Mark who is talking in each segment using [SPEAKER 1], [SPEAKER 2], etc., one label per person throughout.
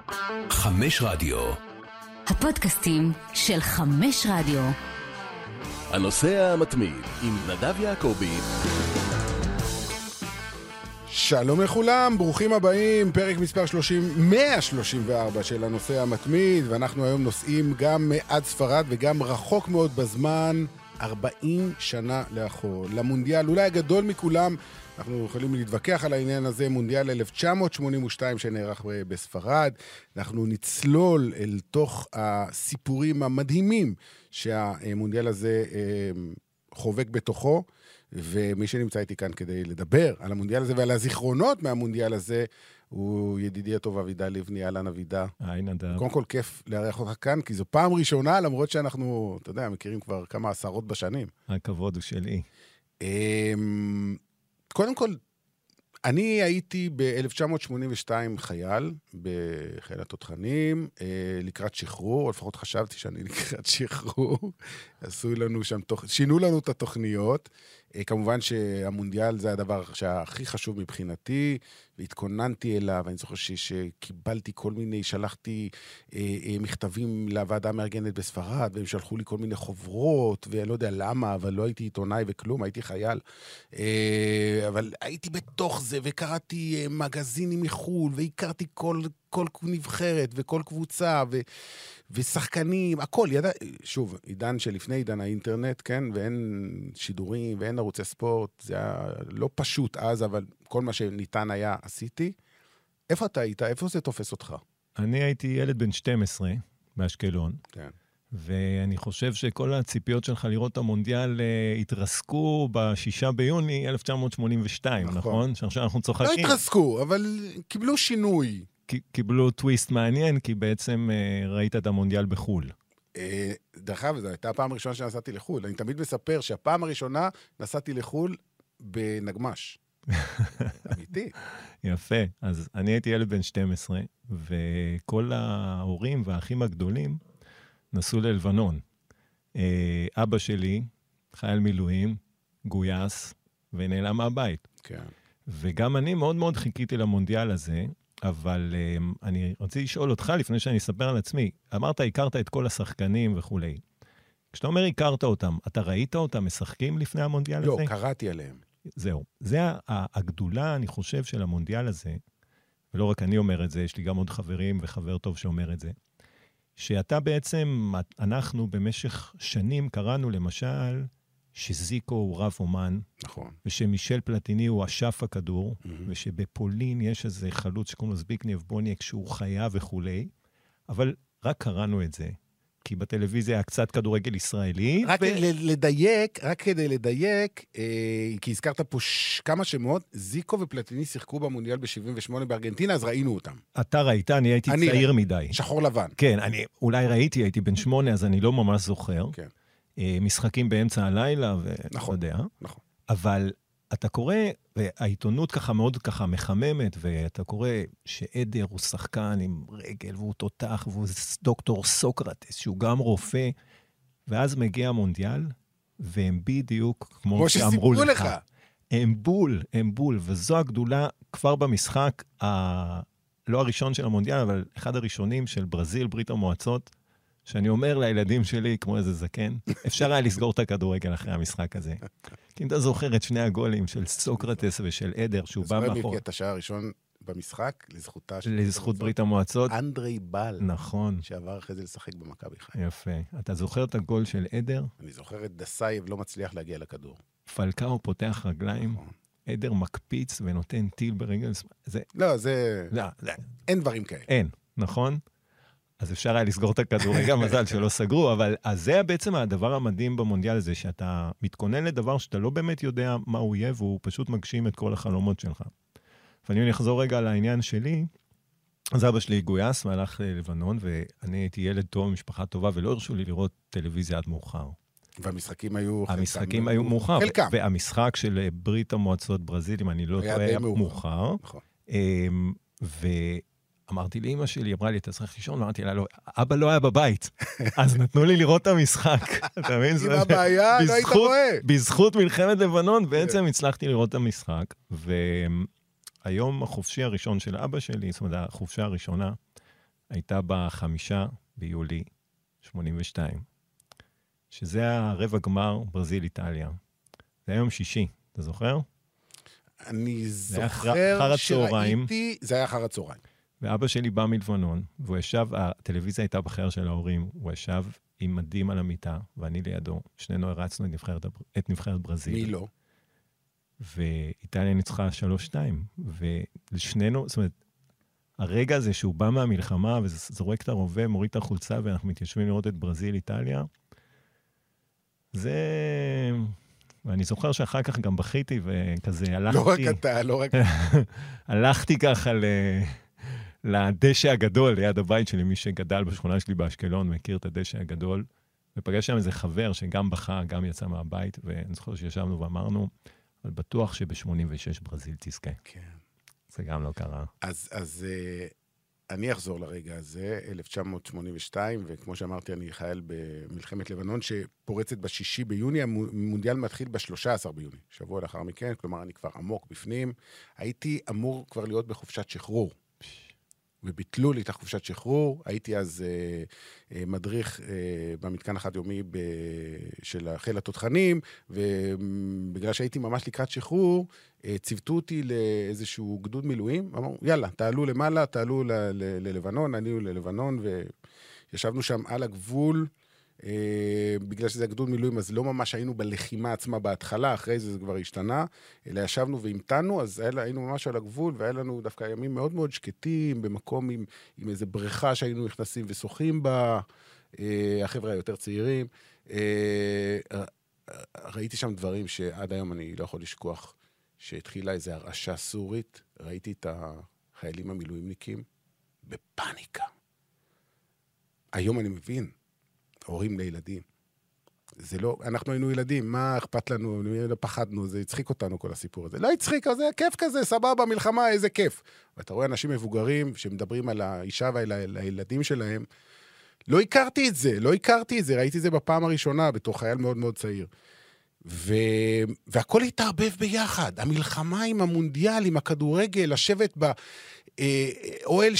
[SPEAKER 1] 5 רדיו.
[SPEAKER 2] הפודקאסטים של 5 רדיו.
[SPEAKER 1] הנושא המתמיד עם נדב יעקבי.
[SPEAKER 3] שלום לכולם, ברוכים הבאים, פרק מספר 134 של הנושא המתמיד, ואנחנו היום נוסעים גם עד ספרד וגם רחוק מאוד בזמן, 40 שנה לאחור. למונדיאל, אולי הגדול מכולם, אנחנו יכולים להתווכח על העניין הזה, מונדיאל 1982 שנערך בספרד. אנחנו נצלול אל תוך הסיפורים המדהימים שהמונדיאל הזה חובק בתוכו, ומי שנמצא איתי כאן כדי לדבר על המונדיאל הזה ועל הזיכרונות מהמונדיאל הזה, הוא ידידי הטוב אבידה לבני. אהלן אבידה.
[SPEAKER 4] היי נדב.
[SPEAKER 3] קודם כל כיף לארח אותך כאן, כי זו פעם ראשונה, למרות שאנחנו, אתה יודע, מכירים כבר כמה עשרות בשנים.
[SPEAKER 4] הכבוד הוא שלי.
[SPEAKER 3] קודם כל, אני הייתי ב-1982 חייל, בחיל התותחנים, לקראת שחרור, או לפחות חשבתי שאני לקראת שחרור, שינו לנו את התוכניות. כמובן שהמונדיאל זה הדבר שהכי חשוב מבחינתי, והתכוננתי אליו. אני זוכר שקיבלתי כל מיני, שלחתי מכתבים לוועדה המארגנת בספרד, והם שלחו לי כל מיני חוברות, ואני לא יודע למה, אבל לא הייתי עיתונאי וכלום, הייתי חייל. אבל הייתי בתוך זה, וקראתי מגזינים מחול, והכרתי כל נבחרת וכל קבוצה, ושחקנים, הכל. שוב, עידן שלפני עידן האינטרנט, כן? ואין שידורים, ואין ערוצי ספורט. זה היה לא פשוט אז, אבל כל מה שניתן היה עשיתי. איפה אתה היית? איפה זה תופס אותך?
[SPEAKER 4] אני הייתי ילד בן 12 באשקלון.
[SPEAKER 3] כן.
[SPEAKER 4] ואני חושב שכל הציפיות שלך לראות את המונדיאל התרסקו ב6 ביוני 1982, נכון? שעכשיו אנחנו צוחקים.
[SPEAKER 3] לא התרסקו, אבל קיבלו שינוי.
[SPEAKER 4] קיבלו טוויסט מעניין, כי בעצם ראית את המונדיאל בחול.
[SPEAKER 3] דרך אגב, זו הייתה הפעם הראשונה שנסעתי לחול. אני תמיד מספר שהפעם הראשונה נסעתי לחול בנגמש. אמיתי.
[SPEAKER 4] יפה. אז אני הייתי ילד בן 12, וכל ההורים והאחים הגדולים נסעו ללבנון. אבא שלי, חייל מילואים, גויס, ונעלם מהבית.
[SPEAKER 3] כן.
[SPEAKER 4] וגם אני מאוד מאוד חיכיתי למונדיאל הזה, אבל אני רציתי לשאול אותך לפני שאני אספר על עצמי. אמרת, הכרת את כל השחקנים וכו'. כשאתה אומר, הכרת אותם, אתה ראית אותם משחקים לפני המונדיאל הזה?
[SPEAKER 3] לא, קראתי עליהם.
[SPEAKER 4] זהו. זה הגדולה, אני חושב, של המונדיאל הזה, ולא רק אני אומר את זה, יש לי גם עוד חברים וחבר טוב שאומר את זה, שאתה בעצם, אנחנו במשך שנים קראנו למשל, שזיקו הוא רב אומן,
[SPEAKER 3] נכון.
[SPEAKER 4] ושמישל פלטיני הוא אשף הכדור, ושבפולין יש איזה חלוץ שקוראים לו זביגנייב בוניאק שהוא חיה וכולי, אבל רק קראנו את זה, כי בטלוויזיה היה קצת כדורגל ישראלי.
[SPEAKER 3] רק כדי לדייק, כי הזכרת פה כמה שמות, זיקו ופלטיני שיחקו במונדיאל ב-78 בארגנטינה, אז ראינו אותם.
[SPEAKER 4] אתה ראית, אני הייתי צעיר מדי.
[SPEAKER 3] שחור לבן.
[SPEAKER 4] כן, אני אולי ראיתי, הייתי בן 8, אז אני לא ממש זוכר.
[SPEAKER 3] כן.
[SPEAKER 4] משחקים באמצע הלילה, ואתה יודע.
[SPEAKER 3] נכון.
[SPEAKER 4] אבל אתה קורא, והעיתונות ככה מאוד ככה מחממת, ואתה קורא שעדר הוא שחקן עם רגל, והוא תותח, והוא דוקטור סוקרטס, שהוא גם רופא, ואז מגיע המונדיאל, והם בדיוק כמו שאמרו לך. הם בול, וזו הגדולה כבר במשחק, לא הראשון של המונדיאל, אבל אחד הראשונים של ברזיל, ברית המועצות, שאני אומר לילדים שלי, כמו איזה זקן, אפשר היה לסגור את הכדורגל אחרי המשחק הזה. כי אם אתה זוכר את שני הגולים של סוקרטס ושל עדר, שהוא בא מאחור.
[SPEAKER 3] זוכר את השעה הראשון במשחק,
[SPEAKER 4] לזכות ברית המועצות.
[SPEAKER 3] אנדרי בל.
[SPEAKER 4] נכון.
[SPEAKER 3] שעבר אחרי זה לשחק במכבי חיפה.
[SPEAKER 4] יפה. אתה זוכר את הגול של עדר?
[SPEAKER 3] אני זוכר את דסייב לא מצליח להגיע לכדור.
[SPEAKER 4] פלקאו פותח רגליים, עדר מקפיץ ונותן טיל ברגל.
[SPEAKER 3] לא, זה... אין דברים כאלה.
[SPEAKER 4] אין, נכון? אז אפשר היה לסגור את הכדורגל, מזל שלא סגרו, אבל אז זה בעצם הדבר המדהים במונדיאל הזה, שאתה מתכונן לדבר שאתה לא באמת יודע מה הוא יהיה, והוא פשוט מגשים את כל החלומות שלך. ואני אחזור רגע לעניין שלי, אז אבא שלי גויס והלך ללבנון, ואני הייתי ילד טוב, משפחה טובה, ולא הרשו לי לראות טלוויזיה עד מאוחר.
[SPEAKER 3] והמשחקים היו...
[SPEAKER 4] המשחקים היו מאוחר.
[SPEAKER 3] חלקם.
[SPEAKER 4] והמשחק של ברית המועצות ברזיל, אם אני לא טועה, היה מאוחר.
[SPEAKER 3] נכון.
[SPEAKER 4] אמרתי לאמא שלי, אמרה לי, אתה צריך לישון, אמרתי לה, לא, אבא לא היה בבית, אז נתנו לי לראות את המשחק. אתה מבין?
[SPEAKER 3] עם הבעיה, לא היית רואה.
[SPEAKER 4] בזכות מלחמת לבנון, בעצם הצלחתי לראות את המשחק, והיום החופשי הראשון של אבא שלי, זאת אומרת, החופשה הראשונה, הייתה ב5 ביולי 82, שזה הרבע גמר ברזיל-איטליה. זה היה יום שישי, אתה זוכר?
[SPEAKER 3] אני זוכר
[SPEAKER 4] שראיתי,
[SPEAKER 3] זה היה אחר הצהריים.
[SPEAKER 4] ואבא שלי בא מלבנון, והוא ישב, הטלוויזיה הייתה בחדר של ההורים, הוא ישב עם מדים על המיטה, ואני לידו, שנינו הרצנו את נבחרת ברזיל.
[SPEAKER 3] מי לא?
[SPEAKER 4] ואיטליה ניצחה 3-2, ולשנינו, זאת אומרת, הרגע הזה שהוא בא מהמלחמה, וזורק את הרובה, מוריד את החולצה, ואנחנו מתיישבים לראות את ברזיל, איטליה, זה... ואני זוכר שאחר כך גם בכיתי, וכזה הלכתי...
[SPEAKER 3] לא רק אתה, לא רק...
[SPEAKER 4] הלכתי ככה לדשא הגדול, ליד הבית שלי, מי שגדל בשכונה שלי באשקלון, מכיר את הדשא הגדול, ופגש שם איזה חבר שגם בכה, גם יצא מהבית, ואני זוכר שישבנו ואמרנו, אבל בטוח שב-86 ברזיל תזכה. כן. זה גם לא קרה.
[SPEAKER 3] אז אני אחזור לרגע הזה, 1982, וכמו שאמרתי, אני חייל במלחמת לבנון, שפורצת ב6 ביוני, המונדיאל מתחיל ב13 ביוני, שבוע לאחר מכן, כלומר, אני כבר עמוק בפנים. הייתי אמור כבר להיות בחופשת שחרור, וביטלו לי את החופשת שחרור. הייתי אז מדריך במתקן החד-יומי של חיל התותחנים, ובגלל שהייתי ממש לקראת שחרור, ציוותו אותי לאיזשהו גדוד מילואים, אמרו, יאללה, תעלו למעלה, תעלו ללבנון, עלינו ללבנון, וישבנו שם על הגבול, בגלל שזה הגדוד מילואים, אז לא ממש היינו בלחימה עצמה בהתחלה, אחרי זה כבר השתנה, אלא ישבנו והמתנו, אז היינו ממש על הגבול, והיה לנו דווקא ימים מאוד מאוד שקטים, במקום עם איזו בריכה שהיינו נכנסים ושוחים בה, החבר'ה היותר צעירים. ראיתי שם דברים שעד היום אני לא יכול לשכוח, שהתחילה איזו הרעשה סורית, ראיתי את החיילים המילואימניקים בפאניקה. היום אני מבין, הורים לילדים. זה לא, אנחנו היינו ילדים, מה אכפת לנו, לא פחדנו, זה הצחיק אותנו כל הסיפור הזה. לא הצחיק, זה כיף כזה, סבבה, מלחמה, איזה כיף. ואתה רואה אנשים מבוגרים שמדברים על האישה ועל הילדים שלהם, לא הכרתי את זה, ראיתי את זה בפעם הראשונה, בתור חייל מאוד מאוד צעיר. והכל התערבב ביחד, המלחמה עם המונדיאל, עם הכדורגל, לשבת באוהל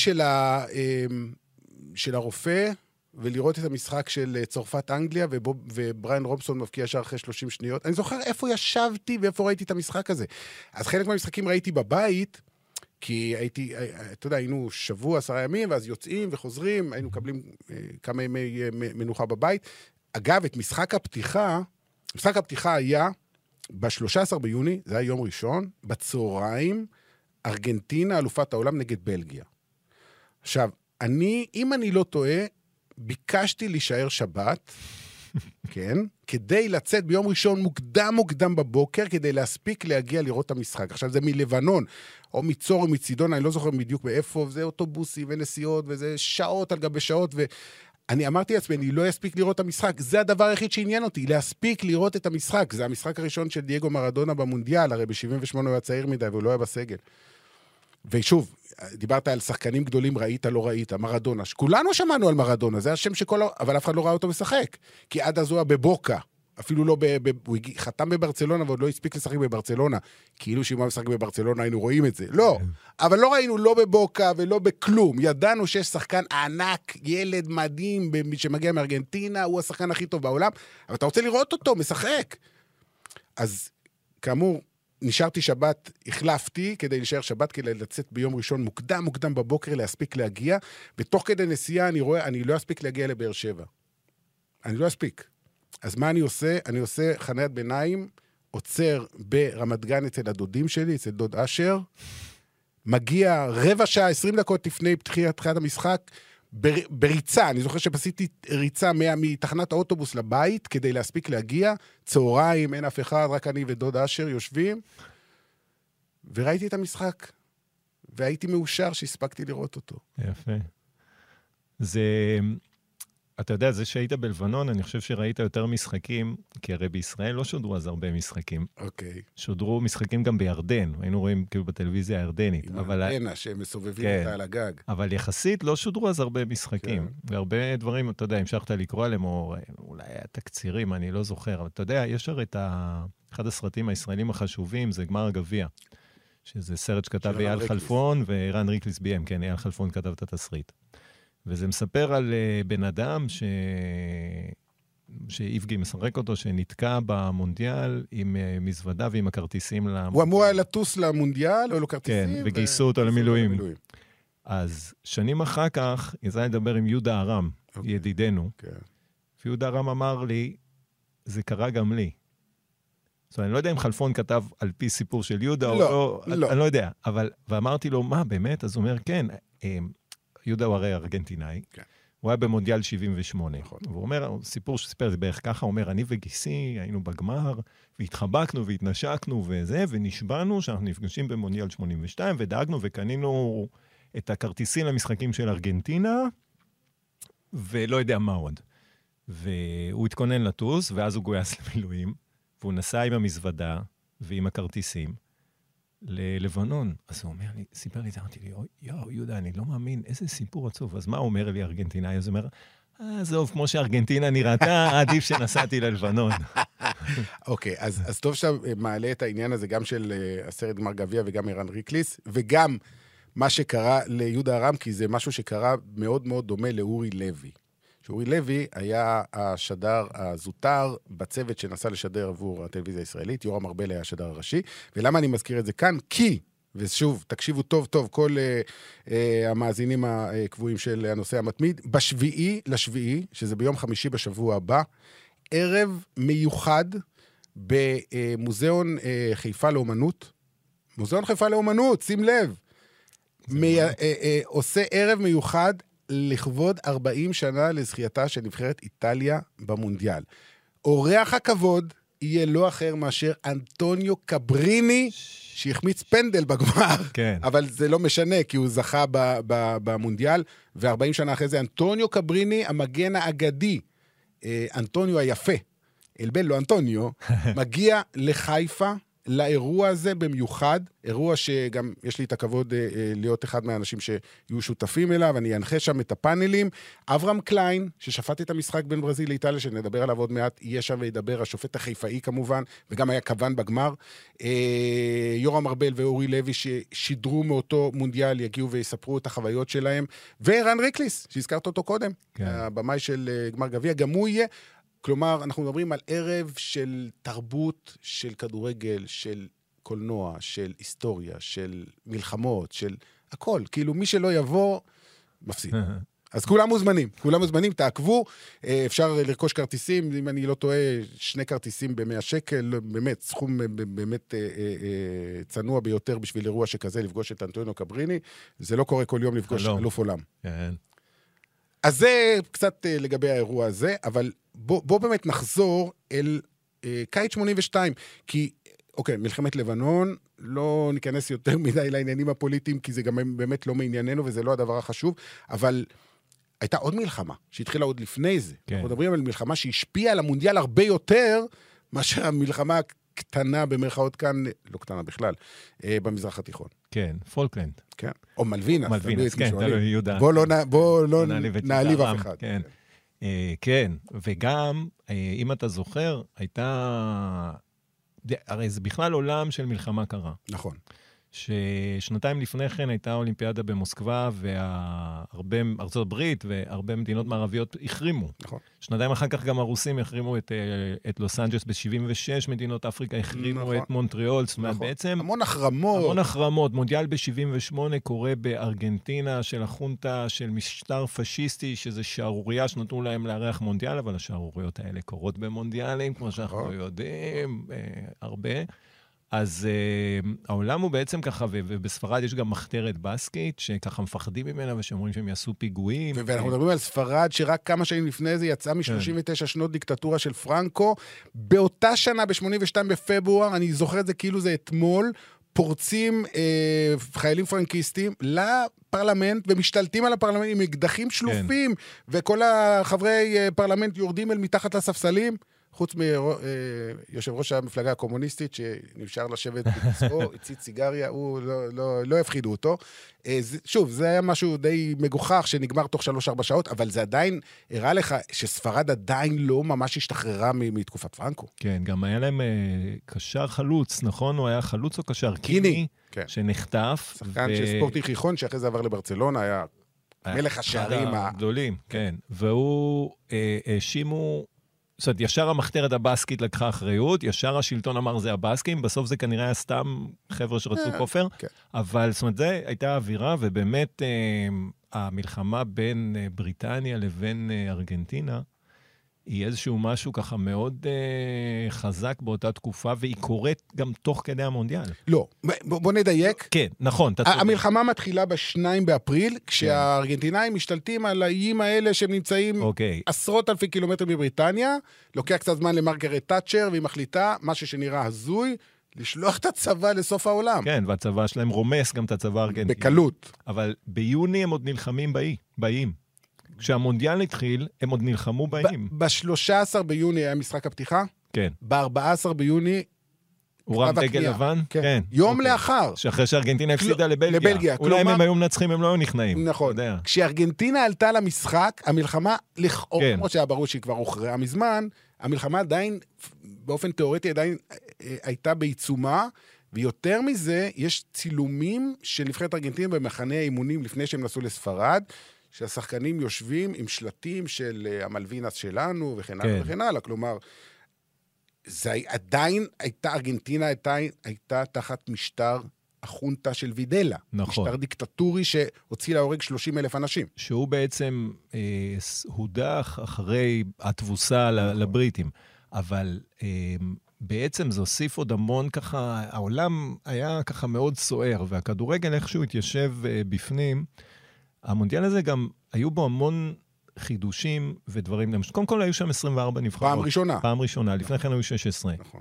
[SPEAKER 3] של הרופא, ולראות את המשחק של צרפת אנגליה, ובריין רובסון מבקיע שער אחרי 30 שניות. אני זוכר איפה ישבתי ואיפה ראיתי את המשחק הזה. אז חלק מהמשחקים ראיתי בבית, כי הייתי, אתה יודע, היינו שבוע, 10 ימים, ואז יוצאים וחוזרים, היינו מקבלים כמה ימי מנוחה בבית. אגב, את משחק הפתיחה היה ב-13 ביוני, זה היה יום ראשון, בצהריים, ארגנטינה, אלופת העולם נגד בלגיה. עכשיו, אם אני לא טועה, ביקשתי להישאר שבת, כן, כדי לצאת ביום ראשון מוקדם בבוקר, כדי להספיק להגיע לראות את המשחק. עכשיו, זה מלבנון, או מצור או מצידון, אני לא זוכר בדיוק באיפה, זה אוטובוסי ונסיעות, וזה שעות על גבי שעות, ואני אמרתי לעצמי, אני לא אספיק לראות את המשחק. זה הדבר היחיד שעניין אותי, להספיק לראות את המשחק. זה המשחק הראשון של דייגו מרדונה במונדיאל, הרי ב-78 הוא היה צעיר מדי, והוא לא היה בסגל. ושוב, דיברת על שחקנים גדולים, ראית, לא ראית, מרדונה. כולנו שמענו על מרדונה, זה השם אבל אף אחד לא ראה אותו משחק. כי עד אז הוא היה בבוקה. אפילו לא, הוא חתם בברצלונה, ועוד לא הספיק לשחק בברצלונה. כאילו שאם הוא משחק בברצלונה, היינו רואים את זה. לא. אבל לא ראינו לא בבוקה ולא בכלום. ידענו שיש שחקן ענק, ילד מדהים, שמגיע מארגנטינה, הוא השחקן הכי טוב בעולם. אבל אתה רוצה לראות אותו, משחק. אז, כאמור, נשארתי שבת, החלפתי כדי להישאר שבת, כדי לצאת ביום ראשון מוקדם בבוקר, להספיק להגיע, ותוך כדי נסיעה אני רואה, אני לא אספיק להגיע לבאר שבע. אני לא אספיק. אז מה אני עושה? אני עושה חניית ביניים, עוצר ברמת גן אצל הדודים שלי, אצל דוד אשר, מגיע רבע שעה, 20 דקות לפני תחילת המשחק, בריצה, אני זוכר שעשיתי ריצה מתחנת האוטובוס לבית, כדי להספיק להגיע, צהריים, אין אף אחד, רק אני ודוד אשר יושבים, וראיתי את המשחק, והייתי מאושר שהספקתי לראות אותו.
[SPEAKER 4] יפה. אתה יודע, זה שהיית בלבנון, אני חושב שראית יותר משחקים, כי הרי בישראל לא שודרו אז הרבה משחקים.
[SPEAKER 3] אוקיי.
[SPEAKER 4] שודרו משחקים גם בירדן, היינו רואים כאילו בטלוויזיה הירדנית.
[SPEAKER 3] עם האנטנה שהם מסובבים אותה על הגג. אחד
[SPEAKER 4] יחסית לא שודרו אז הרבה משחקים. והרבה דברים, אתה יודע, המשכת לקרוא עליהם, או אולי תקצירים, אני לא זוכר, אבל אתה יודע, יש הרי אחד הסרטים הישראלים החשובים, זה גמר הגביע. שזה סרט שכתב אייל חלפון, ואירן ריקליס ביים, כן, אייל חלפון כתב את התסריט. וזה מספר על בן אדם שאיבגי משחק אותו, שנתקע במונדיאל עם מזוודה ועם הכרטיסים למונדיאל.
[SPEAKER 3] הוא אמור היה לטוס למונדיאל, או לו כרטיסים.
[SPEAKER 4] כן, וגייסו אותו למילואים. אז שנים אחר כך, יצא לדבר עם יהודה ארם, ידידנו. ויהודה ארם אמר לי, זה קרה גם לי. זאת אומרת, אני לא יודע אם חלפון כתב על פי סיפור של יהודה או לא, אני לא יודע. ואמרתי לו, מה, באמת? אז הוא אומר, כן, יהודה הוא הרי ארגנטינאי. הוא היה במונדיאל 78. והוא אומר, סיפור שסיפר, זה בערך ככה, הוא אומר, אני וגיסי היינו בגמר, והתחבקנו והתנשקנו וזה, ונשבענו שאנחנו נפגשים במונדיאל 82, ודאגנו וקנינו את הכרטיסים למשחקים של ארגנטינה, ולא יודע מה עוד. והוא התכונן לטוס, ואז הוא גויס למילואים, והוא נסע עם המזוודה ועם הכרטיסים ללבנון. אז הוא אומר לי, סיפר לי, אמרתי לי, יואו, יהודה, אני לא מאמין, איזה סיפור עצוב. אז מה הוא אומר לי ארגנטינאי? אז הוא אומר, עזוב, כמו שארגנטינה נראתה, עדיף שנסעתי ללבנון.
[SPEAKER 3] אוקיי, אז טוב שאתה מעלה את העניין הזה, גם של הסרט גמר גביע וגם ערן ריקליס, וגם מה שקרה ליהודה ארם, כי זה משהו שקרה מאוד מאוד דומה לאורי לוי. שאורי לוי היה השדר הזוטר בצוות שנסע לשדר עבור הטלוויזיה הישראלית, יורם ארבל היה השדר הראשי, ולמה אני מזכיר את זה כאן? כי, ושוב, תקשיבו טוב טוב, כל המאזינים הקבועים של הנושא המתמיד, ב7/7, שזה ביום חמישי בשבוע הבא, ערב מיוחד במוזיאון חיפה לאומנות, מוזיאון חיפה לאומנות, שים לב, עושה ערב מיוחד לכבוד 40 שנה לזכייתה של נבחרת איטליה במונדיאל. אורח הכבוד יהיה לא אחר מאשר אנטוניו קבריני, שהחמיץ פנדל בגמר,
[SPEAKER 4] כן.
[SPEAKER 3] אבל זה לא משנה, כי הוא זכה במונדיאל, ו40 שנה אחרי זה אנטוניו קבריני, המגן האגדי, אנטוניו היפה, אלבל לא אנטוניו, מגיע לחיפה, לאירוע הזה במיוחד, אירוע שגם יש לי את הכבוד להיות אחד מהאנשים שיהיו שותפים אליו, אני אנחה שם את הפאנלים, אברהם קליין, ששפט את המשחק בין ברזיל לאיטליה, שנדבר עליו עוד מעט, יהיה שם וידבר, השופט החיפאי כמובן, וגם היה כוון בגמר, יורם ארבל ואורי לוי ששידרו מאותו מונדיאל, יגיעו ויספרו את החוויות שלהם, וערן ריקליס, שהזכרת אותו קודם, כן. הבמאי של גמר גביע, גם הוא יהיה, כלומר, אנחנו מדברים על ערב של תרבות, של כדורגל, של קולנוע, של היסטוריה, של מלחמות, של הכל. כאילו, מי שלא יבוא, מפסיד. אז כולם מוזמנים, תעקבו. אפשר לרכוש כרטיסים, אם אני לא טועה, 2 כרטיסים ב100 שקל, באמת, סכום באמת צנוע ביותר בשביל אירוע שכזה, לפגוש את אנטוניו קבריני. זה לא קורה כל יום לפגוש אלוף עולם.
[SPEAKER 4] כן.
[SPEAKER 3] אז זה קצת לגבי האירוע הזה, אבל בוא באמת נחזור אל קיץ 82, כי, אוקיי, מלחמת לבנון, לא ניכנס יותר מדי לעניינים הפוליטיים, כי זה גם באמת לא מענייננו, וזה לא הדבר החשוב, אבל הייתה עוד מלחמה, שהתחילה עוד לפני זה. כן. אנחנו מדברים על מלחמה שהשפיעה על המונדיאל הרבה יותר, מאשר המלחמה קטנה במרכאות כאן, לא קטנה בכלל, במזרח התיכון.
[SPEAKER 4] כן, פולקלנד.
[SPEAKER 3] כן, או מלווינס.
[SPEAKER 4] מלווינס, כן, תלוי יהודה.
[SPEAKER 3] בוא לא נעליב אף אחד.
[SPEAKER 4] כן. כן, וגם, אם אתה זוכר, הייתה, הרי זה בכלל עולם של מלחמה קרה.
[SPEAKER 3] נכון.
[SPEAKER 4] ששנתיים לפני כן הייתה אולימפיאדה במוסקבה, והרבה, ארצות הברית והרבה מדינות מערביות החרימו. נכון. שנתיים אחר כך גם הרוסים החרימו את לוס אנג'לס ב-76, מדינות אפריקה החרימו נכון. את מונטריאול, זאת אומרת בעצם...
[SPEAKER 3] המון החרמות.
[SPEAKER 4] המון החרמות. מונדיאל ב-78 קורה בארגנטינה של החונטה של משטר פשיסטי, שזה שערוריה שנתנו להם לארח מונדיאל, אבל השערוריות האלה קורות במונדיאלים, כמו שאנחנו יודעים, הרבה. אז העולם הוא בעצם ככה, ובספרד יש גם מחתרת בסקית, שככה מפחדים ממנה, ושאומרים שהם יעשו פיגועים.
[SPEAKER 3] ואנחנו מדברים על ספרד, שרק כמה שנים לפני זה יצאה מ-39 שנות דיקטטורה של פרנקו. באותה שנה, ב-82 בפברואר, אני זוכר את זה כאילו זה אתמול, פורצים חיילים פרנקיסטים לפרלמנט, ומשתלטים על הפרלמנט עם אקדחים שלופים, וכל החברי פרלמנט יורדים אל מתחת לספסלים, חוץ מיושב ראש המפלגה הקומוניסטית, שנפשר לשבת בקצבו, הציץ סיגריה, הוא לא הפחידו אותו. שוב, זה היה משהו די מגוחך, שנגמר תוך 3-4 שעות, אבל זה עדיין הראה לך שספרד עדיין לא ממש השתחררה מתקופת פרנקו.
[SPEAKER 4] כן, גם היה להם קשר חלוץ, נכון? הוא היה חלוץ או קשר? קיני, שנחטף.
[SPEAKER 3] שחקן של ספורטי חיכון, שאחרי זה עבר לברצלונה, היה מלך השערים
[SPEAKER 4] הגדולים, כן. והוא האשימו, זאת אומרת, ישר המחתרת הבאסקית לקחה אחריות, ישר השלטון אמר זה הבאסקים, בסוף זה כנראה היה סתם חבר'ה שרצו כופר, אבל זאת אומרת, זה הייתה אווירה, ובאמת המלחמה בין בריטניה לבין ארגנטינה, היא איזשהו משהו ככה מאוד חזק באותה תקופה, והיא קורית גם תוך כדי המונדיאל.
[SPEAKER 3] לא, בוא נדייק.
[SPEAKER 4] כן, נכון.
[SPEAKER 3] המלחמה מתחילה ב2 באפריל, כשהארגנטינאים משתלטים על האיים האלה שהם נמצאים עשרות אלפי קילומטרים מבריטניה, לוקח קצת זמן למרגרט תאצ'ר, והיא מחליטה, משהו שנראה הזוי, לשלוח את הצבא לסוף העולם.
[SPEAKER 4] כן, והצבא שלהם רומס גם את הצבא הארגנטיני.
[SPEAKER 3] בקלות.
[SPEAKER 4] אבל ביוני הם עוד נלחמים באיים. כשהמונדיאל התחיל, הם עוד נלחמו באיים.
[SPEAKER 3] ב-13 ביוני היה משחק הפתיחה?
[SPEAKER 4] כן.
[SPEAKER 3] ב-14 ביוני...
[SPEAKER 4] הוא רם דגל לבן?
[SPEAKER 3] כן. יום לאחר.
[SPEAKER 4] שאחרי שארגנטינה הפסידה לבלגיה. אולי אם הם היו מנצחים, הם לא היו נכנעים.
[SPEAKER 3] נכון. כשארגנטינה עלתה למשחק, המלחמה, כמו שהיה ברור שהיא כבר הוכרעה מזמן, המלחמה עדיין, באופן תיאורטי, עדיין הייתה בעיצומה, ויותר מזה, יש צילומים של נבחרת ארגנטינה במחנה האימונים לפני שהם נסעו לספרד, שהשחקנים יושבים עם שלטים של המלווינס שלנו, וכן הלאה וכן הלאה. כלומר, זה עדיין הייתה, ארגנטינה הייתה תחת משטר החונטה של וידלה. נכון. משטר דיקטטורי שהוציא להורג 30,000 אנשים.
[SPEAKER 4] שהוא בעצם הודח אחרי התבוסה לבריטים. אבל בעצם זה הוסיף עוד המון ככה, העולם היה ככה מאוד סוער, והכדורגל איכשהו התיישב בפנים, המונדיאל הזה גם, היו בו המון חידושים ודברים. קודם כל היו שם 24 נבחרות. פעם ראשונה. לפני כן היו 16. נכון.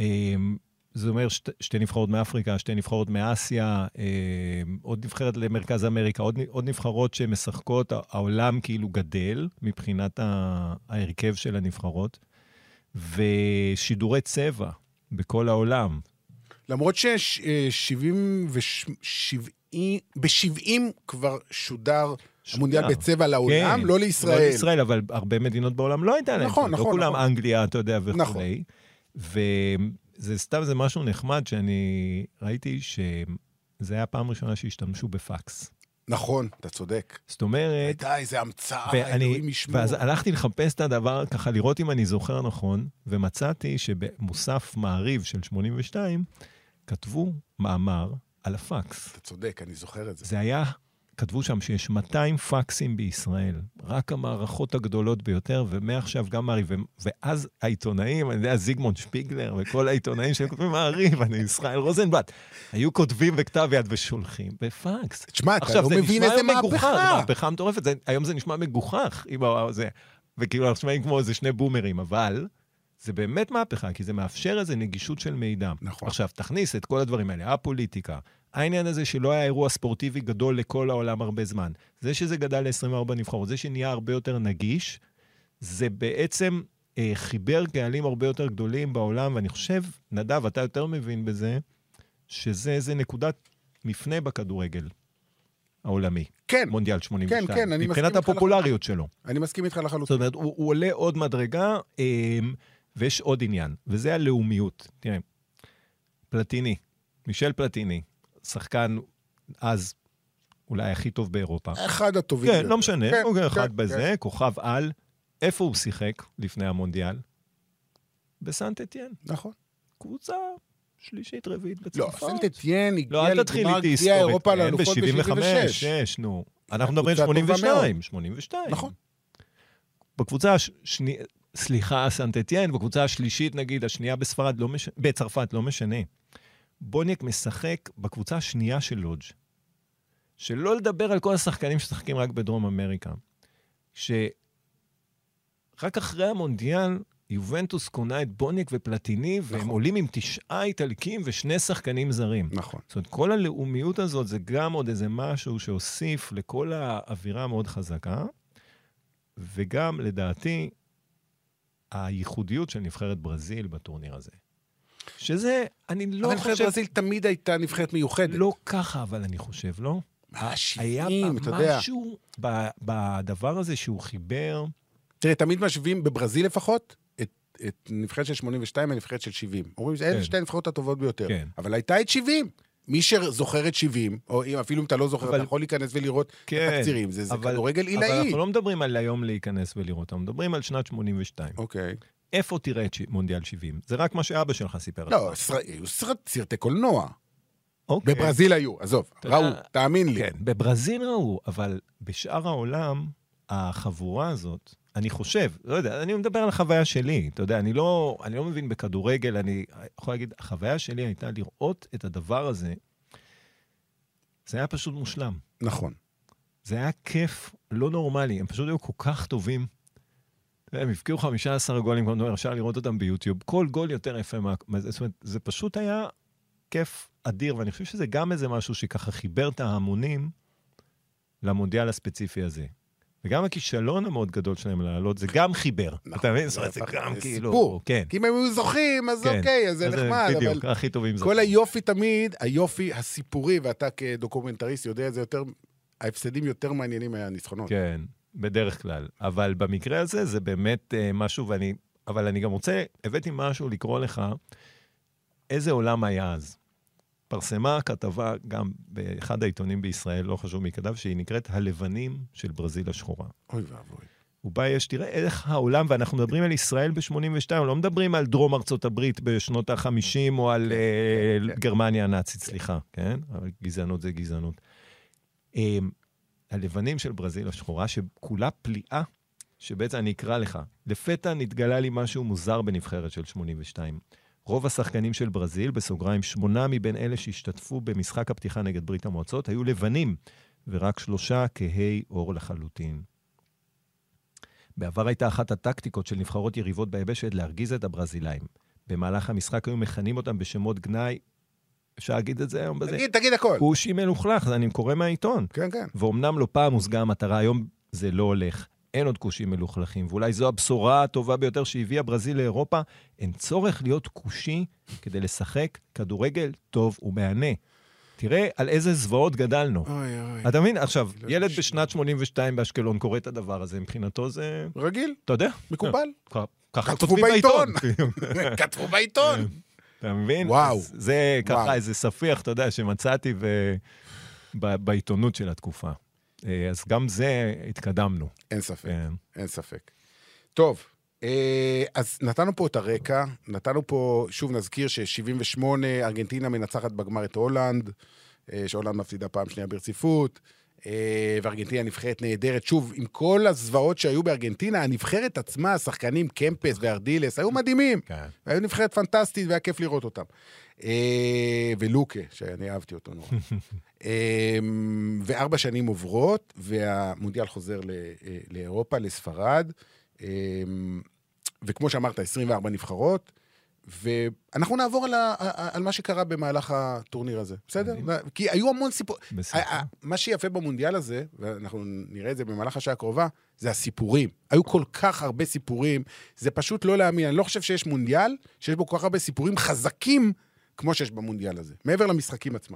[SPEAKER 4] זה אומר שתי נבחרות מאפריקה, שתי נבחרות מאסיה, עוד נבחרת למרכז אמריקה, עוד נבחרות שמשחקות, העולם כאילו גדל מבחינת ההרכב של הנבחרות, ושידורי צבע בכל העולם.
[SPEAKER 3] למרות ב-70 כבר שודר המונדיאל בצבע לעולם, לא לישראל.
[SPEAKER 4] לא לישראל, אבל הרבה מדינות בעולם לא הייתה להם.
[SPEAKER 3] נכון, נכון.
[SPEAKER 4] לא כולם אנגליה, אתה יודע, וכו'. וזה סתם, זה משהו נחמד שאני ראיתי שזה היה הפעם ראשונה שהשתמשו בפקס.
[SPEAKER 3] נכון, אתה צודק.
[SPEAKER 4] זאת אומרת...
[SPEAKER 3] הייתה איזו המצאה, אלוהים ישמור.
[SPEAKER 4] ואז הלכתי לחפש את הדבר, ככה לראות אם אני זוכר נכון, ומצאתי שבמוסף מעריב של 82, כתבו מאמר על הפקס.
[SPEAKER 3] אתה צודק, אני זוכר את זה.
[SPEAKER 4] זה היה, כתבו שם שיש 200 פקסים בישראל, רק המערכות הגדולות ביותר, ומעכשיו גם מעריב, ואז העיתונאים, אני יודע, זיגמונד שפיגלר, וכל העיתונאים שהם כותבים מעריב, אני ישראל רוזנבלט, היו כותבים בכתב יד ושולחים בפקס.
[SPEAKER 3] תשמע, אתה לא מבין איזה מהפכה.
[SPEAKER 4] מהפכה מטורפת, היום זה נשמע מגוחך, וכאילו אנחנו שומעים כמו איזה שני בומרים, אבל זה באמת מהפכה, כי זה מאפשר איזו נגישות של מידע.
[SPEAKER 3] נכון.
[SPEAKER 4] עכשיו, תכניס את כל הדברים האלה, הפוליטיקה, העניין הזה שלא היה אירוע ספורטיבי גדול לכל העולם הרבה זמן, זה שזה גדל ל-24 נבחרות, זה שנהיה הרבה יותר נגיש, זה בעצם חיבר קהלים הרבה יותר גדולים בעולם, ואני חושב, נדב, אתה יותר מבין בזה, שזה איזה נקודת מפנה בכדורגל העולמי.
[SPEAKER 3] כן.
[SPEAKER 4] מונדיאל 82.
[SPEAKER 3] כן, כן, אני
[SPEAKER 4] מבחינת הפופולריות שלו.
[SPEAKER 3] אני מסכים איתך לחלוטין.
[SPEAKER 4] זאת אומרת, הוא עולה עוד מדרגה, ויש עוד עניין, וזה הלאומיות. תראה, פלטיני, מישל פלטיני, שחקן אז אולי הכי טוב באירופה.
[SPEAKER 3] אחד הטובים.
[SPEAKER 4] כן, לא משנה, הוא אחד בזה, כוכב על. איפה הוא שיחק לפני המונדיאל? בסנט אתיין.
[SPEAKER 3] נכון.
[SPEAKER 4] קבוצה שלישית, רביעית בצרפת.
[SPEAKER 3] לא, סנט אתיין
[SPEAKER 4] הגיע לגמר גביע אירופה לאלופות ב-75. נו. אנחנו מדברים 82.
[SPEAKER 3] נכון.
[SPEAKER 4] בקבוצה השנייה, סליחה, סנט אתיין, בקבוצה השלישית, נגיד, השנייה בצרפת, לא משנה. בוניק משחק בקבוצה השנייה של לודג'. שלא לדבר על כל השחקנים ששחקים רק בדרום אמריקה. שרק אחרי המונדיאל, יובנטוס קונה את בוניק ופלטיני, והם נכון. עולים עם 9 איטלקים ו2 שחקנים זרים.
[SPEAKER 3] נכון.
[SPEAKER 4] זאת אומרת, כל הלאומיות הזאת זה גם עוד איזה משהו שהוסיף לכל האווירה מאוד חזקה, וגם, לדעתי, הייחודיות של נבחרת ברזיל בטורניר הזה. שזה, אני לא חושב...
[SPEAKER 3] אבל נבחרת ברזיל תמיד הייתה נבחרת מיוחדת.
[SPEAKER 4] לא ככה, אבל אני חושב, לא? היה משהו בדבר הזה שהוא חיבר...
[SPEAKER 3] תראה, תמיד משווים, בברזיל לפחות, את נבחרת של 82 לנבחרת של 70. אומרים, אלה שתי הנבחרות הטובות ביותר. אבל הייתה את 70. מי שזוכר את 70, או אפילו אם אתה לא זוכר, אתה יכול להיכנס ולראות את התקצירים, זה כדורגל עילאי.
[SPEAKER 4] אבל אנחנו לא מדברים על היום להיכנס ולראות, אנחנו מדברים על שנת 82.
[SPEAKER 3] אוקיי.
[SPEAKER 4] איפה תראה את מונדיאל 70? זה רק מה שאבא שלך סיפר.
[SPEAKER 3] לא, היו סרטי קולנוע.
[SPEAKER 4] אוקיי.
[SPEAKER 3] בברזיל היו, עזוב, ראו, תאמין לי.
[SPEAKER 4] כן, בברזיל ראו, אבל בשאר העולם, החבורה הזאת, אני חושב, לא יודע, אני מדבר על החוויה שלי, אתה יודע, אני לא מבין בכדורגל, אני יכול להגיד, החוויה שלי הייתה לראות את הדבר הזה, זה היה פשוט מושלם.
[SPEAKER 3] נכון. זה
[SPEAKER 4] היה כיף לא נורמלי, הם פשוט היו כל כך טובים. הם הפקיעו 15 גולים, כמו דבר, אפשר לראות אותם ביוטיוב, כל גול יותר יפה, זאת אומרת, זה פשוט היה כיף אדיר, ואני חושב שזה גם איזה משהו שככה חיבר את ההמונים למונדיאל הספציפי הזה. וגם הכישלון המאוד גדול שלהם לעלות, זה גם חיבר. אתה מבין? זאת אומרת, זה גם כאילו...
[SPEAKER 3] סיפור. כי אם הם היו זוכים, אז אוקיי, אז זה נחמד.
[SPEAKER 4] בדיוק, הכי טובים זה.
[SPEAKER 3] כל היופי תמיד, היופי הסיפורי, ואתה כדוקומנטריסט יודע את זה יותר, ההפסדים יותר מעניינים מהניצחונות.
[SPEAKER 4] כן, בדרך כלל. אבל במקרה הזה זה באמת משהו, אבל אני גם רוצה, הבאתי משהו לקרוא לך, איזה עולם היה אז. פרסמה כתבה גם באחד העיתונים בישראל, לא חשוב מי כתב, שהיא נקראת הלבנים של ברזיל השחורה.
[SPEAKER 3] אוי ואבוי.
[SPEAKER 4] ובה יש, תראה איך העולם, ואנחנו מדברים על ישראל ב-82, לא מדברים על דרום ארצות הברית בשנות ה-50, או על גרמניה הנאצית, סליחה, כן? גזענות זה גזענות. הלבנים של ברזיל השחורה, שכולה פליאה, שבעצם אני אקרא לך, לפתע נתגלה לי משהו מוזר בנבחרת של 82. רוב השחקנים של ברזיל, בסוגריים 8 מבין אלה שהשתתפו במשחק הפתיחה נגד ברית המועצות, היו לבנים, ורק 3 כהי אור לחלוטין. בעבר הייתה אחת הטקטיקות של נבחרות יריבות ביבשת להרגיז את הברזילאים. במהלך המשחק היו מכנים אותם בשמות גנאי, אפשר להגיד את זה היום בזה?
[SPEAKER 3] תגיד הכל.
[SPEAKER 4] כושי מלוכלך, זה אני קורא מהעיתון.
[SPEAKER 3] כן, כן.
[SPEAKER 4] ואומנם לא פעם הושגה המטרה, היום זה לא הולך. אין עוד כושים מלוכלכים, ואולי זו הבשורה הטובה ביותר שהביאה ברזיל לאירופה, אין צורך להיות כושי כדי לשחק כדורגל טוב ומענה. תראה על איזה זוועות גדלנו. אתה מבין? עכשיו, ילד בשנת 82 באשקלון קורא את הדבר הזה, מבחינתו זה...
[SPEAKER 3] רגיל.
[SPEAKER 4] אתה יודע?
[SPEAKER 3] מקובל.
[SPEAKER 4] ככה
[SPEAKER 3] כתבו בעיתון. כתבו בעיתון.
[SPEAKER 4] אתה מבין?
[SPEAKER 3] וואו.
[SPEAKER 4] זה ככה איזה ספיח, אתה יודע, שמצאתי בעיתונות של התקופה. אז גם זה התקדמנו.
[SPEAKER 3] אין ספק, אין ספק. טוב, אז נתנו פה את הרקע, נתנו פה, שוב נזכיר ש-78, ארגנטינה מנצחת בגמר את הולנד, שהולנד מפסידה פעם שנייה ברציפות, וארגנטינה נבחרת נהדרת. שוב, עם כל הזוועות שהיו בארגנטינה, הנבחרת עצמה, השחקנים קמפס וארדילס, היו מדהימים. היו נבחרת פנטסטית, והיה כיף לראות אותם. ולוקה, שאני אהבתי אותו נורא. 4 שנים עוברות, והמונדיאל חוזר לאירופה, לספרד, וכמו שאמרת, 24 נבחרות, ואנחנו נעבור על מה שקרה במהלך הטורניר הזה, בסדר? כי היו המון סיפור... מה שיפה במונדיאל הזה, ואנחנו נראה את זה במהלך השעה הקרובה, זה הסיפורים. היו כל כך הרבה סיפורים, זה פשוט לא להאמין. אני לא חושב שיש מונדיאל, שיש בו כל כך הרבה סיפורים חזקים, כמו שיש במונדיאל הזה, מעבר למשחקים עצמם.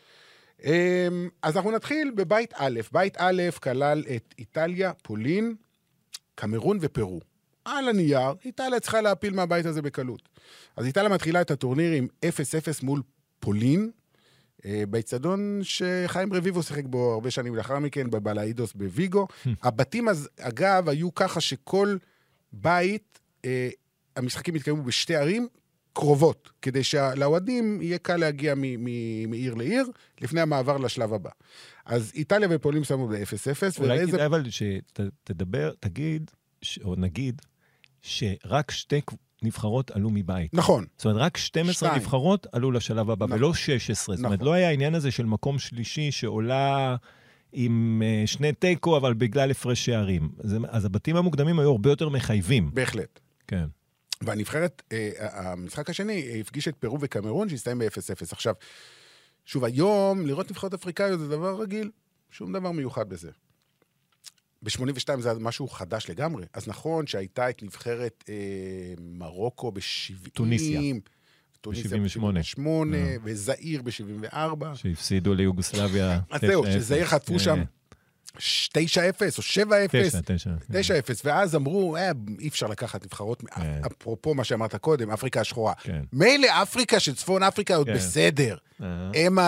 [SPEAKER 3] אז אנחנו נתחיל בבית א'. בית א' כלל את איטליה, פולין, קמרון ופרו. על הנייר, איטליה צריכה להפיל מהבית הזה בקלות. אז איטליה מתחילה את הטורניר עם 0-0 מול פולין, באצטדיון שחיים רביבו שיחק בו הרבה שנים לאחר מכן, בבלאידוס בוויגו. הבתים, אגב, היו ככה שכל בית, המשחקים התקיימו בשתי ערים קרובות, כדי שלאוהדים יהיה קל להגיע מעיר לעיר, לפני המעבר לשלב הבא. אז איטליה ופולין שמו ב-0-0.
[SPEAKER 4] אולי כדאי אבל שתדבר, תגיד, או נגיד, שרק 2 נבחרות עלו מבית.
[SPEAKER 3] נכון.
[SPEAKER 4] זאת אומרת, רק 12 נבחרות עלו לשלב הבא, ולא 16. זאת אומרת, לא היה העניין הזה של מקום שלישי שעולה עם 2 תיקו, אבל בגלל הפרש שערים. אז הבתים המוקדמים היו הרבה יותר מחייבים.
[SPEAKER 3] בהחלט.
[SPEAKER 4] כן.
[SPEAKER 3] והנבחרת, המשחק השני, הפגיש את פרו וקמרון, שהסתיים ב-0-0. עכשיו, שוב, היום, לראות נבחרות אפריקאיות זה דבר רגיל, שום דבר מיוחד בזה. ב-82 זה משהו חדש לגמרי. אז נכון שהייתה את נבחרת מרוקו ב-70.
[SPEAKER 4] טוניסיה.
[SPEAKER 3] ב-78. וזעיר ב-74.
[SPEAKER 4] שהפסידו ליוגוסלביה.
[SPEAKER 3] אז זהו, שזעיר חטפו שם 9-0 או 7-0. 9-0, ואז אמרו, אי אפשר לקחת נבחרות, אפרופו מה שאמרת קודם, אפריקה השחורה. מילא אפריקה של צפון אפריקה עוד בסדר. הם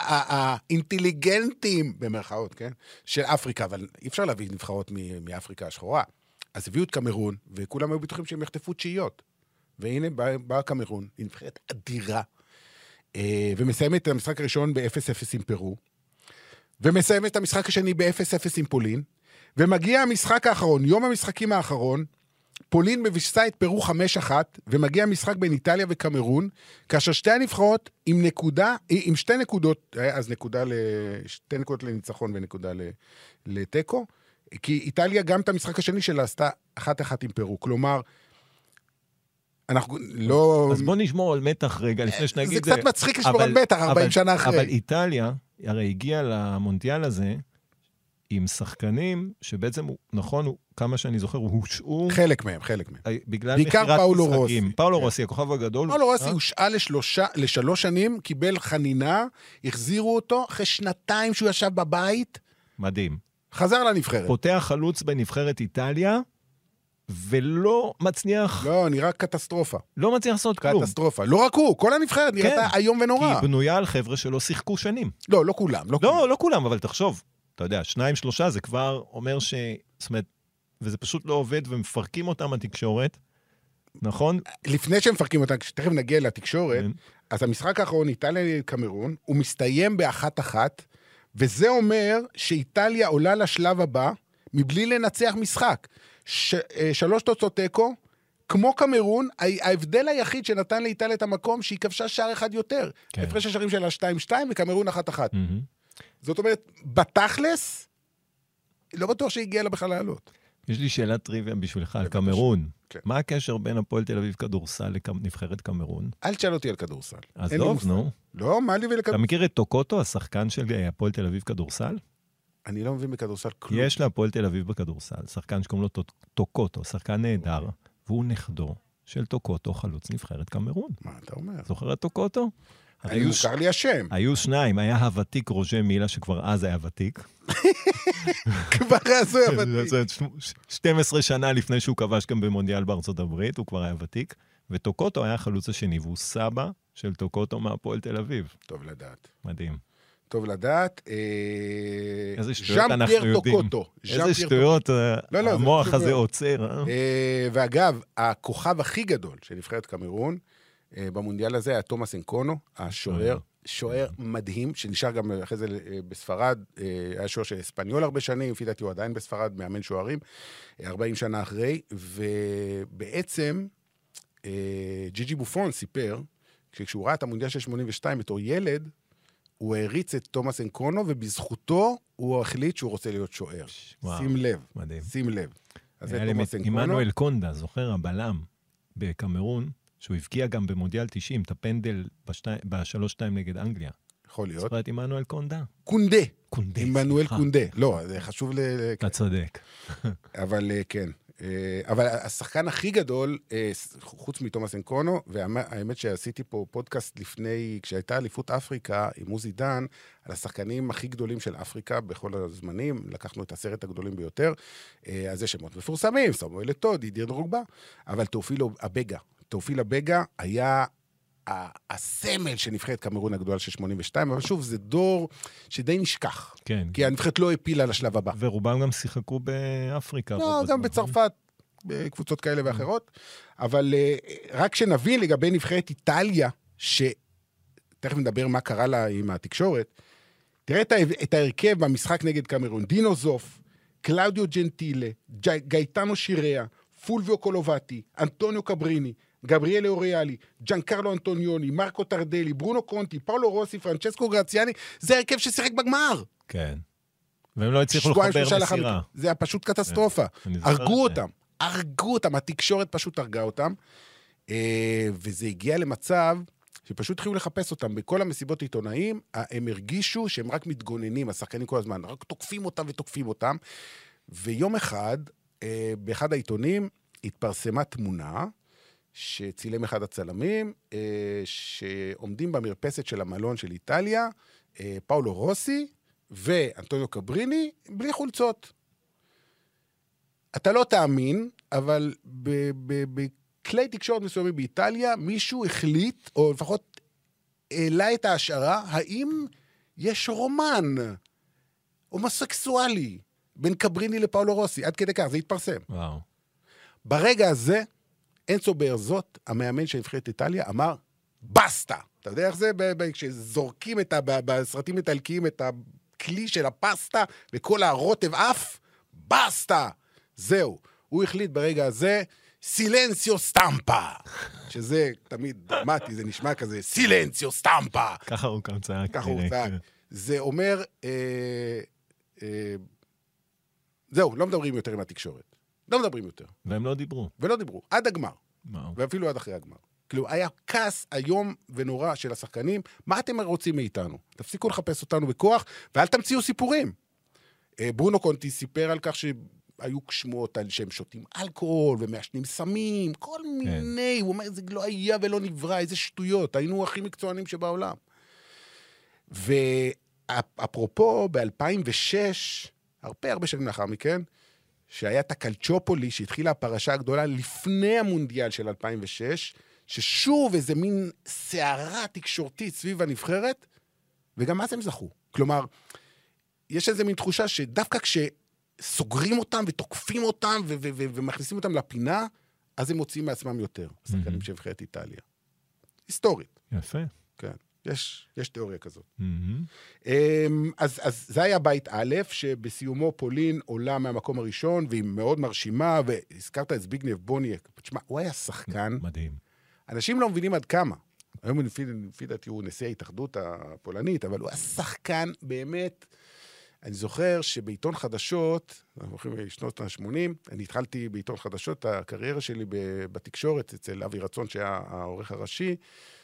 [SPEAKER 3] האינטליגנטים, במרכאות, כן? של אפריקה, אבל אי אפשר להביא נבחרות מאפריקה השחורה. אז הביאו את קמרון, וכולם היו בטוחים שהם יחטפו תשיעיות. והנה באה קמרון, היא נבחרת אדירה, ומסיימת את המשחק הראשון ב-0-0 עם פרו, ומסיימת את המשחק השני ב-0-0 עם פולין, ומגיע המשחק האחרון, יום המשחקים האחרון, פולין מביסה את פרו 5-1, ומגיע המשחק בין איטליה וקמרון, כאשר שתי הנבחרות עם 2 נקודות, אז שתי נקודות לניצחון ונקודה לטקו, כי איטליה גם את המשחק השני שלה עשתה 1-1 עם פרו, כלומר, אנחנו לא...
[SPEAKER 4] אז בוא נשמור על מתח רגע, לפני שנגיד...
[SPEAKER 3] זה קצת מצחיק לשמור על מתח, 40 שנה אחרי.
[SPEAKER 4] אבל איטליה, הרי הגיעה למונדיאל הזה, עם שחקנים שבעצם, נכון, כמה שאני זוכר, הוא הושעו...
[SPEAKER 3] חלק מהם.
[SPEAKER 4] בגלל
[SPEAKER 3] בעיקר
[SPEAKER 4] מחירת
[SPEAKER 3] פאולו
[SPEAKER 4] משחקים.
[SPEAKER 3] רוסי.
[SPEAKER 4] פאולו רוסי, הכוכב הגדול.
[SPEAKER 3] פאולו רוסי הושעה ל3 שנים, קיבל חנינה, החזירו אותו, אחרי 2 שהוא ישב בבית.
[SPEAKER 4] מדהים.
[SPEAKER 3] חזר לנבחרת.
[SPEAKER 4] פותח חלוץ בנבחרת איטליה, ולא מצליח...
[SPEAKER 3] לא, נראה קטסטרופה.
[SPEAKER 4] לא מצליח לעשות כלום.
[SPEAKER 3] קטסטרופה. לא רק הוא, כל הנבחרת נראתה איום ונורא.
[SPEAKER 4] כי היא בנויה על חבר'ה שלא שיחקו שנים.
[SPEAKER 3] לא כולם.
[SPEAKER 4] לא כולם, אבל תחשוב, אתה יודע, 2-3 זה כבר אומר זאת אומרת, וזה פשוט לא עובד, ומפרקים אותם התקשורת, נכון?
[SPEAKER 3] לפני שמפרקים אותם, כשתכף נגיע לתקשורת, אז המשחק האחרון, איטליה קמרון, הוא מסתיים ב1-1, וזה אומר שאיטליה עולה לשלב הבא, מבלי לנצח משחק. 3 תוצאות תיקו, כמו קמרון, ההבדל היחיד שנתן לאיטליה את המקום, שהיא כבשה שער אחד יותר. הפרש השערים שלה 2-2, וקמרון 1-1. זאת אומרת, בתכלס, לא בטוח שהגיע לה בכלל לעלות.
[SPEAKER 4] יש לי שאלת טריוויה בשבילך על קמרון. מה הקשר בין הפועל תל אביב כדורסל לנבחרת קמרון?
[SPEAKER 3] אל תשאל אותי על כדורסל.
[SPEAKER 4] אז טוב, נו.
[SPEAKER 3] לא, מה לי ולכדורסל?
[SPEAKER 4] אתה מכיר את טוקוטו, השחקן של הפועל תל אביב כדורסל?
[SPEAKER 3] אני לא מבין בכדורסל כלום.
[SPEAKER 4] יש להפועל תל אביב בכדורסל, שחקן שקוראים לו טוקוטו, שחקן נהדר, והוא נכדו של טוקוטו, חלוץ נבחרת קמרון.
[SPEAKER 3] מה אתה אומר?
[SPEAKER 4] זוכר את טוקוטו?
[SPEAKER 3] אני מוכר לי השם.
[SPEAKER 4] היו 2, היה הוותיק רוז'ה מילה, שכבר אז היה ותיק.
[SPEAKER 3] כבר אז הוא היה ותיק.
[SPEAKER 4] 12 שנה לפני שהוא כבש גם במונדיאל בארצות הברית, הוא כבר היה ותיק, וטוקוטו היה החלוץ השני, והוא סבא של טוקוטו מהפועל תל אביב.
[SPEAKER 3] טוב לדעת.
[SPEAKER 4] מדהים.
[SPEAKER 3] טוב לדעת.
[SPEAKER 4] איזה שטויות אנחנו יודעים. איזה שטויות המוח הזה עוצר.
[SPEAKER 3] ואגב, הכוכב הכי גדול של נבחרת קמרון, במונדיאל הזה היה תומאס אנקונו, השוער, שוער מדהים, שנשאר גם אחרי זה בספרד, היה שוער של אספניול הרבה שנים, לפי דעתי הוא עדיין בספרד, מאמן שוערים, 40 שנה אחרי, ובעצם ג'יג'י בופון סיפר, כשהוא ראה את המונדיאל של 82 בתור ילד, הוא העריץ את תומאס אנקונו, ובזכותו הוא החליט שהוא רוצה להיות שוער. שים לב, שים לב.
[SPEAKER 4] היה לי עמנואל קונדה, זוכר הבלם בקמרון, שהוא הבקיע גם במונדיאל 90, את הפנדל ב-3-2 נגד אנגליה.
[SPEAKER 3] יכול להיות.
[SPEAKER 4] זוכר את עמנואל קונדה?
[SPEAKER 3] קונדה. עמנואל קונדה. לא, זה חשוב
[SPEAKER 4] אתה צודק.
[SPEAKER 3] אבל כן. אבל השחקן הכי גדול, חוץ מתומאס אנקונו, והאמת שעשיתי פה פודקאסט לפני, כשהייתה אליפות אפריקה עם עוזי דן, על השחקנים הכי גדולים של אפריקה בכל הזמנים, לקחנו את 10 הגדולים ביותר, אז יש שמות מפורסמים, סמואל אתו, דידיר דרוגבה, אבל תאופיל הבגה היה הסמל של נבחרת קמרון הגדולה של 82, אבל שוב, זה דור שדי נשכח.
[SPEAKER 4] כן.
[SPEAKER 3] כי הנבחרת לא הפילה לשלב הבא.
[SPEAKER 4] ורובם גם שיחקו באפריקה.
[SPEAKER 3] לא, גם בצרפת, בקבוצות כאלה ואחרות. אבל רק שנבין לגבי נבחרת איטליה, שתכף נדבר מה קרה לה עם התקשורת, תראה את ההרכב במשחק נגד קמרון. דינו זוף, קלאודיו ג'נטילה, גייטנו שיריה, פולביו קולובטי, אנטוניו קבריני, גבריאלה אוריאלי, ג'אנקרלו אנטוניוני, מרקו טרדלי, ברונו קונטי, פאולו רוסי, פרנצ'סקו גרציאני, זה הרכב ששיחק בגמר.
[SPEAKER 4] כן. והם לא הצליחו לחבר מסירה.
[SPEAKER 3] זה היה פשוט קטסטרופה. הרגו אותם, התקשורת פשוט הרגה אותם, וזה הגיע למצב שפשוט התחילו לחפש אותם. בכל המסיבות עיתונאים, הם הרגישו שהם רק מתגוננים, השחקנים כל הזמן, רק תוקפים אותם, ויום אחד, באחד העיתונים, התפרסמה תמונה, שצילם אחד הצלמים, שעומדים במרפסת של המלון של איטליה, פאולו רוסי ואנטוניו קבריני, בלי חולצות. אתה לא תאמין, אבל בכלי תקשורת מסוימים באיטליה, מישהו החליט, או לפחות העלה את ההשערה, האם יש רומן הומוסקסואלי בין קבריני לפאולו רוסי, עד כדי כך, זה התפרסם.
[SPEAKER 4] וואו.
[SPEAKER 3] ברגע הזה, אנסו בארזות, המאמן של נבחרת איטליה, אמר, בסטה. אתה יודע איך זה? כשזורקים בסרטים איטלקיים את הכלי של הפסטה, וכל הרוטב אף, בסטה. זהו. הוא החליט ברגע הזה, סילנציו סטמפה. שזה תמיד דרמטי, זה נשמע כזה, סילנציו סטמפה.
[SPEAKER 4] ככה הוא גם צעק.
[SPEAKER 3] ככה הוא צעק. זה אומר, זהו, לא מדברים יותר עם התקשורת. לא מדברים יותר.
[SPEAKER 4] והם לא דיברו.
[SPEAKER 3] ולא דיברו, עד הגמר.
[SPEAKER 4] וואו.
[SPEAKER 3] ואפילו עד אחרי הגמר. כאילו, היה כעס היום ונורא של השחקנים, מה אתם רוצים מאיתנו? תפסיקו לחפש אותנו בכוח, ואל תמציאו סיפורים. ברונו קונטי סיפר על כך שהיו שמועות על שהם שותים אלכוהול, ומעשנים סמים, כל מיני, הוא אומר, זה לא היה ולא נברא, איזה שטויות, היינו הכי מקצוענים שבעולם. ואפרופו, ב-2006, הרבה שנים לאחר מכן, שהיה את הקלצ'ופולי, שהתחילה הפרשה הגדולה לפני המונדיאל של 2006, ששוב איזה מין שערה תקשורתית סביב הנבחרת, וגם אז הם זכו. כלומר, יש איזה מין תחושה שדווקא כשסוגרים אותם ותוקפים אותם ומכניסים אותם לפינה, אז הם מוצאים מעצמם יותר, השחקנים של נבחרת איטליה. היסטורית.
[SPEAKER 4] יפה.
[SPEAKER 3] כן. יש תיאוריה כזאת. אז זה היה בית א', שבסיומו פולין עולה מהמקום הראשון, והיא מאוד מרשימה, והזכרת את זביגנייב בוניאק. תשמע, הוא היה שחקן.
[SPEAKER 4] מדהים.
[SPEAKER 3] אנשים לא מבינים עד כמה. היום לפי דעתי הוא נשיא ההתאחדות הפולנית, אבל הוא היה שחקן באמת. אני זוכר שבעיתון חדשות, אנחנו הולכים בשנות ה-80, אני התחלתי בעיתון חדשות, הקריירה שלי בתקשורת, אצל אבי רצון, שהיה העורך הראשי,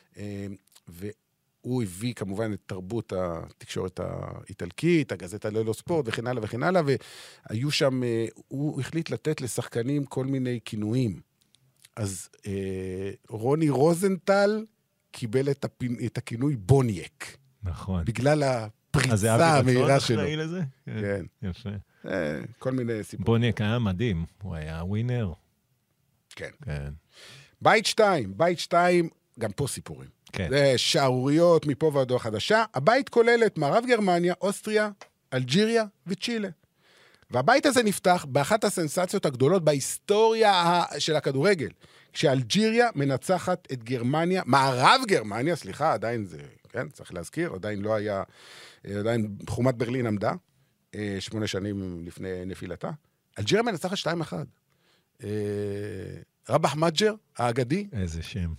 [SPEAKER 3] הוא הביא כמובן את תרבות התקשורת האיטלקית, הגזטה ללא ספורט וכן הלאה וכן הלאה, והיו שם, הוא החליט לתת לשחקנים כל מיני כינויים. אז רוני רוזנטל קיבל את הכינוי בוניאק.
[SPEAKER 4] נכון.
[SPEAKER 3] בגלל הפריצה המהירה שלו.
[SPEAKER 4] אחראי לזה?
[SPEAKER 3] כן.
[SPEAKER 4] יפה.
[SPEAKER 3] כל מיני סיפורים.
[SPEAKER 4] בוניאק היה מדהים, הוא היה ווינר.
[SPEAKER 3] כן.
[SPEAKER 4] כן.
[SPEAKER 3] בית 2, גם פה סיפורים.
[SPEAKER 4] כן.
[SPEAKER 3] זה שערוריות מפה ועד הודעה חדשה. הבית כולל את מערב גרמניה, אוסטריה, אלג'יריה וצ'ילה. והבית הזה נפתח באחת הסנסציות הגדולות בהיסטוריה של הכדורגל. כשאלג'יריה מנצחת את גרמניה, מערב גרמניה, סליחה, עדיין זה, כן, צריך להזכיר, עדיין לא היה, עדיין חומת ברלין עמדה, 8 שנים לפני נפילתה. אלג'יריה מנצחת 2-1. רבח מג'ר, האגדי.
[SPEAKER 4] איזה שם.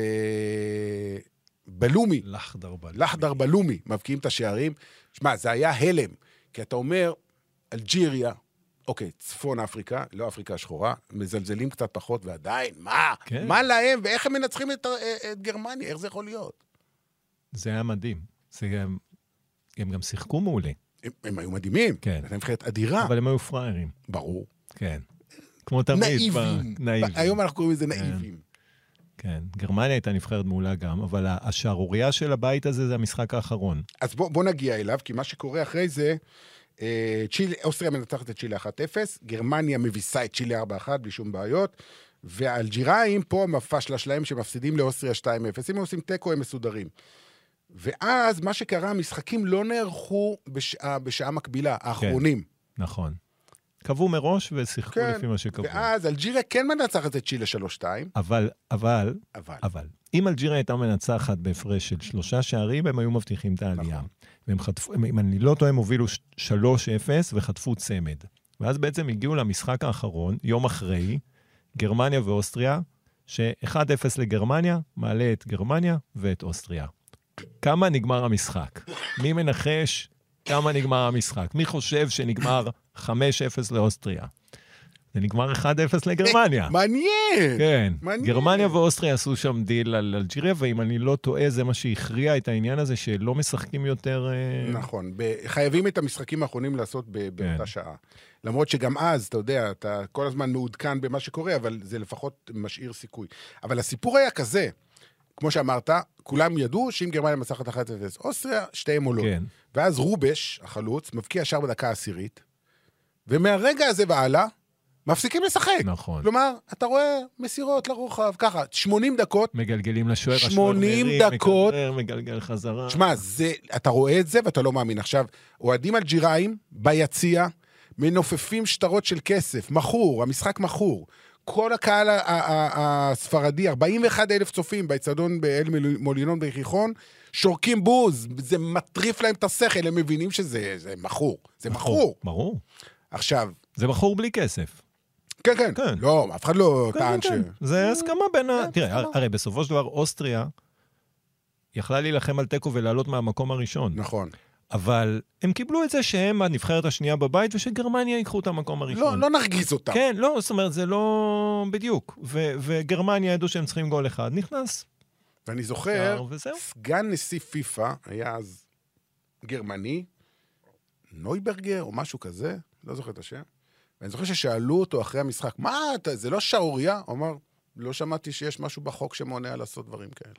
[SPEAKER 3] ובלומי.
[SPEAKER 4] לחדר
[SPEAKER 3] בלומי, מבקיעים את השערים. שמע, זה היה הלם, כי אתה אומר, אלג'יריה, אוקיי, צפון אפריקה, לא אפריקה השחורה, מזלזלים קצת פחות, ועדיין, מה?
[SPEAKER 4] כן.
[SPEAKER 3] מה להם? ואיך הם מנצחים את גרמניה? איך זה יכול להיות?
[SPEAKER 4] זה היה מדהים. הם גם שיחקו מעולה.
[SPEAKER 3] הם היו מדהימים.
[SPEAKER 4] כן.
[SPEAKER 3] הם נבחרת אדירה.
[SPEAKER 4] אבל הם היו פראיירים.
[SPEAKER 3] ברור.
[SPEAKER 4] כן. כמו תמיד.
[SPEAKER 3] נאיבים. היום אנחנו קוראים לזה נאיבים.
[SPEAKER 4] כן. גרמניה הייתה נבחרת מעולה גם, אבל השערוריה של הבית הזה זה המשחק האחרון.
[SPEAKER 3] אז בוא נגיע אליו, כי מה שקורה אחרי זה, אוסטריה מנצחת את צ'ילה 1-0, גרמניה מביסה את צ'ילה 4-1 בלי שום בעיות, והאלג'יראים פה המפשלה שלהם שמפסידים לאוסטריה 2-0, אם הם עושים טקו הם מסודרים. ואז מה שקרה, המשחקים לא נערכו בשעה מקבילה, האחרונים.
[SPEAKER 4] כן, נכון. קבעו מראש ושיחקו
[SPEAKER 3] כן,
[SPEAKER 4] לפי מה שקבעו.
[SPEAKER 3] ואז אלג'יריה כן מנצחת את צ'ילה 3-2.
[SPEAKER 4] אבל, אם אלג'יריה הייתה מנצחת בהפרש של 3 שערים, הם היו מבטיחים את העלייה.
[SPEAKER 3] נכון.
[SPEAKER 4] והם חטפו, אם אני לא טועה, הם הובילו 3-0 וחטפו צמד. ואז בעצם הגיעו למשחק האחרון, יום אחרי, גרמניה ואוסטריה, ש-1-0 לגרמניה, מעלה את גרמניה ואת אוסטריה. כמה נגמר המשחק? מי מנחש כמה נגמר המשחק? מי חושב שנגמר 5-0 לאוסטריה? זה נגמר 1-0 לגרמניה.
[SPEAKER 3] מעניין.
[SPEAKER 4] כן.
[SPEAKER 3] מעניין.
[SPEAKER 4] גרמניה ואוסטריה עשו שם דיל על אלג'יריה, ואם אני לא טועה, זה מה שהכריע את העניין הזה, שלא משחקים יותר...
[SPEAKER 3] נכון. חייבים את המשחקים האחרונים לעשות באותה שעה. למרות שגם אז, אתה יודע, אתה כל הזמן מעודכן במה שקורה, אבל זה לפחות משאיר סיכוי. אבל הסיפור היה כזה, כמו שאמרת, כולם ידעו שאם גרמניה מנצחת 1-0 אוסטריה, שתיהם עולות.
[SPEAKER 4] כן.
[SPEAKER 3] ואז רובש, החלוץ, מבקיע שער בדקה העשירית, ומהרגע הזה והלאה, מפסיקים לשחק.
[SPEAKER 4] נכון.
[SPEAKER 3] כלומר, אתה רואה מסירות לרוחב, ככה, 80 דקות,
[SPEAKER 4] מגלגלים לשוער,
[SPEAKER 3] 80 דקות.
[SPEAKER 4] מגלגל חזרה.
[SPEAKER 3] שמע, אתה רואה את זה ואתה לא מאמין. עכשיו, אוהדים אלג'יראים ביציע, מנופפים שטרות של כסף, מכור, המשחק מכור. כל הקהל הספרדי, 41,000 צופים באצטדיון באל מולינון ביחיחון, שורקים בוז, זה מטריף להם את השכל, הם מבינים שזה מכור. זה מכור.
[SPEAKER 4] ברור.
[SPEAKER 3] עכשיו...
[SPEAKER 4] זה מכור בלי כסף.
[SPEAKER 3] כן. לא, אף אחד לא טען ש...
[SPEAKER 4] זה הסכמה בין תראה, הרי בסופו של דבר אוסטריה יכלה להילחם על טקו ולעלות מהמקום הראשון.
[SPEAKER 3] נכון.
[SPEAKER 4] אבל הם קיבלו את זה שהם הנבחרת השנייה בבית, ושגרמניה ייקחו את המקום הראשון.
[SPEAKER 3] לא נרגיז אותם.
[SPEAKER 4] כן, לא, זאת אומרת, זה לא בדיוק. וגרמניה ידעו שהם צריכים גול אחד, נכנס.
[SPEAKER 3] ואני זוכר, סגן נשיא פיפה היה אז גרמני, נויברגר או משהו כזה, לא זוכר את השם, ואני זוכר ששאלו אותו אחרי המשחק, מה, זה לא שעוריה? הוא אמר, לא שמעתי שיש משהו בחוק שמונע לעשות דברים כאלה.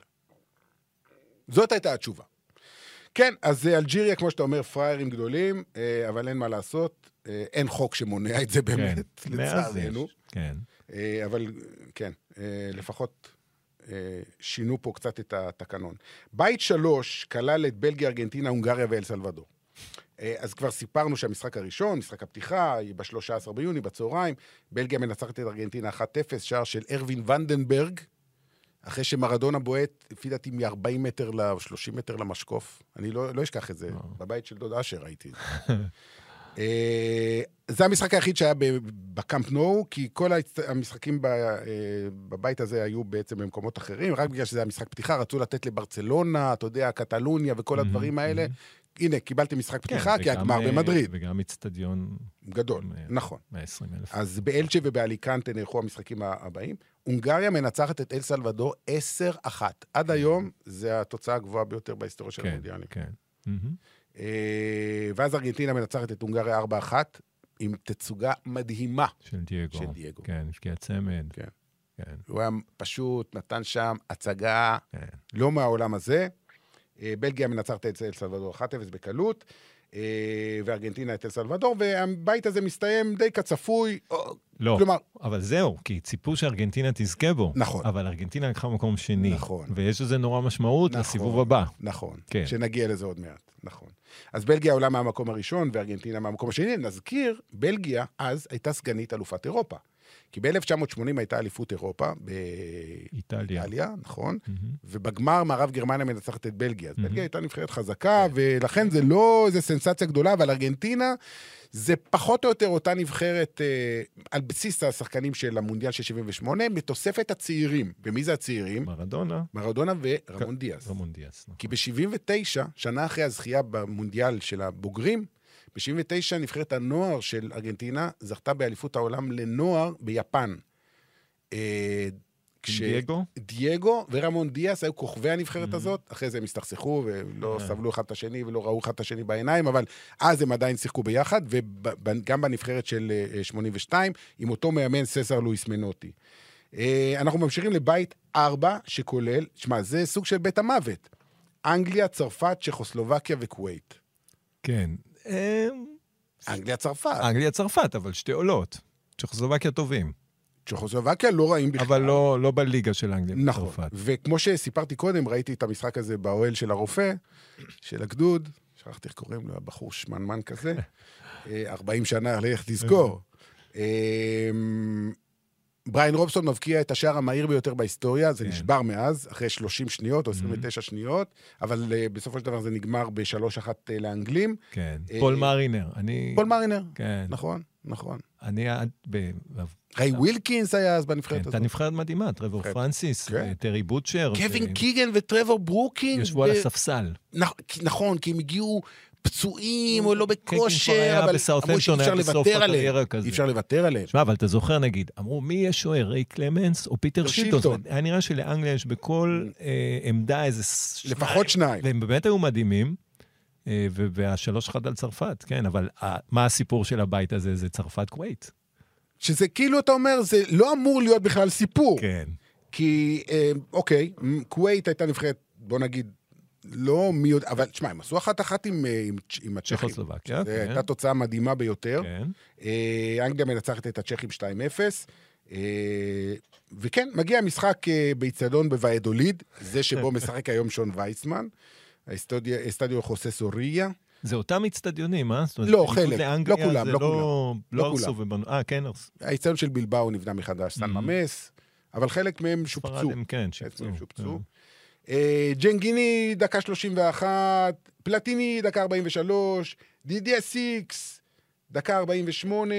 [SPEAKER 3] זאת הייתה התשובה. כן, אז אלג'יריה, כמו שאתה אומר, פריירים גדולים, אבל אין מה לעשות, אין חוק שמונע את זה באמת, לצערנו.
[SPEAKER 4] כן.
[SPEAKER 3] אבל כן, לפחות שינו פה קצת את התקנון. בית 3 כלל את בלגיה, ארגנטינה, הונגריה ואל סלבדור. אז כבר סיפרנו שהמשחק הראשון, משחק הפתיחה, ב-13 ביוני, בצהריים, בלגיה מנצחת את ארגנטינה 1-0, שער של ארווין ונדנברג, אחרי שמרדונה בועט, לפי דעתי מ-40 מטר ל-30 מטר למשקוף. אני לא אשכח את זה. בבית של דוד אשר ראיתי את זה. זה המשחק היחיד שהיה בקאמפ נו, כי כל המשחקים בבית הזה היו בעצם במקומות אחרים, רק בגלל שזה היה משחק פתיחה, רצו לתת לברצלונה, אתה יודע, קטלוניה וכל הדברים האלה. הנה, קיבלתי משחק פתיחה, כי הגמר במדריד.
[SPEAKER 4] וגם אצטדיון
[SPEAKER 3] גדול, נכון.
[SPEAKER 4] 120,000.
[SPEAKER 3] אז באלצ'ה ובאליקנטה נערכו המשחקים הבאים. הונגריה מנצחת את אל סלבדור 10-1. עד היום, זה התוצאה הגבוהה ביותר בהיסטוריה של המונדיאלים.
[SPEAKER 4] כן.
[SPEAKER 3] ואז ארגנטינה מנצחת את הונגריה 4-1, עם תצוגה מדהימה.
[SPEAKER 4] של דייגו. כן, הפקיע צמד.
[SPEAKER 3] כן. הוא היה פשוט, נתן שם הצגה לא מהעולם הזה. בלגיה מנצחת את אל סלבדור 1-0 בקלות, וארגנטינה את אל סלבדור, והבית הזה מסתיים די כצפוי.
[SPEAKER 4] לא,
[SPEAKER 3] כלומר,
[SPEAKER 4] אבל זהו, כי ציפו שארגנטינה תזכה בו.
[SPEAKER 3] נכון.
[SPEAKER 4] אבל ארגנטינה לקחה מקום שני.
[SPEAKER 3] נכון.
[SPEAKER 4] ויש לזה נורא משמעות לסיבוב הבא.
[SPEAKER 3] נכון,
[SPEAKER 4] כן.
[SPEAKER 3] שנגיע לזה עוד מעט. נכון. אז בלגיה עולה מהמקום הראשון, וארגנטינה מהמקום השני. נזכיר, בלגיה אז הייתה סגנית אלופת אירופה. כי ב-1980 הייתה אליפות אירופה באיטליה, נכון? ובגמר מערב גרמניה מנצחת את בלגיה. אז בלגיה הייתה נבחרת חזקה, ולכן זה לא איזו סנסציה גדולה, אבל ארגנטינה זה פחות או יותר אותה נבחרת על בסיס השחקנים של המונדיאל של 78, מתוספת הצעירים. ומי זה הצעירים? מרדונה ורמון דיאס. כי ב-79, שנה אחרי הזכייה במונדיאל של הבוגרים, ב-79 נבחרת הנוער של ארגנטינה זכתה באליפות העולם לנוער ביפן. דייגו ורמון דיאס היו כוכבי הנבחרת הזאת, אחרי זה הם הסתכסכו ולא סבלו אחד את השני ולא ראו אחד את השני בעיניים, אבל אז הם עדיין שיחקו ביחד, וגם בנבחרת של 82, עם אותו מאמן ססר לואיס מנוטי. אנחנו ממשיכים לבית 4 שכולל, שמה, זה סוג של בית המוות. אנגליה, צרפת, צ'כוסלובקיה וכווית.
[SPEAKER 4] כן.
[SPEAKER 3] אנגליה, צרפת,
[SPEAKER 4] אבל שתי עולות. צ'כוסלובקיה טובים.
[SPEAKER 3] צ'כוסלובקיה לא רעים בכלל.
[SPEAKER 4] אבל לא בליגה של אנגליה.
[SPEAKER 3] נכון. וכמו שסיפרתי קודם, ראיתי את המשחק הזה באוהל של הרופא, של הגדוד, שכחתי איך קוראים לו, הבחור שמנמן כזה, 40 שנה, לך תזכור. בריין רובסון מבקיע את השער המהיר ביותר בהיסטוריה, זה נשבר מאז, אחרי 30 שניות או 29 שניות, אבל בסופו של דבר זה נגמר ב-3-1 לאנגלים.
[SPEAKER 4] כן, פול מרינר.
[SPEAKER 3] פול מרינר,
[SPEAKER 4] כן.
[SPEAKER 3] נכון.
[SPEAKER 4] ריי
[SPEAKER 3] ווילקינס היה אז בנבחרת הזאת.
[SPEAKER 4] הייתה נבחרת מדהימה, טרוור פרנסיס, טרי בוטשר.
[SPEAKER 3] קווין קיגן וטרוור ברוקינס.
[SPEAKER 4] ישבו על הספסל.
[SPEAKER 3] נכון, כי הם הגיעו פצועים או לא בכושר, אבל אמרו שאי אפשר לוותר עליהם.
[SPEAKER 4] שמע, אבל אתה זוכר נגיד, אמרו מי יש שוער, ריי קלמנס או פיטר שילטון? היה נראה שלאנגליה יש בכל עמדה איזה
[SPEAKER 3] לפחות שניים.
[SPEAKER 4] והם באמת היו מדהימים, וה3-1 על צרפת, כן, אבל מה הסיפור של הבית הזה? זה צרפת כווית.
[SPEAKER 3] שזה כאילו אתה אומר, זה לא אמור להיות בכלל סיפור.
[SPEAKER 4] כן.
[SPEAKER 3] כי, אוקיי, כווית הייתה נבחרת, בוא נגיד, לא מי יודע, אבל תשמע, הם עשו אחת עם הצ'כים.
[SPEAKER 4] צ'כוסלובקיה,
[SPEAKER 3] זו
[SPEAKER 4] כן.
[SPEAKER 3] הייתה תוצאה מדהימה ביותר.
[SPEAKER 4] כן.
[SPEAKER 3] אנגליה מנצחת את הצ'כים 2-0. וכן, מגיע משחק באיצטדיון בוואדוליד, זה שבו משחק היום שון וייסמן, האסטדיו חוסה סוריה.
[SPEAKER 4] זה אותם אצטדיונים, אה?
[SPEAKER 3] לא, חלק, לא כולם, לא כולם.
[SPEAKER 4] לא הרסו ובנו, כן הרסו.
[SPEAKER 3] האיצטדיון של בלבאו נבנה מחדש, סן ממס, אבל חלק מהם שופצו.
[SPEAKER 4] ספרד הם כן, שופצו.
[SPEAKER 3] ג'נגיני, דקה 31, פלטיני, דקה 43, דידיה סיקס, דקה 48,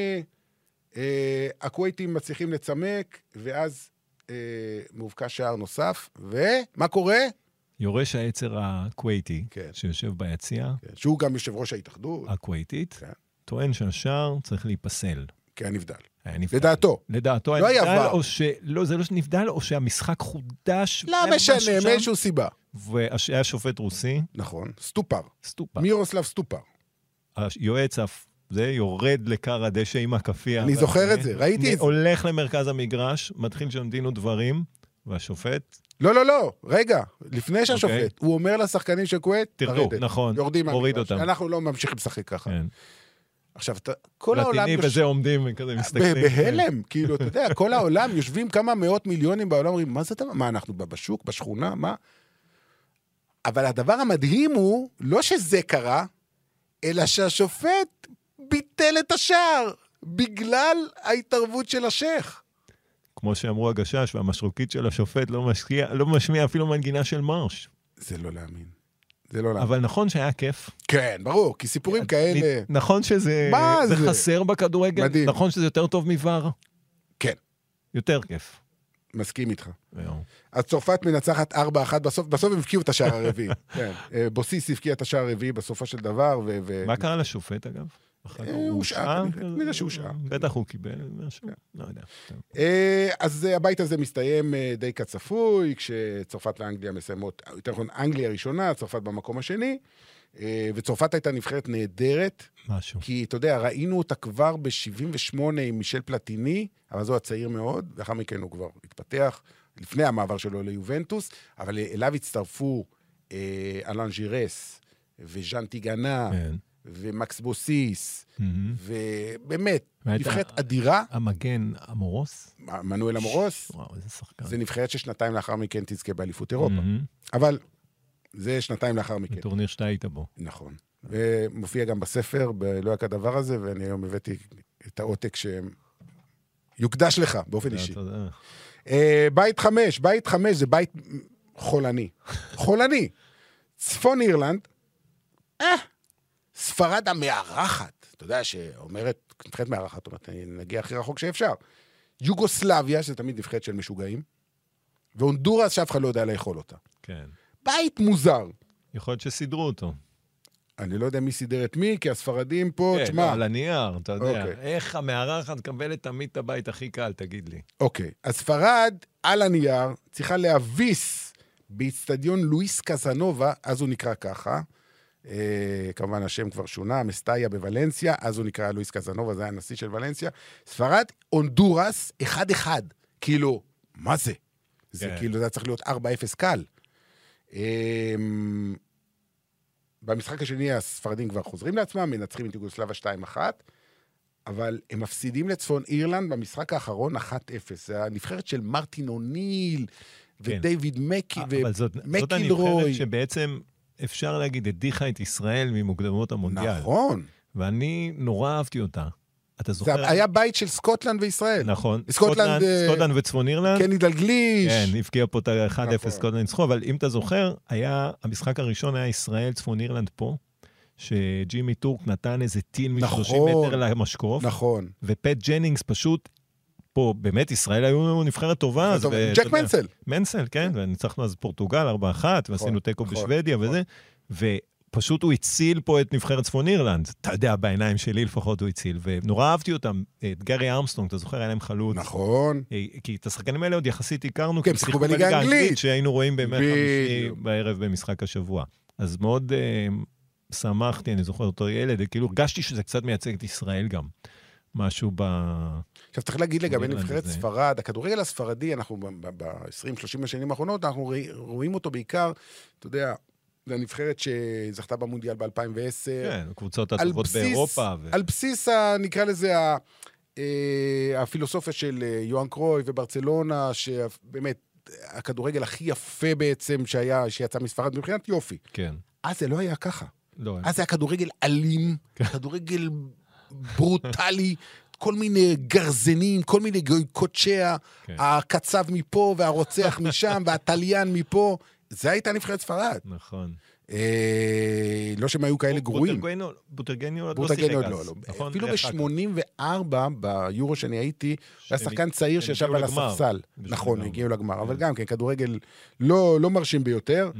[SPEAKER 3] הכווייטים מצליחים לצמק, ואז מובקע שער נוסף, ומה קורה?
[SPEAKER 4] יורש העצר הכווייטי,
[SPEAKER 3] כן.
[SPEAKER 4] שיושב ביציע,
[SPEAKER 3] שהוא גם יושב ראש ההתאחדות.
[SPEAKER 4] הכווייתית,
[SPEAKER 3] כן.
[SPEAKER 4] טוען שהשער צריך להיפסל.
[SPEAKER 3] כן, נבדל.
[SPEAKER 4] היה נבדל.
[SPEAKER 3] לדעתו.
[SPEAKER 4] לדעתו
[SPEAKER 3] לא
[SPEAKER 4] היה
[SPEAKER 3] היה
[SPEAKER 4] נבדל,
[SPEAKER 3] עבר.
[SPEAKER 4] או לא, זה לא שנבדל, או שהמשחק חודש.
[SPEAKER 3] לא
[SPEAKER 4] היה משהו
[SPEAKER 3] משנה,
[SPEAKER 4] שם,
[SPEAKER 3] מאיזשהו סיבה.
[SPEAKER 4] והיה שופט רוסי,
[SPEAKER 3] נכון, סטופר.
[SPEAKER 4] סטופה.
[SPEAKER 3] מירוסלב סטופר.
[SPEAKER 4] היועץ זה יורד לקר הדשא עם הכפייה.
[SPEAKER 3] אני זוכר את זה, ראיתי את זה.
[SPEAKER 4] הולך למרכז המגרש, מתחיל שם דין ודברים, והשופט,
[SPEAKER 3] לא, רגע, לפני שהשופט, הוא אומר לשחקנים של כווית,
[SPEAKER 4] תרדו, נכון,
[SPEAKER 3] יורדים
[SPEAKER 4] הוריד
[SPEAKER 3] מהמגרש.
[SPEAKER 4] אותם.
[SPEAKER 3] אנחנו לא ממשיכים לשחק ככה.
[SPEAKER 4] כן.
[SPEAKER 3] עכשיו, כל העולם...
[SPEAKER 4] לטיני וזה עומדים וכזה מסתכלים.
[SPEAKER 3] בהלם, כאילו, אתה יודע, כל העולם, יושבים כמה מאות מיליונים בעולם, אומרים, מה זה דבר? מה, אנחנו בשוק, בשכונה, מה? אבל הדבר המדהים הוא, לא שזה קרה, אלא שהשופט ביטל את השער, בגלל ההתערבות של השייך.
[SPEAKER 4] כמו שאמרו הגשש, והמשרוקית של השופט לא משמיע אפילו מנגינה של מרש.
[SPEAKER 3] זה לא להאמין. זה לא להאמין.
[SPEAKER 4] אבל נכון שהיה כיף.
[SPEAKER 3] כן, ברור, כי סיפורים כאלה...
[SPEAKER 4] נכון שזה
[SPEAKER 3] מה זה?
[SPEAKER 4] חסר בכדורגל.
[SPEAKER 3] מדהים.
[SPEAKER 4] נכון שזה יותר טוב מבר.
[SPEAKER 3] כן,
[SPEAKER 4] יותר כיף.
[SPEAKER 3] מסכים איתך.
[SPEAKER 4] זהו.
[SPEAKER 3] אז צרפת מנצחת 4-1, בסוף הם הבקיעו את השער הרביעי. כן. בוסיס הבקיע את השער הרביעי בסופו של דבר,
[SPEAKER 4] מה קרה לשופט, אגב?
[SPEAKER 3] הוא הושעה, כנראה שהוא הושעה.
[SPEAKER 4] בטח הוא קיבל משהו, לא יודע.
[SPEAKER 3] אז הבית הזה מסתיים די כצפוי, כשצרפת ואנגליה מסיימות, יותר נכון, אנגליה הראשונה, צרפת במקום השני, וצרפת הייתה נבחרת נהדרת,
[SPEAKER 4] משהו.
[SPEAKER 3] כי אתה יודע, ראינו אותה כבר ב-78 עם מישל פלטיני, אבל זו הצעיר מאוד, ואחר מכן הוא כבר התפתח, לפני המעבר שלו ליובנטוס, אבל אליו הצטרפו אלן ז'ירס, וז'אן טיגנה, ומקס בוסיס, ובאמת, נבחרת אדירה.
[SPEAKER 4] המגן אמורוס?
[SPEAKER 3] מנואל אמורוס.
[SPEAKER 4] וואו, איזה שחקן.
[SPEAKER 3] זה נבחרת ששנתיים לאחר מכן תזכה באליפות אירופה. אבל זה שנתיים לאחר מכן.
[SPEAKER 4] טורניר שאתה היית בו.
[SPEAKER 3] נכון. ומופיע גם בספר, לא היה כדבר הזה, ואני היום הבאתי את העותק שיוקדש לך, באופן אישי. בית 5 זה בית חולני. חולני. צפון אירלנד, ספרד המארחת, אתה יודע שאומרת, נבחרת מארחת, אומרת, נגיע הכי רחוק שאפשר. יוגוסלביה, שזה תמיד נבחרת של משוגעים, והונדורס שאף אחד לא יודע לאכול אותה.
[SPEAKER 4] כן.
[SPEAKER 3] בית מוזר.
[SPEAKER 4] יכול להיות שסידרו אותו.
[SPEAKER 3] אני לא יודע מי סידר את מי, כי הספרדים פה,
[SPEAKER 4] כן,
[SPEAKER 3] תשמע.
[SPEAKER 4] על הנייר, אתה יודע.
[SPEAKER 3] אוקיי.
[SPEAKER 4] איך המארחת מקבלת תמיד את הבית הכי קל, תגיד לי.
[SPEAKER 3] אוקיי, הספרד על הנייר צריכה להביס באצטדיון לואיס קזנובה, אז הוא נקרא ככה, כמובן השם כבר שונה, מסטאיה בוולנסיה, אז הוא נקרא לואיס קזנובה, זה היה הנשיא של ולנסיה. ספרד, הונדורס, 1-1. כאילו, מה זה? זה כאילו, זה צריך להיות 4-0 קל. במשחק השני, הספרדים כבר חוזרים לעצמם, מנצחים את יוגוסלביה 2-1, אבל הם מפסידים לצפון אירלנד במשחק האחרון 1-0. זה הנבחרת של מרטין אוניל, ודייוויד מקילרוי.
[SPEAKER 4] אבל זאת הנבחרת שבעצם אפשר להגיד, הדיחה את ישראל ממוקדמות המונדיאל.
[SPEAKER 3] נכון.
[SPEAKER 4] ואני נורא אהבתי אותה. אתה זוכר?
[SPEAKER 3] זה היה בית של סקוטלנד וישראל.
[SPEAKER 4] נכון.
[SPEAKER 3] סקוטלנד
[SPEAKER 4] וצפון אירלנד.
[SPEAKER 3] קני דלגליש.
[SPEAKER 4] כן, הפקיע פה את ה-1-0 סקוטלנד ניצחו, אבל אם אתה זוכר, המשחק הראשון היה ישראל, צפון אירלנד פה, שג'ימי טורק נתן איזה טיל מ-30 מטר למשקוף.
[SPEAKER 3] נכון.
[SPEAKER 4] ופט ג'נינגס פשוט, פה באמת ישראל היו נבחרת טובה.
[SPEAKER 3] ג'ק מנסל.
[SPEAKER 4] מנסל, כן, וניצחנו אז פורטוגל 4-1, ועשינו טקו בשוודיה וזה, פשוט הוא הציל פה את נבחרת צפון אירלנד. אתה יודע, בעיניים שלי לפחות הוא הציל. ונורא אהבתי אותם. את גרי ארמסטרונג, אתה זוכר, היה להם חלוץ.
[SPEAKER 3] נכון.
[SPEAKER 4] כי את השחקנים האלה עוד יחסית הכרנו.
[SPEAKER 3] כן, שיחקו בליגה האנגלית.
[SPEAKER 4] שהיינו רואים בימי חמישי בערב במשחק השבוע. אז מאוד שמחתי, אני זוכר אותו ילד, כאילו הרגשתי שזה קצת מייצג את ישראל גם. משהו
[SPEAKER 3] עכשיו, צריך להגיד לגבי
[SPEAKER 4] אירלנד
[SPEAKER 3] נבחרת
[SPEAKER 4] הזה.
[SPEAKER 3] ספרד, הכדורגל הספרדי, אנחנו ב-20-30 השנים האחרונות, אנחנו רואים אותו בעיקר, אתה יודע, זו הנבחרת שזכתה במונדיאל ב-2010.
[SPEAKER 4] כן, הקבוצות הטובות באירופה.
[SPEAKER 3] על בסיס, נקרא לזה, הפילוסופיה של יוהאן קרויף וברצלונה, שבאמת, הכדורגל הכי יפה בעצם שיצא מספרד מבחינת יופי.
[SPEAKER 4] כן.
[SPEAKER 3] אז זה לא היה ככה.
[SPEAKER 4] לא.
[SPEAKER 3] אז זה היה כדורגל אלים, כדורגל ברוטלי, כל מיני גרזנים, כל מיני קודשיה,
[SPEAKER 4] כן.
[SPEAKER 3] הקצב מפה והרוצח משם והטליין מפה. זה הייתה נבחרת ספרד.
[SPEAKER 4] נכון.
[SPEAKER 3] לא שהם היו כאלה גרועים.
[SPEAKER 4] בוטרגניו עוד לא שיחק אז. נכון?
[SPEAKER 3] אפילו ב-84, ביורו שאני הייתי, היה שחקן צעיר שישב על
[SPEAKER 4] לגמר.
[SPEAKER 3] הספסל. נכון, הגיעו לגמר. אבל גם כן, כדורגל לא מרשים ביותר.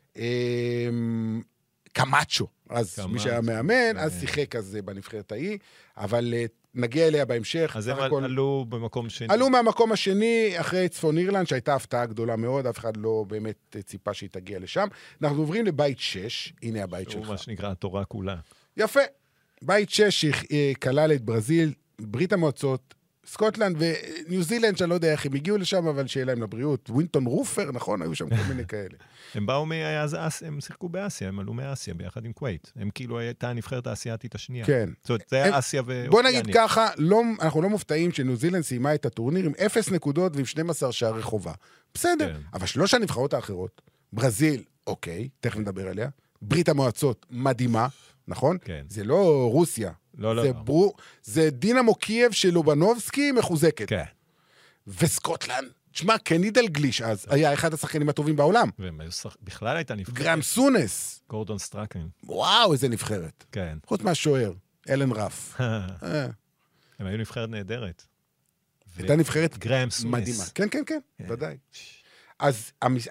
[SPEAKER 3] קמאצ'ו, אז מי שהיה מאמן, אז שיחק אז בנבחרת ההיא, אבל נגיע אליה בהמשך.
[SPEAKER 4] אז הם עלו במקום שני.
[SPEAKER 3] עלו מהמקום השני, אחרי צפון אירלנד, שהייתה הפתעה גדולה מאוד, אף אחד לא באמת ציפה שהיא תגיע לשם. אנחנו עוברים לבית 6, הנה הבית שלך.
[SPEAKER 4] הוא מה שנקרא התורה כולה.
[SPEAKER 3] יפה. בית 6 כלל את ברזיל, ברית המועצות, סקוטלנד וניו זילנד, שאני לא יודע איך הם הגיעו לשם, אבל שיהיה להם לבריאות. ווינטון רופר, נכון? היו שם כל מיני כאלה.
[SPEAKER 4] הם באו הם שיחקו באסיה, הם עלו מאסיה ביחד עם קווייט. הם כאילו הייתה הנבחרת האסייתית השנייה.
[SPEAKER 3] כן.
[SPEAKER 4] זאת אומרת, זה היה אסיה ואוקיאניה.
[SPEAKER 3] בוא נגיד ככה, אנחנו לא מופתעים שניו זילנד סיימה את הטורניר עם 0 נקודות ועם 12 שערי חובה. בסדר.
[SPEAKER 4] כן.
[SPEAKER 3] אבל 3 הנבחרות האחרות, ברזיל, אוקיי, תכף נדבר עליה. ברית המועצות, מדהימה, נכון?
[SPEAKER 4] כן.
[SPEAKER 3] זה לא רוסיה.
[SPEAKER 4] לא.
[SPEAKER 3] זה דינמו קייב של לובנובסקי מחוזקת.
[SPEAKER 4] כן.
[SPEAKER 3] וסקוטלנד, תשמע, קני דלגליש אז היה אחד השחקנים הטובים בעולם.
[SPEAKER 4] בכלל הייתה נבחרת.
[SPEAKER 3] גרם סונס.
[SPEAKER 4] גורדון סטרקלין.
[SPEAKER 3] וואו, איזה נבחרת.
[SPEAKER 4] כן.
[SPEAKER 3] חוץ מהשוער, אלן רף.
[SPEAKER 4] הם היו נבחרת נהדרת.
[SPEAKER 3] הייתה נבחרת
[SPEAKER 4] גרם סונס.
[SPEAKER 3] מדהימה. כן, כן, כן, ודאי. אז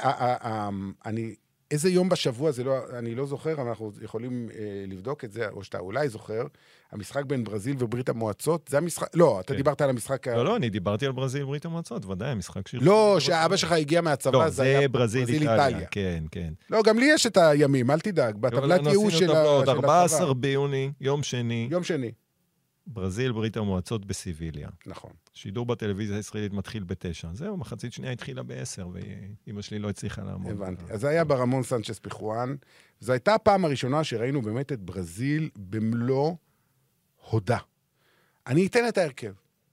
[SPEAKER 3] איזה יום בשבוע, אני לא זוכר, אבל אנחנו יכולים לבדוק את זה, או שאתה אולי זוכר, המשחק בין ברזיל וברית המועצות, זה המשחק, לא, אתה דיברת על המשחק...
[SPEAKER 4] לא, אני דיברתי על ברזיל וברית המועצות, ודאי, המשחק שיר.
[SPEAKER 3] לא, שהאבא שלך הגיע מהצבא,
[SPEAKER 4] לא, זה ברזיל איטליה. כן, כן.
[SPEAKER 3] לא, גם לי יש את הימים, אל תדאג, בטבלת ייאוש של הצבא.
[SPEAKER 4] 14 ביוני, יום שני.
[SPEAKER 3] יום שני.
[SPEAKER 4] ברזיל, ברית המועצות בסיביליה.
[SPEAKER 3] נכון.
[SPEAKER 4] שידור בטלוויזיה הישראלית מתחיל ב9. זהו, מחצית שנייה התחילה ב10, ואמא שלי לא הצליחה לעמוד.
[SPEAKER 3] הבנתי. אז זה היה ברמון סנצ'ס פיחואן. זו הייתה הפעם הראשונה שראינו באמת את ברזיל במלוא הודה. אני אתן את ההרכב.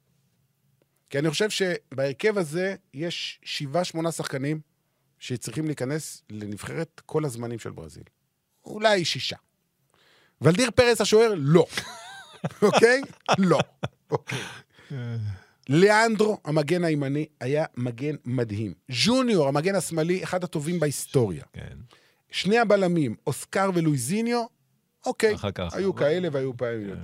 [SPEAKER 3] כי אני חושב שבהרכב הזה יש 7-8 שחקנים שצריכים להיכנס לנבחרת כל הזמנים של ברזיל. אולי 6. ולדיר פרס השוער, לא. אוקיי? לא. אוקיי. ליאנדרו, המגן הימני, היה מגן מדהים. ז'וניור, המגן השמאלי, אחד הטובים בהיסטוריה.
[SPEAKER 4] כן.
[SPEAKER 3] שני הבלמים, אוסקר ולואיזיניו, אוקיי, היו כאלה והיו פעמים יותר.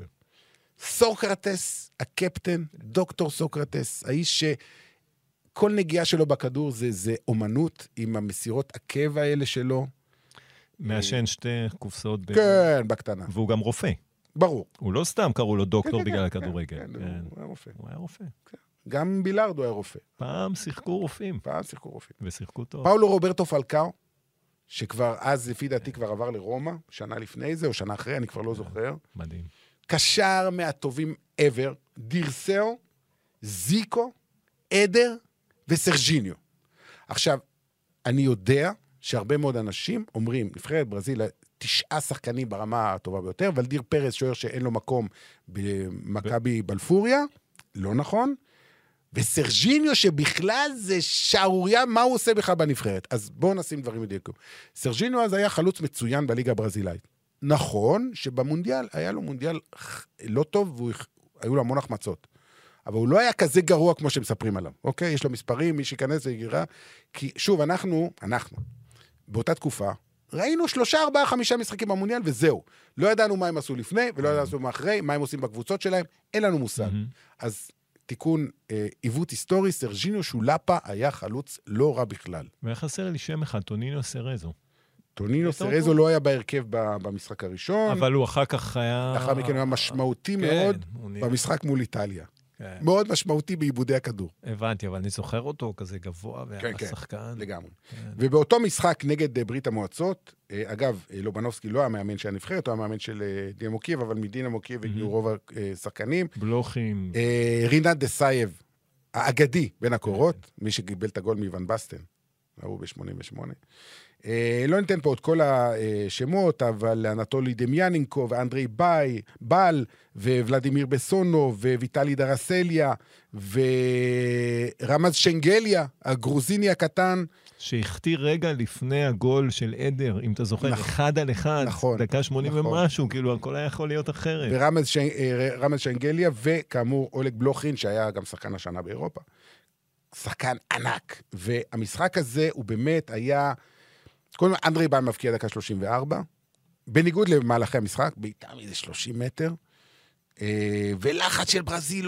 [SPEAKER 3] סוקרטס, הקפטן, דוקטור סוקרטס, האיש שכל נגיעה שלו בכדור זה אומנות, עם המסירות עקב האלה שלו.
[SPEAKER 4] מעשן 2 קופסאות.
[SPEAKER 3] כן, בקטנה.
[SPEAKER 4] והוא גם רופא.
[SPEAKER 3] ברור.
[SPEAKER 4] הוא לא סתם קראו לו דוקטור בגלל הכדורגל.
[SPEAKER 3] כן, הוא היה רופא.
[SPEAKER 4] הוא היה רופא.
[SPEAKER 3] גם בילארד הוא היה רופא.
[SPEAKER 4] פעם שיחקו רופאים. ושיחקו טוב.
[SPEAKER 3] פאולו רוברטו פלקאו, שכבר אז, לפי דעתי, כבר עבר לרומא, שנה לפני זה, או שנה אחרי, אני כבר לא זוכר.
[SPEAKER 4] מדהים.
[SPEAKER 3] קשר מהטובים ever, דירסאו, זיקו, אדר וסרג'יניו. עכשיו, אני יודע שהרבה מאוד אנשים אומרים, נבחרת ברזיל, 9 שחקנים ברמה הטובה ביותר, ולדיר פרס שוער שאין לו מקום במכבי בלפוריה, לא נכון, וסרג'יניו שבכלל זה שערוריה, מה הוא עושה בכלל בנבחרת? אז בואו נשים דברים מדויקים. סרג'יניו אז היה חלוץ מצוין בליגה הברזילאית. נכון שבמונדיאל היה לו מונדיאל לא טוב, והיו לו המון החמצות. אבל הוא לא היה כזה גרוע כמו שמספרים עליו, אוקיי? יש לו מספרים, מי שיכנס ויגירה, כי שוב, אנחנו, באותה תקופה, ראינו 3, 4, 5 משחקים במונדיאל, וזהו. לא ידענו מה הם עשו לפני, ולא ידענו מה אחרי, מה הם עושים בקבוצות שלהם, אין לנו מושג. אז תיקון עיוות היסטורי, סרג'יניו שולאפה היה חלוץ לא רע בכלל.
[SPEAKER 4] וחסר לי שם אחד, טונינו סרזו.
[SPEAKER 3] טונינו סרזו לא היה בהרכב במשחק הראשון.
[SPEAKER 4] אבל הוא אחר כך היה...
[SPEAKER 3] לאחר מכן היה משמעותי מאוד במשחק מול איטליה.
[SPEAKER 4] כן.
[SPEAKER 3] מאוד משמעותי בעיבודי הכדור.
[SPEAKER 4] הבנתי, אבל אני זוכר אותו כזה גבוה, והשחקן.
[SPEAKER 3] לגמרי.
[SPEAKER 4] כן.
[SPEAKER 3] ובאותו משחק נגד ברית המועצות, אגב, לובנובסקי לא היה מאמן של הנבחרת, הוא היה מאמן של דינמו קייב, אבל מדינמו קייב הגיעו רוב השחקנים.
[SPEAKER 4] בלוחים.
[SPEAKER 3] רינת דסייב, האגדי בין הקורות, מי שקיבל את הגול מוון בסטן, הוא ב-88. לא ניתן פה את כל השמות, אבל אנטולי דמיאנינקו ואנדרי בל וולדימיר בסונו וויטלי דרסליה ורמז שנגליה, הגרוזיני הקטן.
[SPEAKER 4] שהכתיר רגע לפני הגול של עדר, אם אתה זוכר, 1-1,
[SPEAKER 3] נכון,
[SPEAKER 4] דקה 80
[SPEAKER 3] נכון.
[SPEAKER 4] ומשהו, כאילו הכל היה יכול להיות אחרת.
[SPEAKER 3] ורמז שנגליה, וכאמור אולג בלוכין, שהיה גם שחקן השנה באירופה. שחקן ענק. והמשחק הזה הוא באמת היה... קודם כל, אנדרי בל מבקיע דקה 34, בניגוד למהלכי המשחק, בעיטה מזה 30 מטר, ולחץ של ברזיל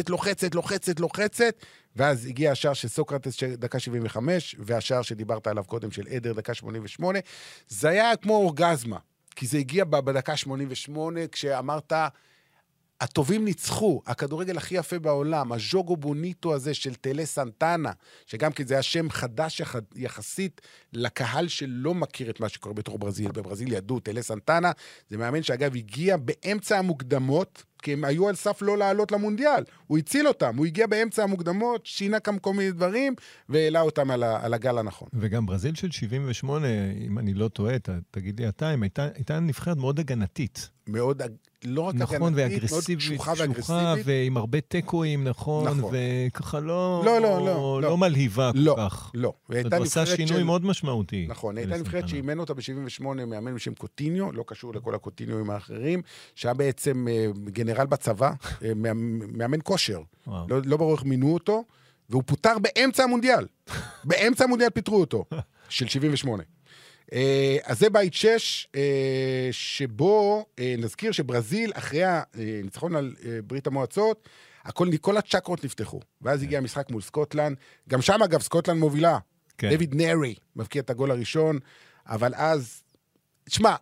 [SPEAKER 3] לוחצת, ואז הגיע השער של סוקרטס דקה 75, והשער שדיברת עליו קודם של עדר דקה 88, זה היה כמו אורגזמה, כי זה הגיע בדקה 88, כשאמרת, הטובים ניצחו, הכדורגל הכי יפה בעולם, הז'וגו בוניטו הזה של טלה סנטנה, שגם כי זה היה שם חדש יחסית לקהל שלא מכיר את מה שקורה בתוך ברזיל. בברזיל ידעו, טלה סנטנה, זה מאמן שאגב הגיע באמצע המוקדמות, כי הם היו על סף לא לעלות למונדיאל. הוא הציל אותם, הוא הגיע באמצע המוקדמות, שינה כמה כל מיני דברים, והעלה אותם על הגל הנכון.
[SPEAKER 4] וגם ברזיל של 78, אם אני לא טועה, תגיד לי אתה, הייתה נבחרת מאוד הגנתית.
[SPEAKER 3] מאוד, לא רק
[SPEAKER 4] נכון,
[SPEAKER 3] הגנתית, מאוד קשוחה ואגרסיבית.
[SPEAKER 4] ועם הרבה טקואים, נכון, וככה לא מלהיבה כל כך.
[SPEAKER 3] לא.
[SPEAKER 4] זאת עושה שינוי מאוד משמעותי.
[SPEAKER 3] נכון, הייתה נבחרת שאימן אותה ב-78, מאמן בשם קוטיניו, לא קשור לכל הקוטיניואים האחרים, שהיה בעצם גנרל בצבא, מאמן כושר. לא ברור איך מינו אותו, והוא פוטר באמצע המונדיאל. באמצע המונדיאל פיטרו אותו, של 78. אז זה בית 6, שבו נזכיר שברזיל, אחרי הניצחון על ברית המועצות, כל הצ'קרות נפתחו. ואז הגיע המשחק מול סקוטלנד. גם שם, אגב, סקוטלנד מובילה. דיוויד נרי מבקיע את הגול הראשון, אבל אז, תשמע,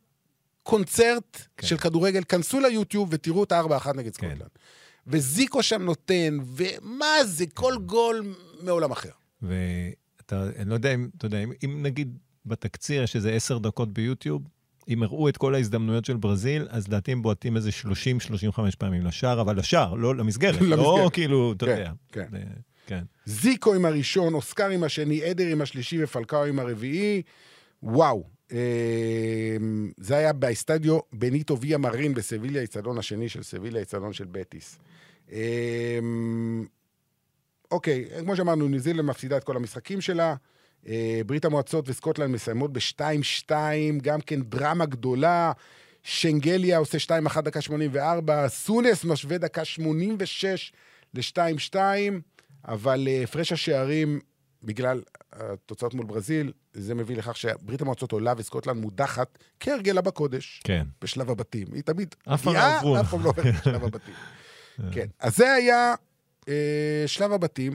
[SPEAKER 3] קונצרט של כדורגל, כנסו ליוטיוב ותראו את 4-1 נגד סקוטלנד. וזיקו שם נותן, ומה זה, כל גול מעולם אחר.
[SPEAKER 4] אני לא יודע אם נגיד בתקציר יש איזה 10 דקות ביוטיוב, אם הראו את כל ההזדמנויות של ברזיל, אז לדעתי הם בועטים איזה 30-35 פעמים לשער, אבל לשער, לא למסגרת. לא כאילו, אתה יודע. כן.
[SPEAKER 3] זיקו עם הראשון, אוסקר עם השני, עדר עם השלישי ופלקאו עם הרביעי. וואו. זה היה באסטדיו בניטו ויה מרין בסביליה, הצדון השני של סביליה, הצדון של בטיס. אוקיי, כמו שאמרנו, ניו זילנד מפסידה את כל המשחקים שלה, ברית המועצות וסקוטלנד מסיימות ב-2-2, גם כן דרמה גדולה, שנגליה עושה 2-1 דקה 84, סונס משווה דקה 86 ל-2-2, אבל הפרש השערים, בגלל התוצאות מול ברזיל, זה מביא לכך שברית המועצות עולה וסקוטלנד מודחת כהרגלה בקודש,
[SPEAKER 4] כן.
[SPEAKER 3] בשלב הבתים. היא תמיד
[SPEAKER 4] אף פעם לא עברו.
[SPEAKER 3] אף פעם לא עוברת בשלב הבתים. כן. אז זה היה שלב הבתים,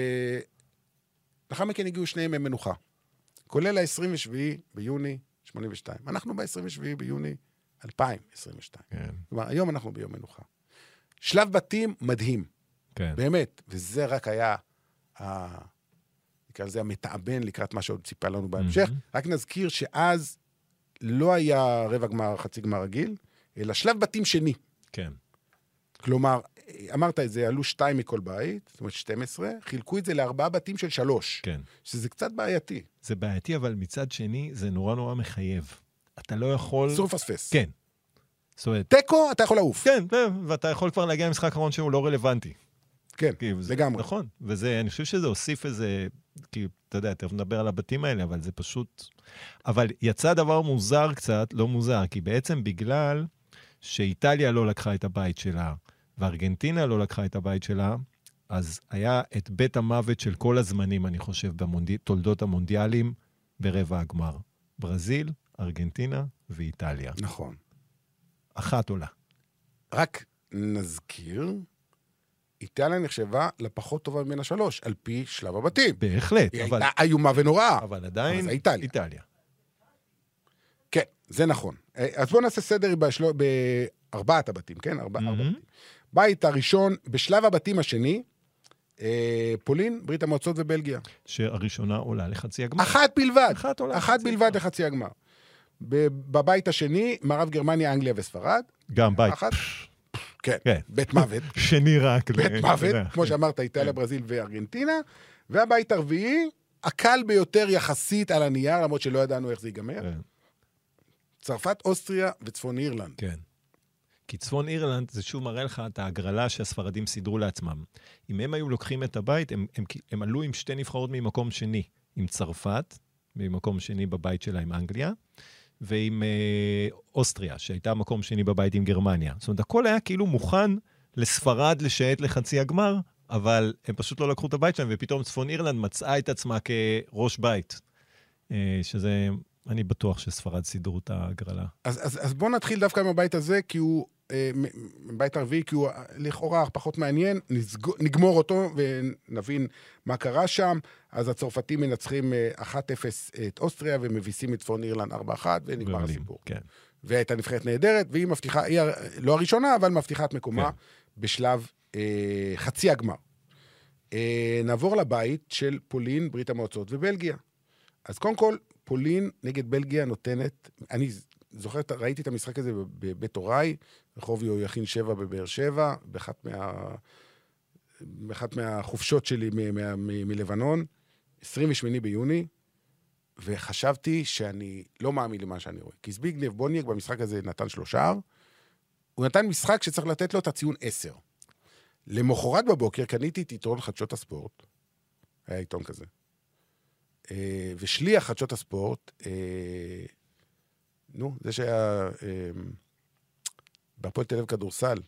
[SPEAKER 3] לאחר מכן הגיעו שני ימי מנוחה, כולל ה-27 ביוני 82. אנחנו ב-27 ביוני 2022. כן. כלומר, היום אנחנו ביום מנוחה. שלב בתים מדהים. כן. באמת. וזה רק היה, נקרא לזה המתאבן לקראת מה שעוד ציפה לנו בהמשך. רק נזכיר שאז לא היה רבע גמר, חצי גמר רגיל, אלא שלב בתים שני. כן. כלומר, אמרת את זה, עלו 2 מכל בית, זאת אומרת 12, חילקו את זה ל4 בתים של 3. כן. שזה קצת בעייתי.
[SPEAKER 4] זה בעייתי, אבל מצד שני, זה נורא נורא מחייב. אתה לא יכול...
[SPEAKER 3] אסור לפספס.
[SPEAKER 4] כן.
[SPEAKER 3] טקו, אתה יכול לעוף.
[SPEAKER 4] כן, ואתה יכול כבר להגיע למשחק האחרון שהוא לא רלוונטי.
[SPEAKER 3] כן, לגמרי.
[SPEAKER 4] נכון, וזה, אני חושב שזה הוסיף איזה, כי אתה יודע, תכף נדבר על הבתים האלה, אבל זה פשוט... אבל יצא דבר מוזר קצת, לא מוזר, כי בעצם בגלל שאיטליה לא לקחה את הבית שלה, וארגנטינה לא לקחה את הבית שלה, אז היה את בית המוות של כל הזמנים, אני חושב, בתולדות המונדיאלים, ברבע הגמר. ברזיל, ארגנטינה ואיטליה.
[SPEAKER 3] נכון.
[SPEAKER 4] אחת עולה.
[SPEAKER 3] רק נזכיר, איטליה נחשבה לפחות טובה ממנה 3, על פי שלב הבתים.
[SPEAKER 4] בהחלט.
[SPEAKER 3] היא הייתה איומה ונוראה.
[SPEAKER 4] אבל עדיין איטליה.
[SPEAKER 3] כן, זה נכון. אז בואו נעשה סדר בארבעת הבתים, כן? 4 בתים. בית הראשון, בשלב הבתים השני, פולין, ברית המועצות ובלגיה.
[SPEAKER 4] שהראשונה עולה לחצי הגמר.
[SPEAKER 3] אחת בלבד.
[SPEAKER 4] אחת
[SPEAKER 3] בלבד לחצי הגמר. בבית השני, מערב גרמניה, אנגליה וספרד.
[SPEAKER 4] גם בית.
[SPEAKER 3] אחת. כן, בית מוות.
[SPEAKER 4] שני רק.
[SPEAKER 3] בית מוות, כמו שאמרת, איטליה, ברזיל וארגנטינה. והבית הרביעי, הקל ביותר יחסית על הנייר, למרות שלא ידענו איך זה ייגמר. צרפת, אוסטריה וצפון אירלנד.
[SPEAKER 4] כן. כי צפון אירלנד זה שוב מראה לך את ההגרלה שהספרדים סידרו לעצמם. אם הם היו לוקחים את הבית, הם עלו עם שתי נבחרות ממקום שני, עם צרפת, ממקום שני בבית שלה עם אנגליה, ועם אוסטריה, שהייתה מקום שני בבית עם גרמניה. זאת אומרת, הכל היה כאילו מוכן לספרד לשעת לחצי הגמר, אבל הם פשוט לא לקחו את הבית שלהם, ופתאום צפון אירלנד מצאה את עצמה כראש בית. שזה, אני בטוח שספרד סידרו את ההגרלה.
[SPEAKER 3] אז בואו נתחיל דווקא עם הבית הזה, כי הוא, בית הרביעי, כי הוא לכאורה פחות מעניין, נגמור אותו ונבין מה קרה שם. אז הצרפתים מנצחים 1-0 את אוסטריה, ומביסים את צפון אירלנד 4-1, ונגמר הסיפור.
[SPEAKER 4] כן.
[SPEAKER 3] והייתה נבחרת נהדרת, והיא מבטיחה, היא לא הראשונה, אבל מבטיחה את מקומה בשלב חצי הגמר. נעבור לבית של פולין, ברית המועצות ובלגיה. אז קודם כל, פולין נגד בלגיה נותנת, אני זוכר, ראיתי את המשחק הזה בבית הוריי, רחוב יהויכין 7 בבאר שבע, באחת מהחופשות שלי מלבנון, 28 ביוני, וחשבתי שאני לא מאמין למה שאני רואה. כי זביגנייב בוניאק במשחק הזה נתן 3 שער, הוא נתן משחק שצריך לתת לו את הציון 10. למחרת בבוקר קניתי את עיתון חדשות הספורט, היה עיתון כזה, ושליח חדשות הספורט, זה שהיה בהפועל תל אביב כדורסל,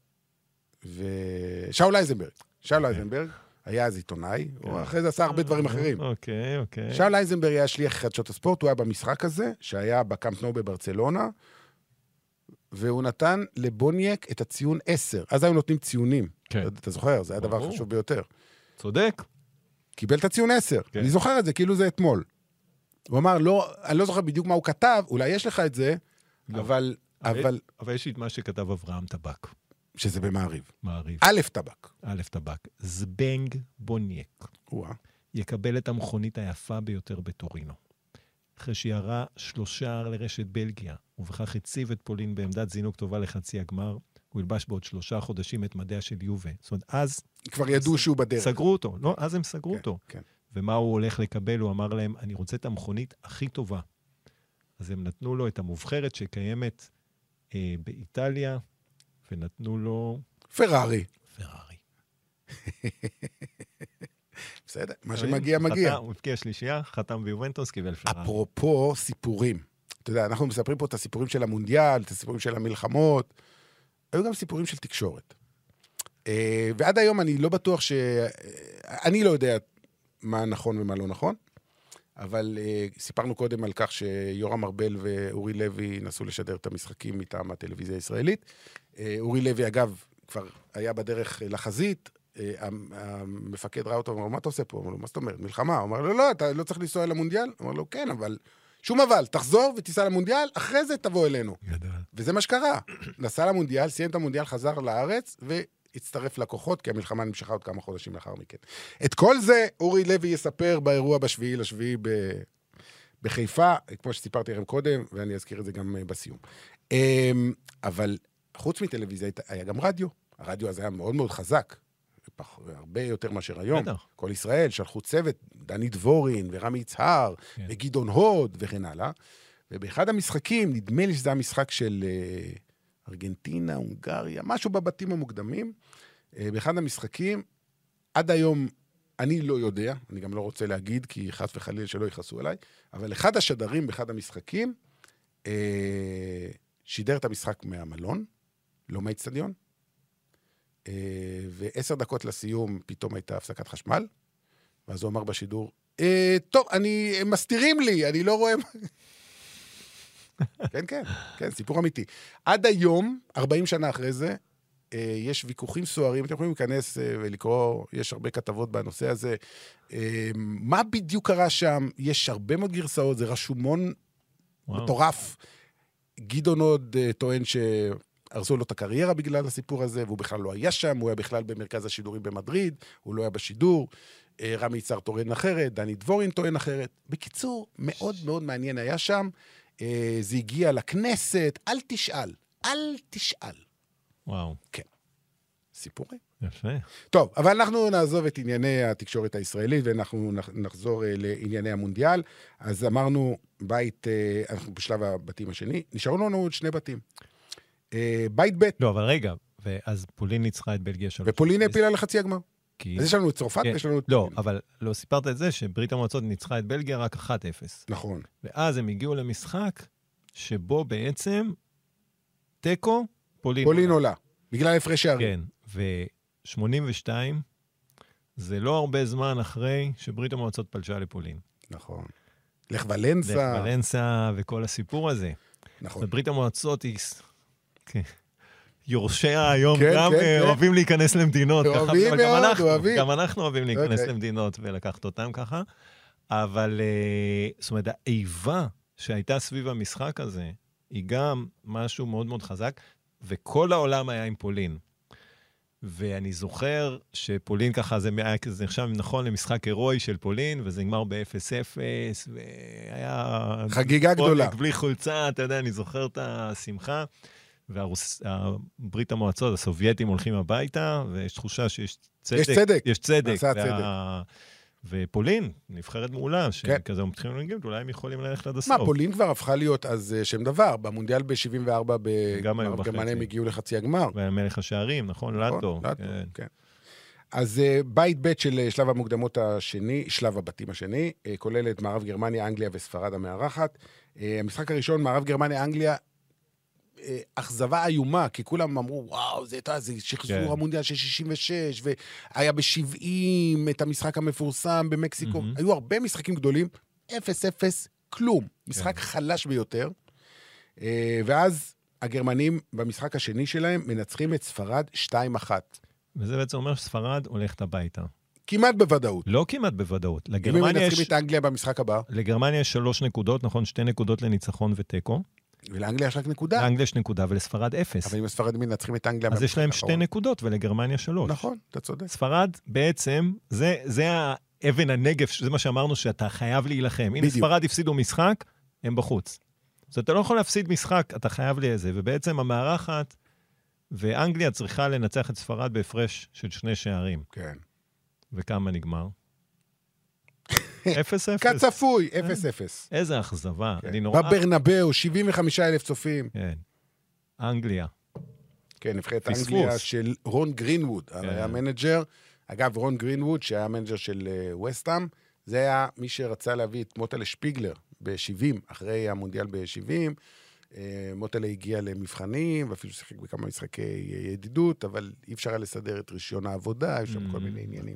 [SPEAKER 3] ושאול אייזנברג, היה אז עיתונאי, הוא אחרי זה עשה הרבה דברים אחרים.
[SPEAKER 4] אוקיי.
[SPEAKER 3] שאול אייזנברג היה שליח חדשות הספורט, הוא היה במשחק הזה, שהיה בקאמפ נו בברצלונה, והוא נתן לבוניאק את הציון 10. אז היו נותנים ציונים. אתה זוכר, זה היה דבר חשוב ביותר.
[SPEAKER 4] צודק.
[SPEAKER 3] קיבל את הציון 10. אני זוכר את זה, כאילו זה אתמול. הוא אמר, אני לא זוכר בדיוק מה הוא כתב, אולי יש לך את זה, אבל
[SPEAKER 4] יש לי את מה שכתב אברהם טבק.
[SPEAKER 3] שזה במעריב.
[SPEAKER 4] מעריב.
[SPEAKER 3] א' טבק.
[SPEAKER 4] זבנג בוניאק. יקבל את המכונית היפה ביותר בטורינו. אחרי שירה 3 שער לרשת בלגיה, ובכך הציב את פולין בעמדת זינוק טובה לחצי הגמר, הוא ילבש בעוד 3 חודשים את מדיה של יובה. זאת אומרת, אז...
[SPEAKER 3] כבר ידעו שהוא בדרך.
[SPEAKER 4] סגרו אותו, לא? אז הם סגרו אותו.
[SPEAKER 3] כן.
[SPEAKER 4] ומה הוא הולך לקבל? הוא אמר להם, אני רוצה את המכונית הכי טובה. אז הם נתנו לו את המובחרת שקיימת באיטליה, ונתנו לו...
[SPEAKER 3] פרארי. בסדר, מה שמגיע, מגיע.
[SPEAKER 4] הוא הבקיע שלישייה, חתם ביובנטוס, קיבל פרארי.
[SPEAKER 3] אפרופו סיפורים. אתה יודע, אנחנו מספרים פה את הסיפורים של המונדיאל, את הסיפורים של המלחמות, היו גם סיפורים של תקשורת. ועד היום אני לא בטוח אני לא יודע מה נכון ומה לא נכון, אבל סיפרנו קודם על כך שיורם ארבל ואורי לוי נסו לשדר את המשחקים מטעם הטלוויזיה הישראלית. אורי לוי, אגב, כבר היה בדרך לחזית, המפקד ראה אותו, אמר לו, מה אתה עושה פה? אמר לו, מה זאת אומרת? מלחמה. הוא אמר לו, לא, אתה לא צריך לנסוע למונדיאל? אמר לו, כן, אבל... שום אבל, תחזור ותיסע למונדיאל, אחרי זה תבוא אלינו.
[SPEAKER 4] גדול.
[SPEAKER 3] וזה מה שקרה. נסע למונדיאל, סיים את המונדיאל, חזר לארץ, והצטרף לכוחות, כי המלחמה נמשכה עוד כמה חודשים לאחר מכן. את כל זה אורי לוי יספר באירוע ב7 בחיפה, כמו שסיפרתי לכם קודם, ואני אזכיר את זה גם בסיום. אבל חוץ מטלוויזיה היה גם רדיו. הרדיו הזה היה מאוד מאוד חזק. הרבה יותר מאשר היום. כל ישראל שלחו צוות, דני דבורין ורמי יצהר, וגדעון הוד וכן הלאה. ובאחד המשחקים, נדמה לי שזה המשחק של ארגנטינה, הונגריה, משהו בבתים המוקדמים. באחד המשחקים, עד היום אני לא יודע, אני גם לא רוצה להגיד, כי חס וחליל שלא יכעסו עליי, אבל אחד השדרים באחד המשחקים, שידר את המשחק מהמלון, לא מהאצטדיון, ו10 דקות לסיום פתאום הייתה הפסקת חשמל, ואז הוא אמר בשידור, טוב, הם מסתירים לי, אני לא רואה... כן, סיפור אמיתי. עד היום, 40 שנה אחרי זה, יש ויכוחים סוערים, אתם יכולים להיכנס ולקרוא, יש הרבה כתבות בנושא הזה, מה בדיוק קרה שם? יש הרבה מאוד גרסאות, זה רשומון מטורף. גדעון עוד טוען הרסו לו את הקריירה בגלל הסיפור הזה, והוא בכלל לא היה שם, הוא היה בכלל במרכז השידורים במדריד, הוא לא היה בשידור, רמי יצהר טוען אחרת, דני דבורין טוען אחרת. בקיצור, מאוד מאוד מעניין היה שם, זה הגיע לכנסת, אל תשאל.
[SPEAKER 4] וואו.
[SPEAKER 3] כן. סיפורים.
[SPEAKER 4] יפה.
[SPEAKER 3] טוב, אבל אנחנו נעזוב את ענייני התקשורת הישראלית, ואנחנו נחזור לענייני המונדיאל. אז אמרנו, אנחנו בשלב הבתים השני, נשארו לנו עוד 2 בתים. בית ב'.
[SPEAKER 4] לא, אבל רגע, ואז פולין ניצחה את בלגיה 3.
[SPEAKER 3] ופולין הפילה לחצי הגמר. אז יש לנו את צרפת ויש לנו את...
[SPEAKER 4] לא, אבל לא סיפרת את זה שברית המועצות ניצחה את בלגיה רק 1-0.
[SPEAKER 3] נכון.
[SPEAKER 4] ואז הם הגיעו למשחק שבו בעצם תיקו,
[SPEAKER 3] פולין עולה. בגלל הפרש שערים.
[SPEAKER 4] כן, ו-82 זה לא הרבה זמן אחרי שברית המועצות פלשה לפולין.
[SPEAKER 3] נכון. לך ולנסה
[SPEAKER 4] וכל הסיפור הזה.
[SPEAKER 3] נכון.
[SPEAKER 4] וברית המועצות היא... יורשיה היום גם אוהבים להיכנס למדינות.
[SPEAKER 3] אוהבים מאוד, אוהבים.
[SPEAKER 4] גם אנחנו אוהבים להיכנס למדינות ולקחת אותם ככה. אבל, זאת אומרת, האיבה שהייתה סביב המשחק הזה, היא גם משהו מאוד מאוד חזק, וכל העולם היה עם פולין. ואני זוכר שפולין ככה, זה נחשב נכון למשחק הירואי של פולין, וזה נגמר ב-0-0, והיה...
[SPEAKER 3] חגיגה גדולה.
[SPEAKER 4] בלי חולצה, אתה יודע, אני זוכר את השמחה, והברית המועצות, הסובייטים הולכים הביתה, ויש תחושה שיש צדק.
[SPEAKER 3] יש צדק.
[SPEAKER 4] יש צדק.
[SPEAKER 3] נעשה צדק.
[SPEAKER 4] ופולין, נבחרת מעולה, שכזה מתחילים להגיד, אולי הם יכולים ללכת עד הסוף.
[SPEAKER 3] מה, פולין כבר הפכה להיות אז שם דבר, במונדיאל ב-74, בגרמניה הם הגיעו לחצי הגמר.
[SPEAKER 4] ומלך השערים, נכון? לטו.
[SPEAKER 3] כן. אז בית ב' של שלב המוקדמות השני, שלב הבתים השני, כולל את מערב גרמניה, אנגליה וספרד המארחת. המשחק הראשון, מערב גרמניה, אנגליה, אכזבה איומה, כי כולם אמרו, וואו, זה שחזור המונדיאל של 66, והיה ב-70 את המשחק המפורסם במקסיקו. היו הרבה משחקים גדולים, 0-0, כלום. משחק חלש ביותר. ואז הגרמנים במשחק השני שלהם מנצחים את ספרד 2-1.
[SPEAKER 4] וזה בעצם אומר שספרד הולכת הביתה.
[SPEAKER 3] כמעט בוודאות.
[SPEAKER 4] לא כמעט בוודאות.
[SPEAKER 3] אם הם מנצחים את אנגליה במשחק הבא?
[SPEAKER 4] לגרמניה יש 3 נקודות, נכון? 2 נקודות לניצחון וטקו.
[SPEAKER 3] ולאנגליה יש רק נקודה.
[SPEAKER 4] לאנגליה יש נקודה, ולספרד 0.
[SPEAKER 3] אבל אם הספרדים מנצחים את אנגליה...
[SPEAKER 4] אז יש להם 2 נקודות, ולגרמניה 3.
[SPEAKER 3] נכון, אתה צודק.
[SPEAKER 4] ספרד בעצם, זה האבן הנגף, זה מה שאמרנו שאתה חייב להילחם. אם ספרד הפסידו משחק, הם בחוץ. אז אתה לא יכול להפסיד משחק, אתה חייב לזה. ובעצם המארחת, ואנגליה צריכה לנצח את ספרד בהפרש של 2 שערים.
[SPEAKER 3] כן.
[SPEAKER 4] וכמה נגמר? 0-0.
[SPEAKER 3] כצפוי, 0-0.
[SPEAKER 4] איזה אכזבה.
[SPEAKER 3] בברנבאו, 75,000 צופים.
[SPEAKER 4] כן. אנגליה.
[SPEAKER 3] כן, נבחרת אנגליה של רון גרינווד, היה מנג'ר. אגב, רון גרינווד, שהיה מנג'ר של ווסטהאם, זה היה מי שרצה להביא את מוטלה שפיגלר ב-70, אחרי המונדיאל ב-70. מוטלה הגיע למבחנים, ואפילו שיחק בכמה משחקי ידידות, אבל אי אפשר היה לסדר את רישיון העבודה, יש שם כל מיני עניינים.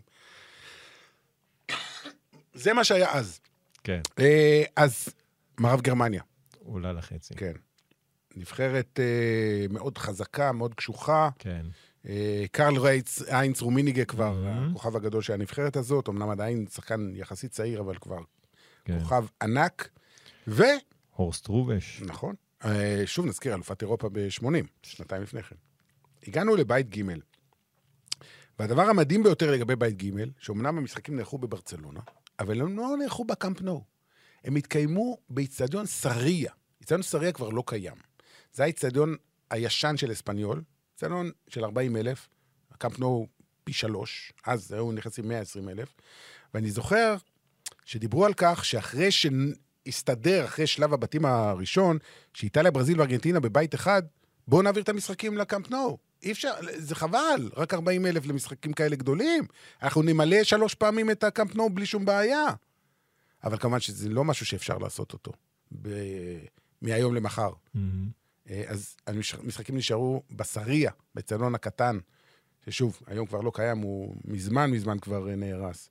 [SPEAKER 3] זה מה שהיה אז.
[SPEAKER 4] כן.
[SPEAKER 3] אז מערב גרמניה.
[SPEAKER 4] עולה לחצי.
[SPEAKER 3] כן. נבחרת מאוד חזקה, מאוד קשוחה.
[SPEAKER 4] כן.
[SPEAKER 3] קרל איינץ רומיניגה כבר, הכוכב הגדול של הנבחרת הזאת, אמנם עדיין שחקן יחסית צעיר, אבל כבר כוכב ענק.
[SPEAKER 4] הורסט רובש.
[SPEAKER 3] נכון. שוב נזכיר, אלופת אירופה ב-80, שנתיים לפני כן. הגענו לבית ג' והדבר המדהים ביותר לגבי בית ג' שאומנם המשחקים נערכו בברצלונה, אבל הם לא נערכו בקאמפ נו. הם התקיימו באצטדיון סריה. אצטדיון סריה כבר לא קיים. זה האצטדיון הישן של אספניול, אצטדיון של 40,000, הקאמפ נו פי 3, אז היו נכנסים 120,000, ואני זוכר שדיברו על כך שאחרי שהסתדר, אחרי שלב הבתים הראשון, שאיטליה, ברזיל וארגנטינה בבית אחד, בואו נעביר את המשחקים לקאמפ נו. אי אפשר, זה חבל, רק 40,000 למשחקים כאלה גדולים. אנחנו נמלא 3 פעמים את הקאמפ נו בלי שום בעיה. אבל כמובן שזה לא משהו שאפשר לעשות אותו מהיום למחר. אז המשחקים נשארו בסריה, בצלון הקטן, ששוב, היום כבר לא קיים, הוא מזמן כבר נהרס.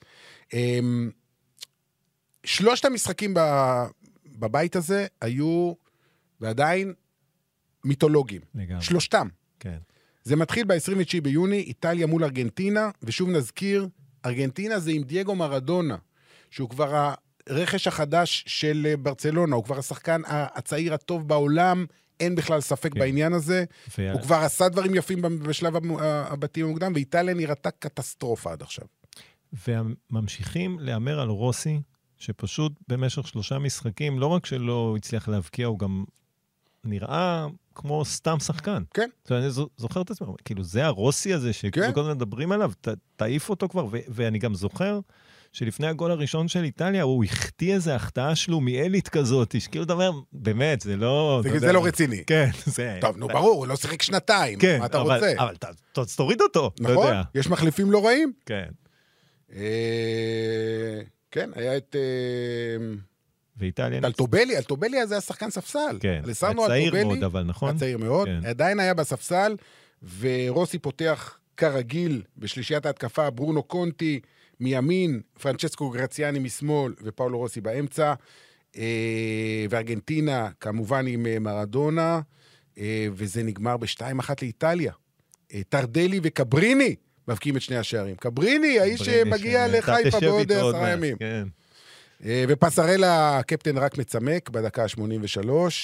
[SPEAKER 3] 3 המשחקים בבית הזה היו ועדיין מיתולוגיים. 3.
[SPEAKER 4] כן.
[SPEAKER 3] זה מתחיל ב-29 ביוני, איטליה מול ארגנטינה, ושוב נזכיר, ארגנטינה זה עם דייגו מרדונה, שהוא כבר הרכש החדש של ברצלונה, הוא כבר השחקן הצעיר הטוב בעולם, אין בכלל ספק בעניין הזה. הוא כבר עשה דברים יפים בשלב הבתים המוקדם, ואיטליה נראתה קטסטרופה עד עכשיו.
[SPEAKER 4] וממשיכים לאמר על רוסי, שפשוט במשך 3 משחקים, לא רק שלא הצליח להבקיע, הוא גם נראה כמו סתם שחקן.
[SPEAKER 3] כן.
[SPEAKER 4] אני זוכר את עצמי, כאילו זה הרוסי הזה שכל הזמן מדברים עליו, תעיף אותו כבר, ואני גם זוכר שלפני הגול הראשון של איטליה, הוא החטיא איזו החטאה שלומיאלית כזאת, שכאילו אתה אומר, באמת, זה לא...
[SPEAKER 3] זה לא רציני.
[SPEAKER 4] כן, זה...
[SPEAKER 3] טוב, נו ברור, הוא לא שיחק 2, מה אתה רוצה?
[SPEAKER 4] אבל תוריד אותו, אתה
[SPEAKER 3] נכון,
[SPEAKER 4] יודע.
[SPEAKER 3] יש מחליפים לא רעים.
[SPEAKER 4] כן.
[SPEAKER 3] כן, היה את...
[SPEAKER 4] ואיטליה...
[SPEAKER 3] אלטובלי הזה היה שחקן ספסל.
[SPEAKER 4] כן, הצעיר מאוד, אבל נכון?
[SPEAKER 3] הצעיר מאוד, עדיין היה בספסל, ורוסי פותח כרגיל בשלישיית ההתקפה, ברונו קונטי מימין, פרנצ'סקו גרציאני משמאל, ופאולו רוסי באמצע, וארגנטינה כמובן עם מרדונה, וזה נגמר ב-2-1 לאיטליה. טרדלי וקבריני מבקיעים את שני השערים. קבריני, האיש שמגיע לחיפה בעוד 10 ימים.
[SPEAKER 4] כן.
[SPEAKER 3] ופסרלה, הקפטן רק מצמק בדקה ה-83,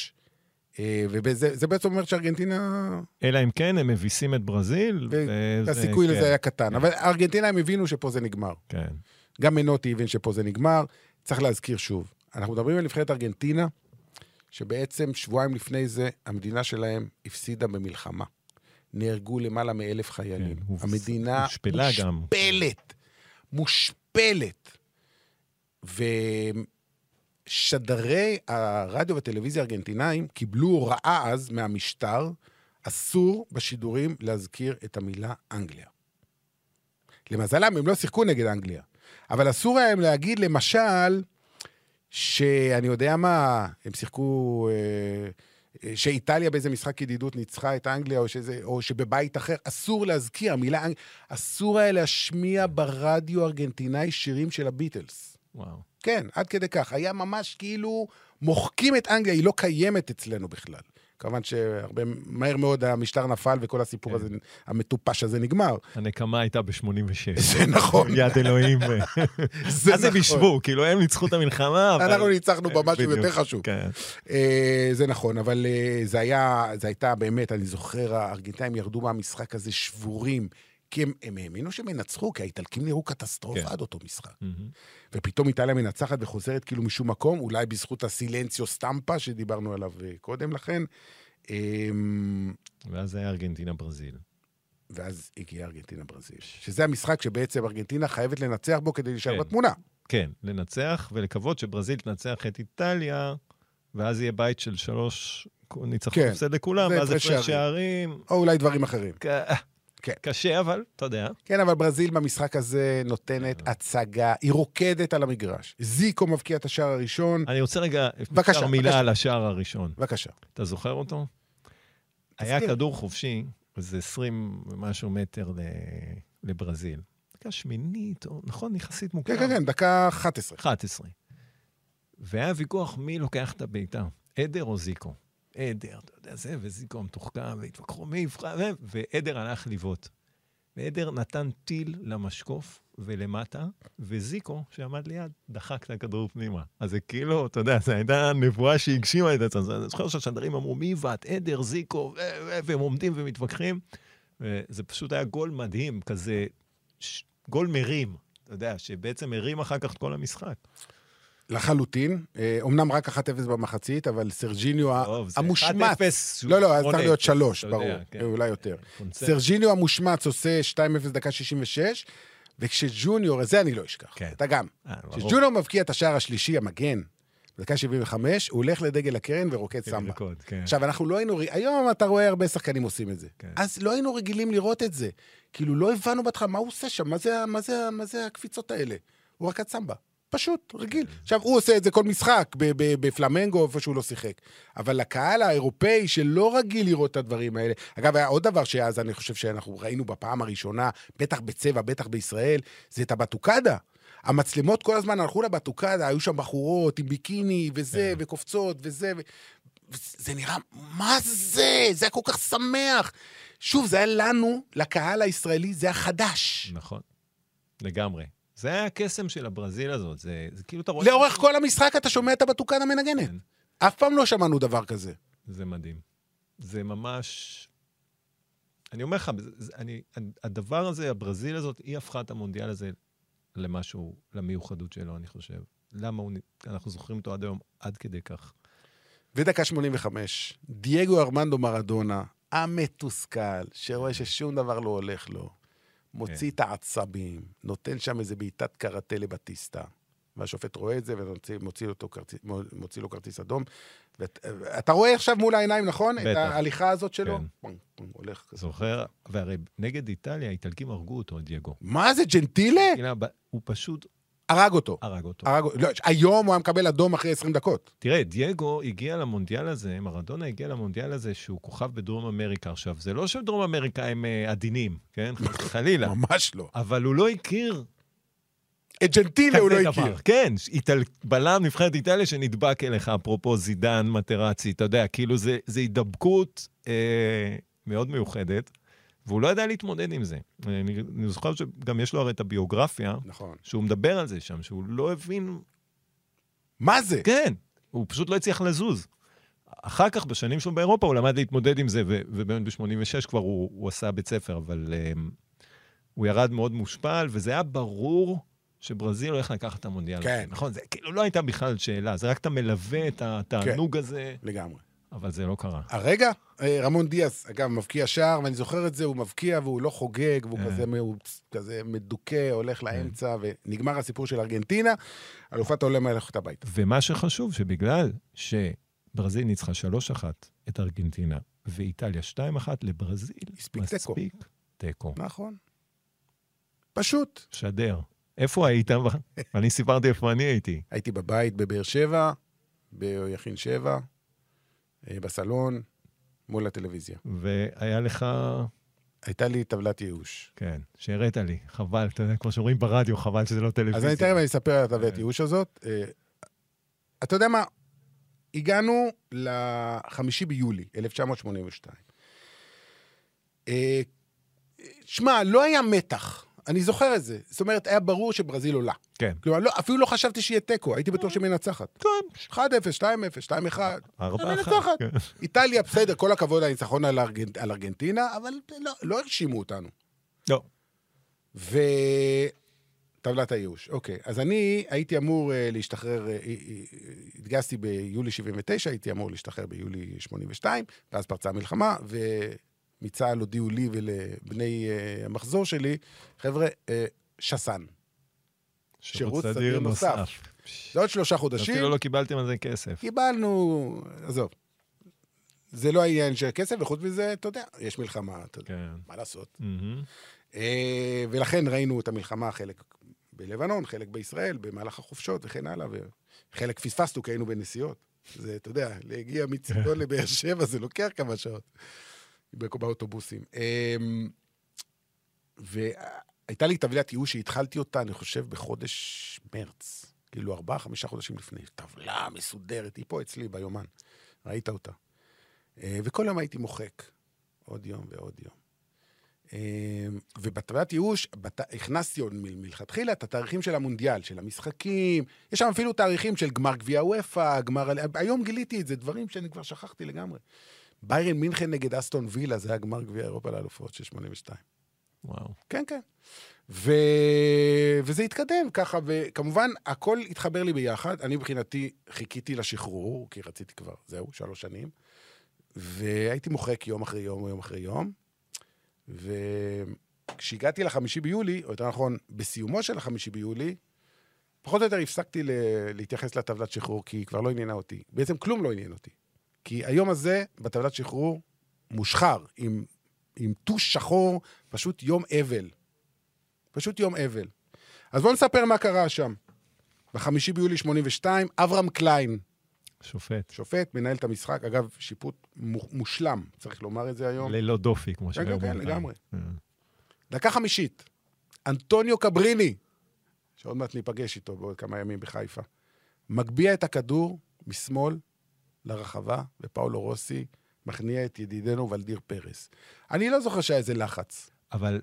[SPEAKER 3] וזה בעצם אומר שארגנטינה...
[SPEAKER 4] אלא אם כן, הם מביסים את ברזיל.
[SPEAKER 3] והסיכוי לזה היה קטן. אבל ארגנטינה הם הבינו שפה זה נגמר.
[SPEAKER 4] כן.
[SPEAKER 3] גם מנוטי הבין שפה זה נגמר. צריך להזכיר שוב. אנחנו מדברים על נבחרת ארגנטינה, שבעצם שבועיים לפני זה, המדינה שלהם הפסידה במלחמה. נהרגו למעלה מ1,000 חיילים. המדינה מושפלת. ושדרי הרדיו והטלוויזיה הארגנטינאים קיבלו הוראה אז מהמשטר, אסור בשידורים להזכיר את המילה אנגליה. למזלם, הם לא שיחקו נגד אנגליה, אבל אסור להם להגיד למשל, שאני יודע מה, הם שיחקו, שאיטליה באיזה משחק ידידות ניצחה את אנגליה, או שבבית אחר, אסור להזכיר, המילה אנגליה, אסור היה להשמיע ברדיו הארגנטינאי שירים של הביטלס.
[SPEAKER 4] וואו.
[SPEAKER 3] כן, עד כדי כך. היה ממש כאילו מוחקים את אנגליה, היא לא קיימת אצלנו בכלל. כמובן שהרבה מהר מאוד המשטר נפל וכל הסיפור הזה, המטופש הזה נגמר.
[SPEAKER 4] הנקמה הייתה ב-86.
[SPEAKER 3] זה נכון.
[SPEAKER 4] יד אלוהים. אז הם ישבו, כאילו הם ניצחו את המלחמה.
[SPEAKER 3] אנחנו ניצחנו במשהו יותר חשוב. זה נכון, אבל זה הייתה באמת, אני זוכר, הארגנטינאים ירדו מהמשחק הזה שבורים, כי הם האמינו שהם ינצחו, כי האיטלקים נראו קטסטרופה עד אותו משחק. ופתאום איטליה מנצחת וחוזרת כאילו משום מקום, אולי בזכות הסילנציו סטמפה, שדיברנו עליו קודם לכן.
[SPEAKER 4] ואז היה ארגנטינה-ברזיל.
[SPEAKER 3] ואז הגיעה ארגנטינה-ברזיל. שזה המשחק שבעצם ארגנטינה חייבת לנצח בו כדי להישאר בתמונה.
[SPEAKER 4] כן, לנצח ולקוות שברזיל תנצח את איטליה, ואז יהיה בית של 3 ניצחון הפסד לכולם, ואז הפרש שערים.
[SPEAKER 3] או אולי דברים אחרים.
[SPEAKER 4] כן. קשה, אבל, אתה יודע.
[SPEAKER 3] כן, אבל ברזיל במשחק הזה נותנת הצגה, היא רוקדת על המגרש. זיקו מבקיע את השער הראשון.
[SPEAKER 4] אני רוצה רגע, אפשר מילה על השער הראשון.
[SPEAKER 3] בבקשה.
[SPEAKER 4] אתה זוכר אותו? היה כדור חופשי, זה 20 ומשהו מטר לברזיל. דקה שמינית, נכון, יחסית מוכר.
[SPEAKER 3] כן, דקה 11.
[SPEAKER 4] 11. והיה ויכוח מי לוקח את הביתה, עדר או זיקו. עדר, אתה יודע, זה, וזיקו מתוחכם, והתווכחו מי יבחר, ועדר הלך ליוות. ועדר נתן טיל למשקוף ולמטה, וזיקו, שעמד ליד, דחק את הכדור פנימה. אז זה כאילו, אתה יודע, זו הייתה נבואה שהגשימה את עצמם. אני זוכר שהשדרים אמרו, מי יבט, עדר, זיקו, והם עומדים ומתווכחים. וזה פשוט היה גול מדהים, כזה, גול מרים, אתה יודע, שבעצם מרים אחר כך את כל המשחק.
[SPEAKER 3] לחלוטין, אמנם רק 1-0 במחצית, אבל סרג'יניו המושמץ,
[SPEAKER 4] 1-0,
[SPEAKER 3] לא, אז צריך להיות 3, ברור, אולי יותר. סרג'יניו המושמץ עושה 2-0 דקה 66, וכשג'וניור, זה אני לא אשכח, אתה גם, כשג'וניור מבקיע את השער השלישי, המגן, בדקה 75, הוא הולך לדגל הקרן ורוקד סמבה. עכשיו, אנחנו לא היינו, היום אתה רואה הרבה שחקנים עושים את זה, אז לא היינו רגילים לראות את זה, כאילו לא הבנו בהתחלה, מה הוא עושה שם, מה זה הקפיצות האלה? הוא רקד סמבה. פשוט, רגיל. עכשיו, הוא עושה את זה כל משחק, בפלמנגו, איפה שהוא לא שיחק. אבל לקהל האירופאי שלא רגיל לראות את הדברים האלה, אגב, היה עוד דבר שאז אני חושב שאנחנו ראינו בפעם הראשונה, בטח בצבע, בטח בישראל, זה את הבטוקדה. המצלמות כל הזמן הלכו לבטוקדה, היו שם בחורות עם ביקיני וזה, וקופצות וזה, זה נראה, מה זה? זה היה כל כך שמח. שוב, זה היה לנו, לקהל הישראלי, זה היה חדש.
[SPEAKER 4] נכון, לגמרי. זה היה הקסם של הברזיל הזאת, זה כאילו אתה רואה...
[SPEAKER 3] לאורך כל המשחק אתה שומע את הבטוקן המנגנת. אף פעם לא שמענו דבר כזה.
[SPEAKER 4] זה מדהים. זה ממש... אני אומר לך, הדבר הזה, הברזיל הזאת, היא הפכה את המונדיאל הזה למשהו, למיוחדות שלו, אני חושב. למה אנחנו זוכרים אותו עד היום, עד כדי כך.
[SPEAKER 3] ודקה 85, דייגו ארמנדו מרדונה, המתוסכל, שרואה ששום דבר לא הולך לו, מוציא את העצבים, נותן שם איזה בעיטת קראטה לבטיסטה, והשופט רואה את זה ומוציא לו כרטיס אדום. אתה רואה עכשיו מול העיניים, נכון?
[SPEAKER 4] בטח.
[SPEAKER 3] את ההליכה הזאת שלו?
[SPEAKER 4] כן.
[SPEAKER 3] הולך כזה.
[SPEAKER 4] זוכר, והרי נגד איטליה, האיטלקים הרגו אותו, דייגו.
[SPEAKER 3] מה זה, ג'נטילה?
[SPEAKER 4] הוא פשוט
[SPEAKER 3] הרג אותו. לא, היום הוא היה מקבל אדום אחרי 20 דקות.
[SPEAKER 4] תראה, דייגו הגיע למונדיאל הזה, מרדונה הגיע למונדיאל הזה שהוא כוכב בדרום אמריקה. עכשיו, זה לא שדרום אמריקה הם עדינים, כן? חלילה.
[SPEAKER 3] ממש לא.
[SPEAKER 4] אבל הוא לא הכיר...
[SPEAKER 3] את ג'נטילה הוא לא הכיר.
[SPEAKER 4] כן, בלם נבחרת איטליה שנדבק אליך, אפרופו זידן, מטרצי, אתה יודע, כאילו זה הידבקות מאוד מיוחדת, והוא לא ידע להתמודד עם זה. אני זוכר שגם יש לו הרי את הביוגרפיה,
[SPEAKER 3] נכון.
[SPEAKER 4] שהוא מדבר על זה שם, שהוא לא הבין...
[SPEAKER 3] מה זה?
[SPEAKER 4] כן, הוא פשוט לא הצליח לזוז. אחר כך, בשנים שלו באירופה, הוא למד להתמודד עם זה, ובאמת ב-86 כבר הוא עשה בית ספר, אבל הוא ירד מאוד מושפל, וזה היה ברור שברזיל הולך לקחת את המונדיאל.
[SPEAKER 3] כן.
[SPEAKER 4] נכון, זה כאילו לא הייתה בכלל שאלה, זה רק אתה מלווה את התענוג הזה.
[SPEAKER 3] לגמרי.
[SPEAKER 4] אבל זה לא קרה.
[SPEAKER 3] הרגע, רמון דיאס, אגב, מבקיע שער, ואני זוכר את זה, הוא מבקיע והוא לא חוגג, והוא כזה מדוכא, הולך לאמצע, ונגמר הסיפור של ארגנטינה, אלופת העולם הלכת הביתה.
[SPEAKER 4] ומה שחשוב, שבגלל שברזיל ניצחה 3-1 את ארגנטינה, ואיטליה 2-1 לברזיל, מספיק תיקו.
[SPEAKER 3] נכון. פשוט.
[SPEAKER 4] שדר. איפה היית? אני סיפרתי איפה אני הייתי.
[SPEAKER 3] הייתי בבית בבאר שבע, ביחין 7, בסלון, מול הטלוויזיה.
[SPEAKER 4] והיה לך...
[SPEAKER 3] הייתה לי טבלת ייאוש.
[SPEAKER 4] כן, שהראית לי. חבל, אתה יודע, כמו שאומרים ברדיו, חבל שזה לא טלוויזיה.
[SPEAKER 3] אז אני תכף אספר על הטבלת ייאוש הזאת. אתה יודע מה? הגענו ל5 ביולי 1982. שמע, לא היה מתח. אני זוכר את זה. זאת אומרת, היה ברור שברזיל עולה.
[SPEAKER 4] כן.
[SPEAKER 3] כלומר, אפילו לא חשבתי שיהיה טקו, הייתי בטוח שמנצחת.
[SPEAKER 4] כן.
[SPEAKER 3] 1-0, 2-0, 2-1.
[SPEAKER 4] 4-1.
[SPEAKER 3] מנצחת. איטליה, בסדר, כל הכבוד על הניצחון על ארגנטינה, אבל לא הרשימו אותנו.
[SPEAKER 4] לא.
[SPEAKER 3] טבלת הייאוש. אוקיי, אז אני הייתי אמור להשתחרר, התגייסתי ביולי 79, הייתי אמור להשתחרר ביולי 82, ואז פרצה המלחמה, מצה"ל הודיעו לי ולבני המחזור שלי, חבר'ה, שסן. שירות סדיר נוסף. זה עוד 3 חודשים.
[SPEAKER 4] אפילו לא קיבלתם על זה כסף.
[SPEAKER 3] קיבלנו, עזוב. זה לא העניין של כסף, וחוץ מזה, אתה יודע, יש מלחמה, אתה יודע, מה לעשות. ולכן ראינו את המלחמה, חלק בלבנון, חלק בישראל, במהלך החופשות וכן הלאה, וחלק פספסנו כי היינו בנסיעות. זה, אתה יודע, להגיע מצידון לבאר שבע, זה לוקח כמה שעות. באוטובוסים. והייתה לי טבלת ייאוש שהתחלתי אותה, אני חושב, בחודש מרץ. כאילו 4-5 חודשים לפני. טבלה מסודרת, היא פה אצלי ביומן. ראית אותה. וכל יום הייתי מוחק. עוד יום ועוד יום. ובטבלת ייאוש, הכנסתי עוד מלכתחילה את התאריכים של המונדיאל, של המשחקים. יש שם אפילו תאריכים של גמר גביע וופא, היום גיליתי את זה, דברים שאני כבר שכחתי לגמרי. ביירן מינכן נגד אסטון וילה, זה היה גמר גביע אירופה לאלופות של 82.
[SPEAKER 4] וואו.
[SPEAKER 3] כן, כן. וזה התקדם ככה, וכמובן, הכל התחבר לי ביחד. אני מבחינתי חיכיתי לשחרור, כי רציתי כבר, זהו, 3 שנים. והייתי מוחק יום אחרי יום, יום אחרי יום. וכשהגעתי ל5 ביולי, או יותר נכון, בסיומו של 5 ביולי, פחות או יותר הפסקתי להתייחס לטבלת שחרור, כי היא כבר לא עניינה אותי. בעצם כלום לא עניין אותי. כי היום הזה, בטבלת שחרור, מושחר, עם טוש שחור, פשוט יום אבל. פשוט יום אבל. אז בואו נספר מה קרה שם. ב5 ביולי 82, אברהם קליין. שופט, מנהל את המשחק. אגב, שיפוט מושלם, צריך לומר את זה היום.
[SPEAKER 4] ללא דופי, כמו שהיום.
[SPEAKER 3] כן, לגמרי. דקה 5. אנטוניו קבריני, שעוד מעט ניפגש איתו בעוד כמה ימים בחיפה, מגביע את הכדור משמאל, לרחבה, ופאולו רוסי מכניע את ידידנו ולדיר פרס. אני לא זוכר שהיה איזה לחץ.
[SPEAKER 4] אבל,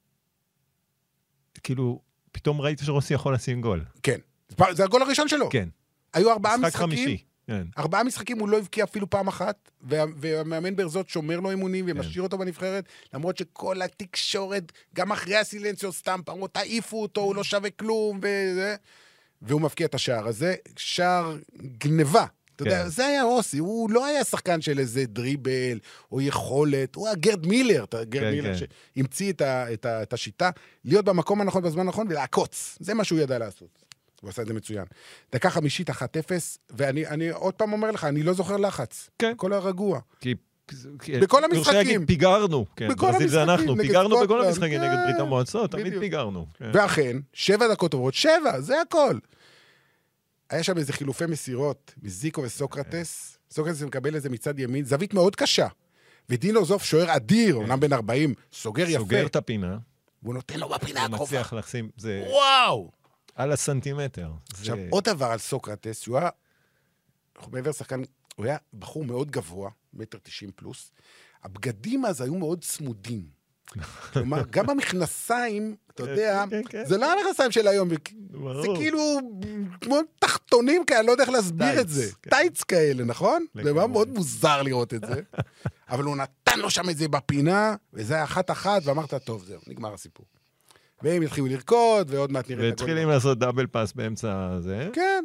[SPEAKER 4] כאילו, פתאום ראית שרוסי יכול לשים גול.
[SPEAKER 3] כן. זה הגול הראשון שלו.
[SPEAKER 4] כן.
[SPEAKER 3] היו 4 משחקים.
[SPEAKER 4] משחק 5. כן.
[SPEAKER 3] 4 משחקים הוא לא הבקיע אפילו פעם אחת, והמאמן ברזות שומר לו אימונים ומשאיר אותו בנבחרת, למרות שכל התקשורת, גם אחרי הסילנציו סתם, פעם תעיפו אותו, הוא לא שווה כלום, והוא מפקיע את השער הזה, שער גניבה. אתה יודע, זה היה רוסי, הוא לא היה שחקן של איזה דריבל או יכולת, הוא היה גרד מילר, גרד מילר שהמציא את השיטה, להיות במקום הנכון בזמן הנכון ולעקוץ, זה מה שהוא ידע לעשות. הוא עשה את זה מצוין. דקה 50, 1-0, ואני עוד פעם אומר לך, אני לא זוכר לחץ. כן. הכל הרגוע. בכל המשחקים.
[SPEAKER 4] פיגרנו.
[SPEAKER 3] בכל המשחקים.
[SPEAKER 4] זה אנחנו, פיגרנו בכל המשחקים נגד ברית המועצות, תמיד פיגרנו.
[SPEAKER 3] ואכן, 7 דקות עוברות, 7, זה הכל. היה שם איזה חילופי מסירות, מזיקו וסוקרטס. סוקרטס מקבל איזה מצד ימין, זווית מאוד קשה. ודין זוף, שוער אדיר, אומנם בן 40, סוגר יפה.
[SPEAKER 4] סוגר את הפינה.
[SPEAKER 3] והוא נותן לו בפינה הקרובה.
[SPEAKER 4] הוא מצליח לשים, זה...
[SPEAKER 3] וואו!
[SPEAKER 4] על הסנטימטר.
[SPEAKER 3] עכשיו, עוד דבר על סוקרטס, הוא היה, מעבר שחקן, הוא היה בחור מאוד גבוה, 1.90 פלוס, הבגדים אז היו מאוד צמודים. כלומר, גם המכנסיים, אתה יודע, זה לא המכנסיים של היום, זה כאילו כמו תחתונים כאלה, לא יודע איך להסביר את זה. טייץ כאלה, נכון? זה היה מאוד מוזר לראות את זה. אבל הוא נתן לו שם את זה בפינה, וזה היה 1-1, ואמרת, טוב, זהו, נגמר הסיפור. והם התחילו לרקוד, ועוד מעט נראה את הגול.
[SPEAKER 4] והתחילים לעשות דאבל פאס באמצע הזה.
[SPEAKER 3] כן.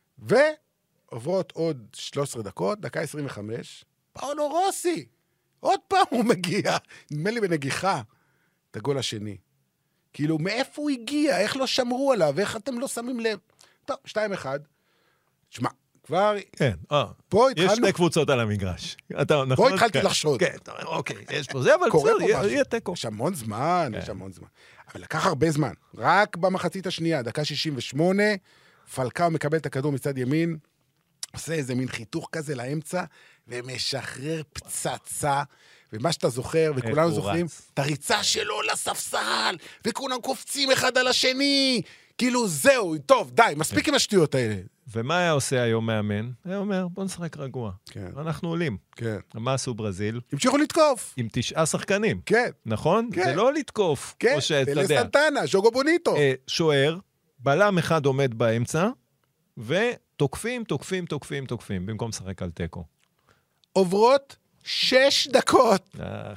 [SPEAKER 3] ועוברות עוד 13 דקות, דקה 25, פאולו רוסי. עוד פעם הוא מגיע, נדמה לי בנגיחה, את הגול השני. כאילו, מאיפה הוא הגיע? איך לא שמרו עליו? איך אתם לא שמים לב? טוב, 2-1. תשמע, כבר...
[SPEAKER 4] כן,
[SPEAKER 3] פה התחלנו...
[SPEAKER 4] יש 2 קבוצות על המגרש.
[SPEAKER 3] פה התחלתי לחשוד.
[SPEAKER 4] כן, אוקיי, יש פה זה, אבל בסדר, יהיה תיקו.
[SPEAKER 3] יש המון זמן, יש המון זמן. אבל לקח הרבה זמן. רק במחצית השנייה, דקה 68, פלקאו מקבל את הכדור מצד ימין, עושה איזה מין חיתוך כזה לאמצע, ומשחרר פצצה, ומה שאתה זוכר, וכולנו זוכרים, את הריצה שלו לספסל, וכולם קופצים אחד על השני, כאילו זהו, טוב, די, מספיק עם השטויות האלה.
[SPEAKER 4] ומה היה עושה היום מאמן? היה אומר, בוא נשחק רגוע.
[SPEAKER 3] כן.
[SPEAKER 4] אנחנו עולים.
[SPEAKER 3] כן.
[SPEAKER 4] מה עשו ברזיל?
[SPEAKER 3] המשיכו לתקוף.
[SPEAKER 4] עם 9 שחקנים.
[SPEAKER 3] כן.
[SPEAKER 4] נכון?
[SPEAKER 3] כן.
[SPEAKER 4] זה לא לתקוף.
[SPEAKER 3] כן, ולסנטנה, ז'וגו בוניטו.
[SPEAKER 4] שוער, בלם אחד עומד באמצע, ותוקפים, במקום לשחק על טקו.
[SPEAKER 3] עוברות 6 דקות.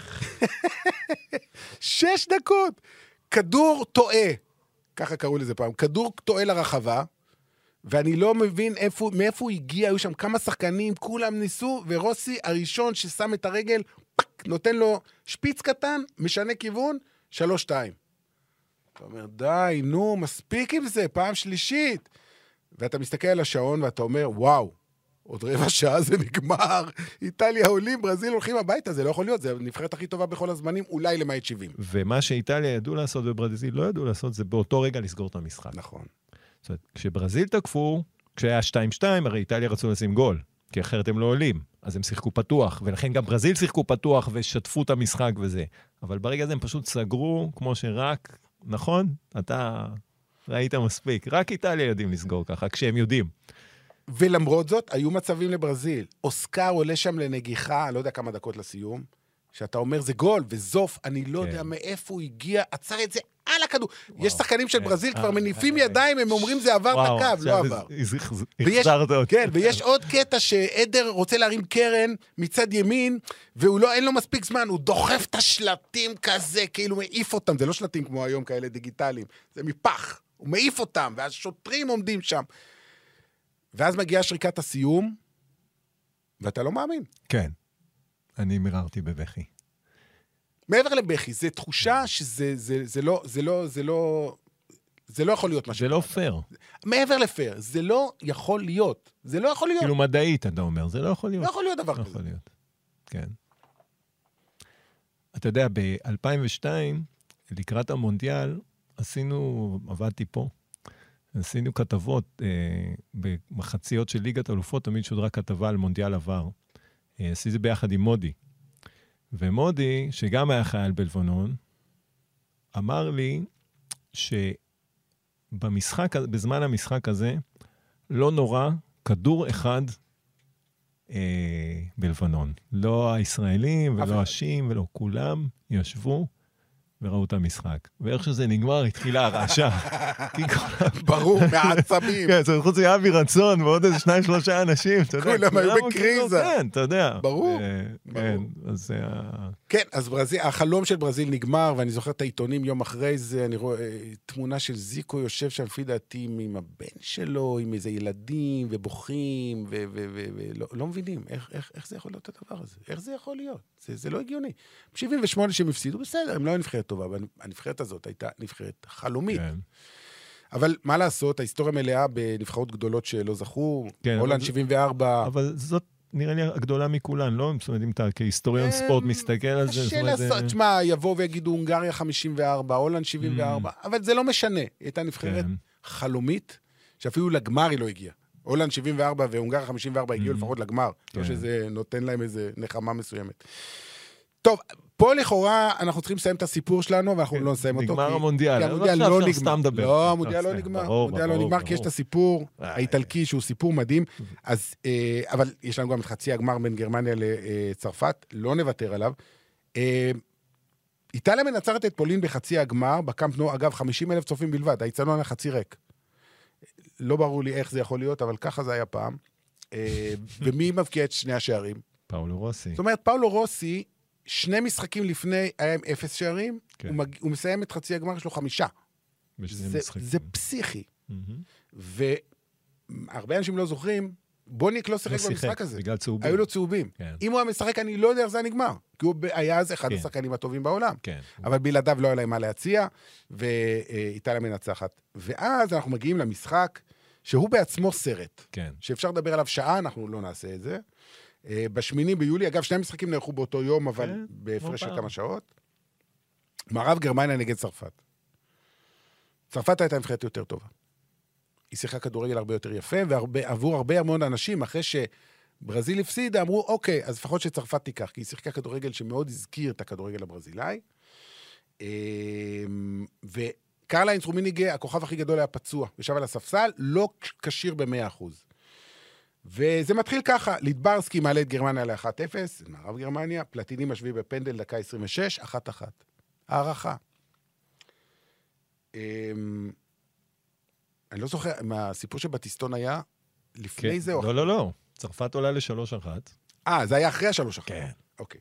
[SPEAKER 3] 6 דקות. כדור טועה. ככה קראו לזה פעם. כדור טועה לרחבה, ואני לא מבין מאיפה הוא הגיע, היו שם כמה שחקנים, כולם ניסו, ורוסי הראשון ששם את הרגל, פק, נותן לו שפיץ קטן, משנה כיוון, 3-2. אתה אומר, די, נו, מספיק עם זה, פעם שלישית. ואתה מסתכל על השעון ואתה אומר, וואו, עוד רבע שעה זה נגמר, איטליה עולים, ברזיל הולכים הביתה, זה לא יכול להיות, זה הנבחרת הכי טובה בכל הזמנים, אולי למעט 70.
[SPEAKER 4] ומה שאיטליה ידעו לעשות וברזיל לא ידעו לעשות, זה באותו רגע לסגור את המשחק.
[SPEAKER 3] נכון.
[SPEAKER 4] זאת אומרת, כשברזיל תקפו, כשהיה 2-2, הרי איטליה רצו לשים גול, כי אחרת הם לא עולים, אז הם שיחקו פתוח, ולכן גם ברזיל שיחקו פתוח ושתפו את המשחק וזה. אבל ברגע הזה הם פשוט סגרו, כמו שרק, נכון? אתה ראית מספיק. רק איטליה יודעים לסגור ככה, כשהם יודעים.
[SPEAKER 3] ולמרות זאת, היו מצבים לברזיל. אוסקר עולה שם לנגיחה, לא יודע כמה דקות לסיום, שאתה אומר, זה גול, וזוף, אני לא יודע מאיפה הוא הגיע, עצר את זה על הכדור. יש שחקנים של ברזיל כבר מניפים ידיים, הם אומרים, זה עבר את הקו, לא עבר.
[SPEAKER 4] החזרת אותי.
[SPEAKER 3] כן, ויש עוד קטע שעדר רוצה להרים קרן מצד ימין, ואין לו מספיק זמן, הוא דוחף את השלטים כזה, כאילו מעיף אותם, זה לא שלטים כמו היום כאלה דיגיטליים, זה מפח, הוא מעיף אותם, ואז שוטרים עומדים שם. ואז מגיעה שריקת הסיום, ואתה לא מאמין.
[SPEAKER 4] כן, אני מררתי בבכי.
[SPEAKER 3] מעבר לבכי, זו תחושה שזה לא יכול להיות מה
[SPEAKER 4] זה לא פייר.
[SPEAKER 3] מעבר לפייר, זה לא יכול להיות. זה לא יכול להיות.
[SPEAKER 4] כאילו מדעית, אתה אומר, זה לא יכול להיות.
[SPEAKER 3] לא יכול להיות דבר
[SPEAKER 4] כזה.
[SPEAKER 3] לא יכול
[SPEAKER 4] להיות, כן. אתה יודע, ב-2002, לקראת המונדיאל, עבדתי פה, עשינו כתבות במחציות של ליגת אלופות, תמיד שודרה כתבה על מונדיאל עבר. עשיתי זה ביחד עם מודי. ומודי, שגם היה חייל בלבנון, אמר לי שבזמן המשחק הזה, לא נורא כדור אחד בלבנון. לא הישראלים ולא השיעים ולא כולם ישבו וראו את המשחק. ואיך שזה נגמר, התחילה הרעשה.
[SPEAKER 3] ברור, מהעצבים.
[SPEAKER 4] כן, זה חוץ מאבי רצון, ועוד איזה 2-3 אנשים, אתה יודע.
[SPEAKER 3] כולם היו בקריזה.
[SPEAKER 4] כן, אתה יודע.
[SPEAKER 3] ברור.
[SPEAKER 4] כן, אז זה
[SPEAKER 3] כן, אז החלום של ברזיל נגמר, ואני זוכר את העיתונים יום אחרי זה, אני רואה תמונה של זיקו יושב שם, לפי דעתי, עם הבן שלו, עם איזה ילדים, ובוכים, ולא מבינים, איך זה יכול להיות הדבר הזה? איך זה יכול להיות? זה לא הגיוני. ב-78 שהם הפסידו, בסדר, הם לא נבחרת טובה, אבל הנבחרת הזאת הייתה נבחרת חלומית. אבל מה לעשות, ההיסטוריה מלאה בנבחרות גדולות שלא זכו, הולנד 74.
[SPEAKER 4] אבל זאת נראה לי הגדולה מכולן, לא? זאת אומרת, אם אתה כהיסטוריון ספורט מסתכל על זה.
[SPEAKER 3] קשה לעשות, תשמע, יבוא ויגידו הונגריה 54, הולנד 74, אבל זה לא משנה. הייתה נבחרת חלומית, שאפילו לגמר היא לא הגיעה. הולנד 74 והונגריה 54 הגיעו לפחות לגמר, לא שזה נותן להם איזה נחמה מסוימת. טוב, פה לכאורה אנחנו צריכים לסיים את הסיפור שלנו, ואנחנו לא נסיים אותו.
[SPEAKER 4] נגמר המונדיאל.
[SPEAKER 3] כי המונדיאל לא נגמר. לא, המונדיאל לא נגמר. המונדיאל לא נגמר, כי יש את הסיפור האיטלקי, שהוא סיפור מדהים. אז, אבל יש לנו גם את חצי הגמר בין גרמניה לצרפת, לא נוותר עליו. איטליה מנצחת את פולין בחצי הגמר, בקאמפ נו, אגב, 50,000 צופים בלבד, האיצטדיון היה חצי ריק. לא ברור לי איך זה יכול להיות, אבל ככה זה היה פעם. ומי מבקיע את שני השערים?
[SPEAKER 4] פאולו רוסי.
[SPEAKER 3] זאת אומרת, פאולו רוסי, 2 משחקים לפני היה עם 0 שערים, הוא מסיים את חצי הגמר, יש לו 5. זה פסיכי. והרבה אנשים לא זוכרים, בוניק לא שיחק במשחק הזה.
[SPEAKER 4] בגלל צהובים.
[SPEAKER 3] היו לו צהובים. אם הוא היה משחק, אני לא יודע איך זה נגמר. כי הוא היה אז אחד השחקנים הטובים בעולם. אבל בלעדיו לא היה להם מה להציע, ואיטליה מנצחת. ואז אנחנו מגיעים למשחק, שהוא בעצמו סרט. שאפשר לדבר עליו שעה, אנחנו לא נעשה את זה. ב8 ביולי, אגב, 2 משחקים נערכו באותו יום, אבל בהפרש של כמה שעות. מערב גרמניה נגד צרפת. צרפת הייתה נבחרת יותר טובה. היא שיחקה כדורגל הרבה יותר יפה, ועבור הרבה המון אנשים, אחרי שברזיל הפסידה, אמרו, אוקיי, אז לפחות שצרפת תיקח, כי היא שיחקה כדורגל שמאוד הזכיר את הכדורגל הברזילאי. וקרל-היינץ רומיניגה, הכוכב הכי גדול היה פצוע, ישב על הספסל, לא כשיר ב100%. וזה מתחיל ככה, לידברסקי מעלה את גרמניה ל-1-0, מערב גרמניה, פלטיני משווה בפנדל, דקה 26, 1-1. הערכה. אני לא זוכר, מהסיפור שבטיסטון היה, לפני זה או...
[SPEAKER 4] לא. צרפת עולה ל-3-1.
[SPEAKER 3] זה היה אחרי ה-3-1.
[SPEAKER 4] כן.
[SPEAKER 3] אוקיי.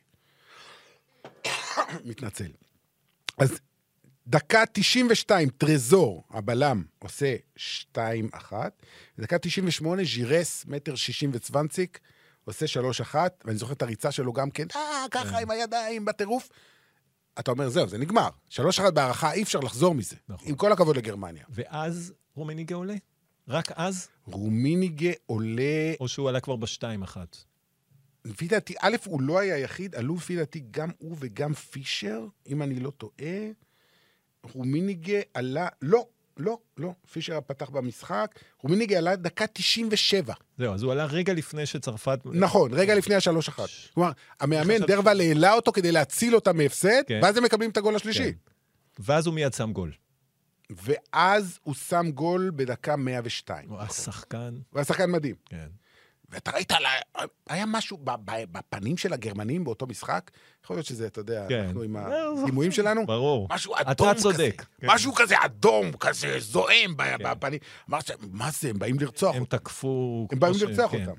[SPEAKER 3] מתנצל. אז דקה 92, טרזור, הבלם, עושה 2-1. דקה 98, ז'ירס, 1.60 מטר וצוונציק, עושה 3-1, ואני זוכר את הריצה שלו גם כן, ככה עם הידיים בטירוף. אתה אומר, זהו, זה נגמר. 3-1 בהערכה, אי אפשר לחזור מזה. נכון. עם כל הכבוד לגרמניה.
[SPEAKER 4] ואז רומיניגה עולה? רק אז?
[SPEAKER 3] רומיניגה עולה...
[SPEAKER 4] או שהוא עלה כבר ב-2-1?
[SPEAKER 3] לפי דעתי, א', הוא לא היה יחיד, עלו לפי דעתי גם הוא וגם פישר, אם אני לא טועה. רומיניגה עלה... לא. פישר פתח במשחק. רומיניגה עלה דקה 97.
[SPEAKER 4] זהו, אז הוא עלה רגע לפני שצרפת...
[SPEAKER 3] נכון, רגע לפני ה-3-1. כלומר, המאמן דרוול העלה אותו כדי להציל אותה מהפסד, ואז הם מקבלים את הגול השלישי.
[SPEAKER 4] ואז הוא מיד שם גול.
[SPEAKER 3] ואז הוא שם גול בדקה 102.
[SPEAKER 4] הוא היה שחקן.
[SPEAKER 3] הוא היה שחקן מדהים.
[SPEAKER 4] כן.
[SPEAKER 3] ואתה ראית, היה משהו בפנים של הגרמנים באותו משחק, יכול להיות שזה, אתה יודע, אנחנו עם הדימויים שלנו.
[SPEAKER 4] ברור.
[SPEAKER 3] משהו אדום כזה.
[SPEAKER 4] אתה צודק.
[SPEAKER 3] משהו כזה אדום, כזה זועם בפנים. מה זה, הם באים לרצוח אותם.
[SPEAKER 4] הם תקפו...
[SPEAKER 3] הם באים לרצוח אותם.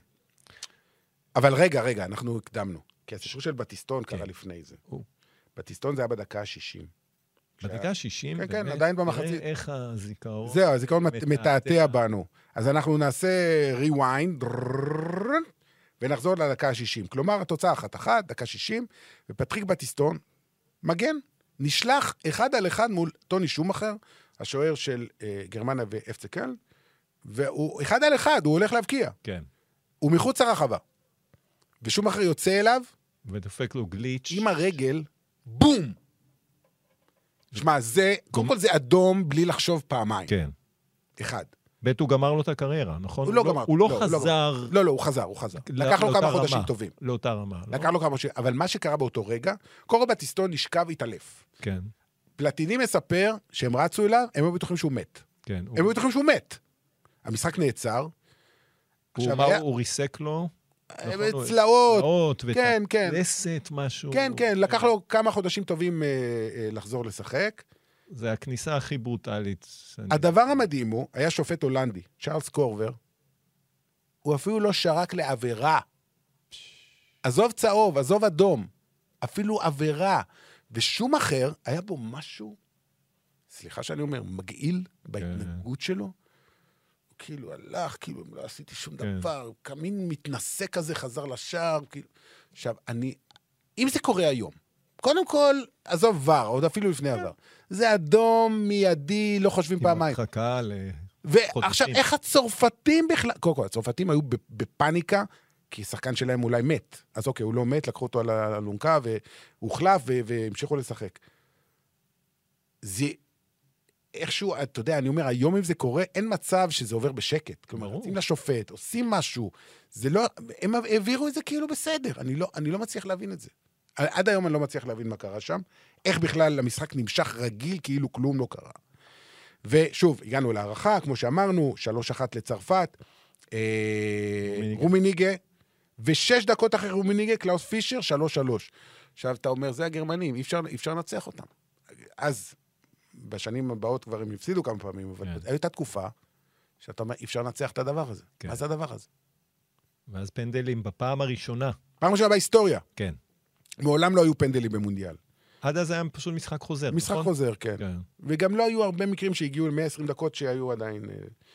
[SPEAKER 3] אבל רגע, אנחנו הקדמנו. כי הסיפור של בטיסטון קרה לפני זה. בטיסטון זה היה בדקה ה-60.
[SPEAKER 4] בדקה ה-60?
[SPEAKER 3] כן, עדיין במחצית.
[SPEAKER 4] איך הזיכרון?
[SPEAKER 3] זהו, הזיכרון מתעתע בנו. אז אנחנו נעשה rewind, ונחזור לדקה ה-60. כלומר, התוצאה 1-1, דקה 60, ופטריק בטיסטון, מגן, נשלח 1-1 מול טוני שומאחר, השוער של גרמניה ואפצה קלן, והוא 1-1, הוא הולך להבקיע.
[SPEAKER 4] כן.
[SPEAKER 3] הוא מחוץ הרחבה. ושומאחר יוצא אליו,
[SPEAKER 4] ודופק לו גליץ'.
[SPEAKER 3] עם הרגל, בום! תשמע, קודם כל זה אדום בלי לחשוב פעמיים.
[SPEAKER 4] כן.
[SPEAKER 3] אחד.
[SPEAKER 4] בית הוא גמר לו את הקריירה, נכון?
[SPEAKER 3] הוא לא גמר.
[SPEAKER 4] הוא לא חזר...
[SPEAKER 3] לא, הוא חזר. לקח לו כמה חודשים טובים.
[SPEAKER 4] לאותה רמה.
[SPEAKER 3] לקח לו כמה חודשים, אבל מה שקרה באותו רגע, קורו בטיסטון נשכב והתעלף.
[SPEAKER 4] כן.
[SPEAKER 3] פלטיני מספר שהם רצו אליו, הם היו בטוחים שהוא מת.
[SPEAKER 4] כן.
[SPEAKER 3] הם היו בטוחים שהוא מת. המשחק נעצר.
[SPEAKER 4] הוא ריסק לו?
[SPEAKER 3] צלעות.
[SPEAKER 4] צלעות,
[SPEAKER 3] כן, כן.
[SPEAKER 4] ותלסת, משהו.
[SPEAKER 3] כן, כן, לקח לו כמה חודשים טובים לחזור לשחק.
[SPEAKER 4] זה הכניסה הכי ברוטלית.
[SPEAKER 3] הדבר המדהים הוא, היה שופט הולנדי, צ'ארלס קורבר, הוא אפילו לא שרק לעבירה. עזוב צהוב, עזוב אדום, אפילו עבירה. ושום אחר, היה בו משהו, סליחה שאני אומר, מגעיל בהתנהגות שלו. הוא כאילו הלך, כאילו לא עשיתי שום דבר, כמין מתנשא כזה חזר לשער. עכשיו, אם זה קורה היום, קודם כל, עזוב ור, עוד אפילו לפני עבר. זה אדום, מיידי, לא חושבים פעמיים.
[SPEAKER 4] עם הדחקה
[SPEAKER 3] ועכשיו, איך הצרפתים בכלל... קודם כל, הצרפתים היו בפאניקה, כי שחקן שלהם אולי מת. אז אוקיי, הוא לא מת, לקחו אותו על האלונקה, והוא הוחלף, והמשיכו לשחק. זה... איכשהו, אתה יודע, אני אומר, היום אם זה קורה, אין מצב שזה עובר בשקט. כלומר, יוצאים לשופט, עושים משהו. זה לא... הם העבירו את זה כאילו בסדר. אני לא מצליח להבין את זה. עד היום אני לא מצליח להבין מה קרה שם. איך בכלל המשחק נמשך רגיל, כאילו כלום לא קרה. ושוב, הגענו להערכה, כמו שאמרנו, 3-1 לצרפת, רומיניגה, ו6 דקות אחרי רומיניגה, קלאוס פישר, 3-3. עכשיו, אתה אומר, זה הגרמנים, אי אפשר לנצח אותם. אז, בשנים הבאות כבר הם הפסידו כמה פעמים, אבל הייתה תקופה, שאתה אומר, אי אפשר לנצח את הדבר הזה. מה זה הדבר הזה?
[SPEAKER 4] ואז פנדלים בפעם הראשונה.
[SPEAKER 3] פעם ראשונה בהיסטוריה.
[SPEAKER 4] כן.
[SPEAKER 3] מעולם לא היו פנדלים במונדיאל.
[SPEAKER 4] עד אז היה פשוט משחק חוזר, נכון?
[SPEAKER 3] משחק חוזר, כן. וגם לא היו הרבה מקרים שהגיעו ל-120 דקות שהיו עדיין...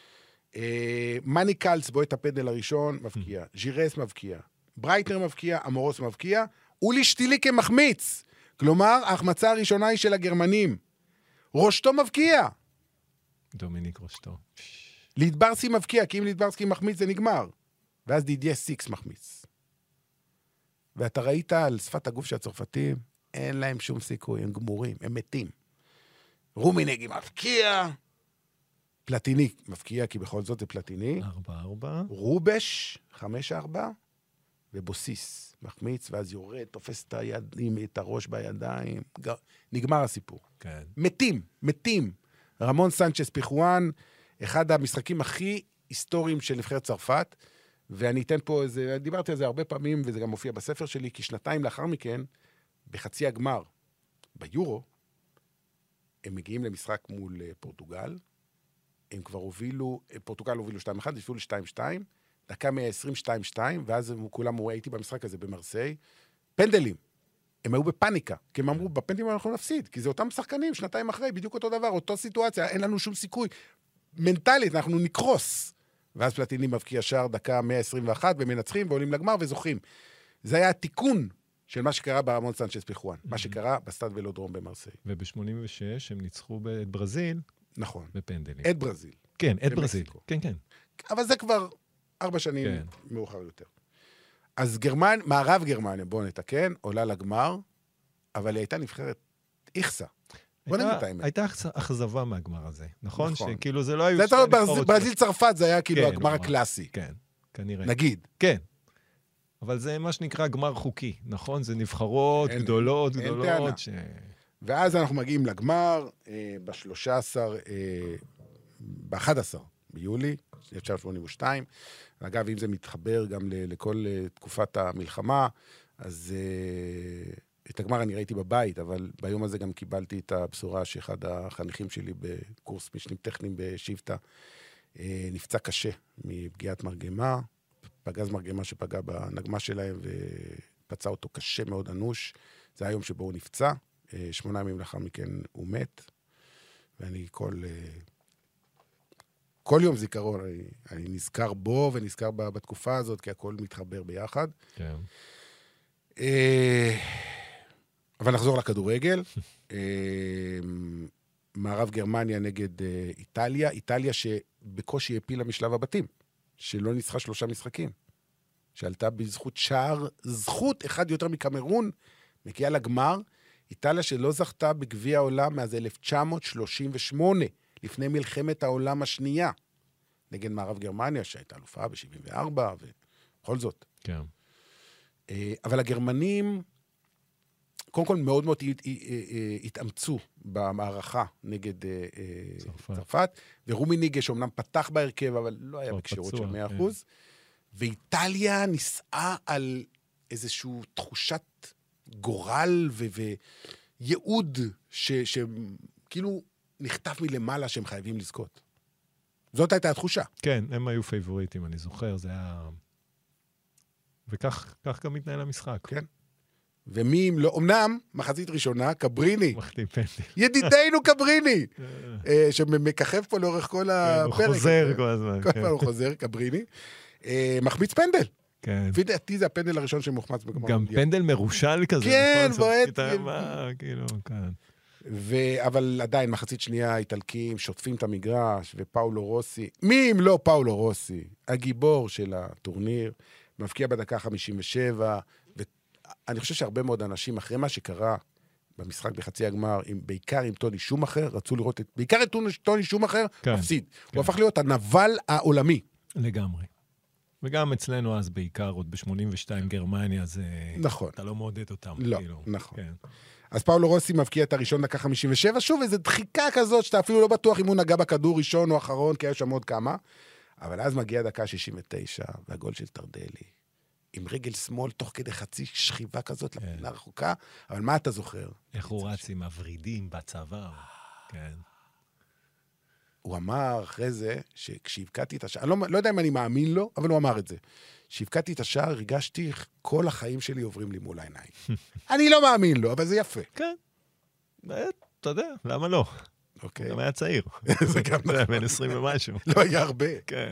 [SPEAKER 3] מני קלץ בועט הפנדל הראשון, מבקיע. ז'ירס מבקיע. ברייטנר מבקיע, אמורוס מבקיע. אולי שטיליקה מחמיץ. כלומר, ההחמצה הראשונה היא של הגרמנים. רושטו מבקיע.
[SPEAKER 4] דומיניק רושטו.
[SPEAKER 3] לידברסקי מבקיע, כי אם לידברסקי מחמיץ זה נגמר. ואז דידיה סיקס מחמיץ. ואתה ראית על שפת הגוף של הצרפתים, אין להם שום סיכוי, הם גמורים, הם מתים. רומיניגי מבקיע, פלטיני מבקיע, כי בכל זאת זה פלטיני.
[SPEAKER 4] 4-4.
[SPEAKER 3] רובש, 5-4, ובוסיס מחמיץ, ואז יורד, תופס את הראש בידיים, נגמר הסיפור.
[SPEAKER 4] כן.
[SPEAKER 3] מתים. רמון סנצ'ס פיחואן, אחד המשחקים הכי היסטוריים של נבחרת צרפת, ואני אתן פה איזה, דיברתי על זה הרבה פעמים, וזה גם מופיע בספר שלי, כי שנתיים לאחר מכן, בחצי הגמר, ביורו, הם מגיעים למשחק מול פורטוגל, הם כבר הובילו, פורטוגל הובילו 2-1, הובילו 2-2, דקה 120-2-2, ואז כולם הייתי במשחק הזה במרסיי, פנדלים. הם היו בפאניקה, כי הם אמרו, בפנדלים אנחנו נפסיד, כי זה אותם שחקנים, שנתיים אחרי, בדיוק אותו דבר, אותו סיטואציה, אין לנו שום סיכוי. מנטלית, אנחנו נקרוס. ואז פלטיני מבקיע שער דקה 121, ומנצחים ועולים לגמר וזוכים. זה היה התיקון של מה שקרה ברמון סנצ'ס פיחואן, מה שקרה בסטאד ולודרום במרסיי.
[SPEAKER 4] וב-86 הם ניצחו את ברזיל,
[SPEAKER 3] נכון.
[SPEAKER 4] בפנדלים.
[SPEAKER 3] את ברזיל.
[SPEAKER 4] כן, את ברזיל. כן.
[SPEAKER 3] אבל זה כבר 4 שנים מאוחר יותר. אז מערב גרמניה, בואו נתקן, עולה לגמר, אבל היא הייתה נבחרת איכסה. בוא נגיד את האמת.
[SPEAKER 4] הייתה אכזבה מהגמר הזה, נכון? שכאילו זה לא היו...
[SPEAKER 3] ברזיל צרפת זה היה כאילו הגמר הקלאסי.
[SPEAKER 4] כן, כנראה.
[SPEAKER 3] נגיד.
[SPEAKER 4] כן. אבל זה מה שנקרא גמר חוקי, נכון? זה נבחרות גדולות.
[SPEAKER 3] ואז אנחנו מגיעים לגמר ב-11 ביולי, 1982. אגב, אם זה מתחבר גם לכל תקופת המלחמה, אז את הגמר אני ראיתי בבית, אבל ביום הזה גם קיבלתי את הבשורה שאחד החניכים שלי בקורס משנים טכניים בשבטה, נפצע קשה מפגיעת מרגמה, פגז מרגמה שפגע בנגמה שלהם ופצע אותו קשה מאוד אנוש. זה היום שבו הוא נפצע, 8 ימים לאחר מכן הוא מת, ואני כל יום זיכרון, אני נזכר בו ונזכר בתקופה הזאת, כי הכל מתחבר ביחד.
[SPEAKER 4] כן.
[SPEAKER 3] אבל נחזור לכדורגל. מערב גרמניה נגד איטליה, איטליה שבקושי הפילה משלב הבתים, שלא ניצחה 3 משחקים, שעלתה בזכות שער, זכות אחד יותר מקמרון, מגיעה לגמר, איטליה שלא זכתה בגביע העולם מאז 1938, לפני מלחמת העולם השנייה, נגד מערב גרמניה, שהייתה אלופה ב-74, ובכל זאת.
[SPEAKER 4] כן.
[SPEAKER 3] אבל הגרמנים, קודם כל מאוד מאוד התאמצו במערכה נגד צרפת, ורומיניגה שאומנם פתח בהרכב, אבל לא היה בקשירות של 100%, ואיטליה נישאה על איזושהי תחושת גורל וייעוד שכאילו נכתב מלמעלה שהם חייבים לזכות. זאת הייתה התחושה.
[SPEAKER 4] כן, הם היו פייבוריטים, אני זוכר, זה היה... וכך גם מתנהל המשחק.
[SPEAKER 3] כן. ומי אם לא, אמנם, מחצית ראשונה, קבריני.
[SPEAKER 4] מחטיא פנדל.
[SPEAKER 3] ידידנו קבריני, שמככב פה לאורך כל הפרק.
[SPEAKER 4] הוא חוזר כל הזמן.
[SPEAKER 3] כל פעם הוא חוזר, קבריני. מחמיץ פנדל.
[SPEAKER 4] כן.
[SPEAKER 3] לפי דעתי זה הפנדל הראשון שמוחמץ בגמר.
[SPEAKER 4] גם פנדל מרושל כזה.
[SPEAKER 3] כן, בועט.
[SPEAKER 4] כאילו, כן.
[SPEAKER 3] אבל עדיין, מחצית שנייה, האיטלקים שוטפים את המגרש, ופאולו רוסי, מי אם לא פאולו רוסי, הגיבור של הטורניר, מבקיע בדקה 57, ואני חושב שהרבה מאוד אנשים, אחרי מה שקרה במשחק בחצי הגמר, בעיקר עם טוני שומאחר, רצו לראות בעיקר את טוני שומאחר, מפסיד. הוא הפך להיות הנבל העולמי.
[SPEAKER 4] לגמרי. וגם אצלנו אז בעיקר, עוד ב-82 גרמניה, אז
[SPEAKER 3] נכון.
[SPEAKER 4] אתה לא מעודד אותם.
[SPEAKER 3] לא,
[SPEAKER 4] כאילו.
[SPEAKER 3] נכון.
[SPEAKER 4] כן.
[SPEAKER 3] אז פאולו רוסי מבקיע את הראשון דקה 57, שוב איזו דחיקה כזאת, שאתה אפילו לא בטוח אם הוא נגע בכדור ראשון או אחרון, כי היה שם עוד כמה, אבל אז מגיע דקה 69, והגול של טרדלי, עם רגל שמאל, תוך כדי חצי שכיבה כזאת, לפינה רחוקה, אבל מה אתה זוכר?
[SPEAKER 4] איך הוא רץ עם הורידים בצבא, כן.
[SPEAKER 3] הוא אמר אחרי זה, שכשהבקעתי את השער, אני לא יודע אם אני מאמין לו, אבל הוא אמר את זה. כשהבקעתי את השער, הרגשתי כל החיים שלי עוברים לי מול העיניים. אני לא מאמין לו, אבל זה יפה.
[SPEAKER 4] כן. אתה יודע, למה לא?
[SPEAKER 3] אוקיי.
[SPEAKER 4] הוא גם היה צעיר.
[SPEAKER 3] זה גם נכון.
[SPEAKER 4] בן 20 ומשהו.
[SPEAKER 3] לא היה הרבה.
[SPEAKER 4] כן.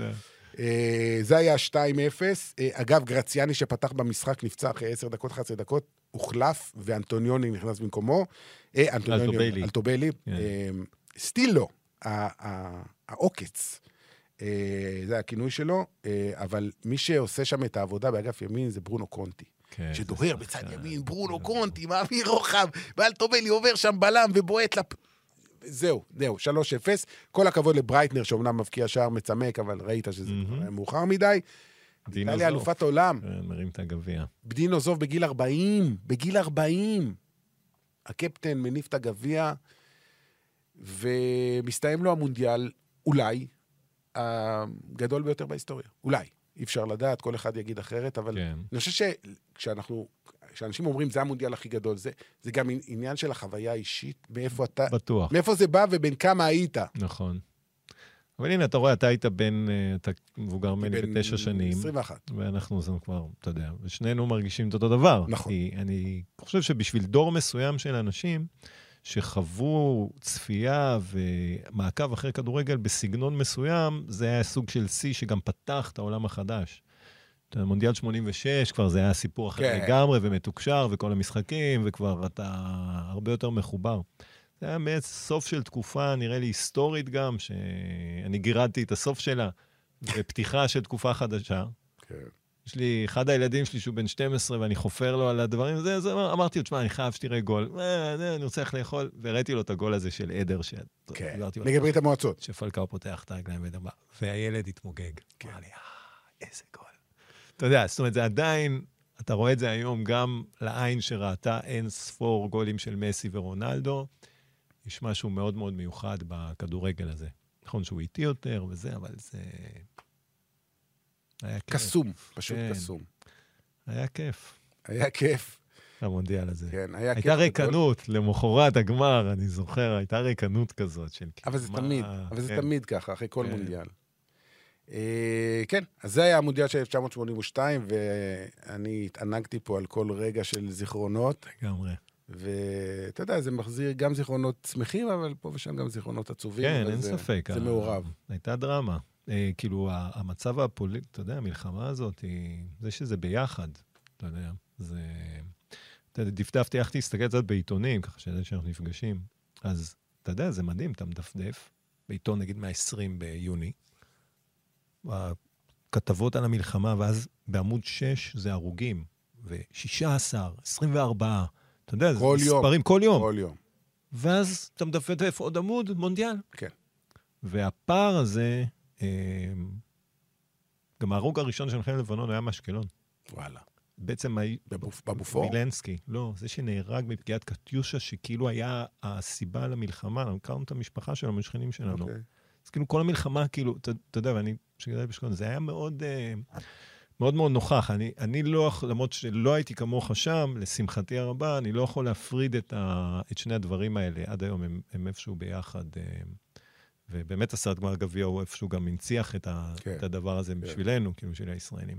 [SPEAKER 3] זה היה 2-0. אגב, גרציאני שפתח במשחק נפצע אחרי 10 דקות, 11 דקות, הוחלף, ואנטוניוני נכנס במקומו. אלטובלי. סטילו, העוקץ. זה הכינוי שלו, אבל מי שעושה שם את העבודה באגף ימין זה ברונו קונטי. שדוהר בצד ימין, ברונו קונטי, מעביר רוחב, ואלטובלי עובר שם בלם ובועט זהו, 3-0. כל הכבוד לברייטנר, שאומנם מבקיע שער מצמק, אבל ראית שזה מאוחר מדי. איטליה אלופת העולם.
[SPEAKER 4] מרים את הגביע.
[SPEAKER 3] בדינו זוב בגיל 40. הקפטן מניף את הגביע, ומסתיים לו המונדיאל, אולי, הגדול ביותר בהיסטוריה. אולי. אי אפשר לדעת, כל אחד יגיד אחרת, אבל אני חושב כשאנשים אומרים, זה המונדיאל הכי גדול, זה גם עניין של החוויה האישית,
[SPEAKER 4] בטוח.
[SPEAKER 3] מאיפה זה בא ובין כמה היית.
[SPEAKER 4] נכון. אבל הנה, אתה רואה, אתה היית אתה מבוגר ממני ב9 שנים.
[SPEAKER 3] 21.
[SPEAKER 4] ואנחנו זה כבר, אתה יודע, ושנינו מרגישים את אותו דבר.
[SPEAKER 3] נכון.
[SPEAKER 4] כי אני חושב שבשביל דור מסוים של אנשים, שחוו צפייה ומעקב אחרי כדורגל בסגנון מסוים, זה היה סוג של שיא שגם פתח את העולם החדש. מונדיאל 86, כבר זה היה סיפור אחר לגמרי, ומתוקשר, וכל המשחקים, וכבר אתה הרבה יותר מחובר. זה היה סוף של תקופה, נראה לי היסטורית גם, שאני גירדתי את הסוף שלה, בפתיחה של תקופה חדשה.
[SPEAKER 3] כן.
[SPEAKER 4] יש לי, אחד הילדים שלי שהוא בן 12, ואני חופר לו על הדברים, זה אמרתי לו, תשמע, אני חייב שתראה גול. אני רוצה איך לאכול, והראיתי לו את הגול הזה של עדר,
[SPEAKER 3] נגד ברית המועצות.
[SPEAKER 4] שפלקאו פותח את הרגליים ודבר, והילד התמוגג. אמר לי, איזה גול. אתה יודע, זאת אומרת, זה עדיין, אתה רואה את זה היום גם לעין שראתה אין ספור גולים של מסי ורונלדו, יש משהו מאוד מאוד מיוחד בכדורגל הזה. נכון שהוא איטי יותר וזה, אבל זה... היה כיף.
[SPEAKER 3] קסום, פשוט קסום.
[SPEAKER 4] היה כיף. המונדיאל הזה.
[SPEAKER 3] כן, היה כיף.
[SPEAKER 4] הייתה ריקנות, למחרת הגמר, אני זוכר, הייתה ריקנות כזת של...
[SPEAKER 3] אבל זה תמיד ככה, אחרי כל מונדיאל. כן, אז זה היה המונדיאל של 1982, ואני התענגתי פה על כל רגע של זיכרונות.
[SPEAKER 4] לגמרי.
[SPEAKER 3] ואתה יודע, זה מחזיר גם זיכרונות שמחים, אבל פה ושם גם זיכרונות עצובים.
[SPEAKER 4] כן, אין ספק.
[SPEAKER 3] זה מעורב.
[SPEAKER 4] הייתה דרמה. כאילו, המצב הפוליטי, אתה יודע, המלחמה הזאת, זה שזה ביחד, אתה יודע, זה... דפדפתי, הלכתי להסתכל קצת בעיתונים, ככה שידעתי שאנחנו נפגשים. אז, אתה יודע, זה מדהים, אתה מדפדף, בעיתון, נגיד, 120 ביוני, הכתבות על המלחמה, ואז בעמוד 6 זה הרוגים, ו-16, 24, אתה יודע, זה מספרים כל יום.
[SPEAKER 3] כל יום.
[SPEAKER 4] ואז אתה מדפדף עוד עמוד, מונדיאל.
[SPEAKER 3] כן.
[SPEAKER 4] והפער הזה, גם ההרוג הראשון של מלחמת לבנון היה מאשקלון.
[SPEAKER 3] וואלה.
[SPEAKER 4] בעצם
[SPEAKER 3] בבופור?
[SPEAKER 4] מילנסקי. לא, זה שנהרג מפגיעת קטיושה, שכאילו היה הסיבה למלחמה, הכרנו את המשפחה שלנו, משכנים שלנו. אז כאילו כל המלחמה, כאילו, אתה יודע, ואני שגדל באשקלון. זה היה מאוד מאוד מאוד נוכח. אני לא, למרות שלא הייתי כמוך שם, לשמחתי הרבה, אני לא יכול להפריד את שני הדברים האלה. עד היום הם איפשהו ביחד. ובאמת הסרט גמר גביע הוא איפשהו גם מנציח את הדבר הזה בשבילנו, כאילו בשביל הישראלים.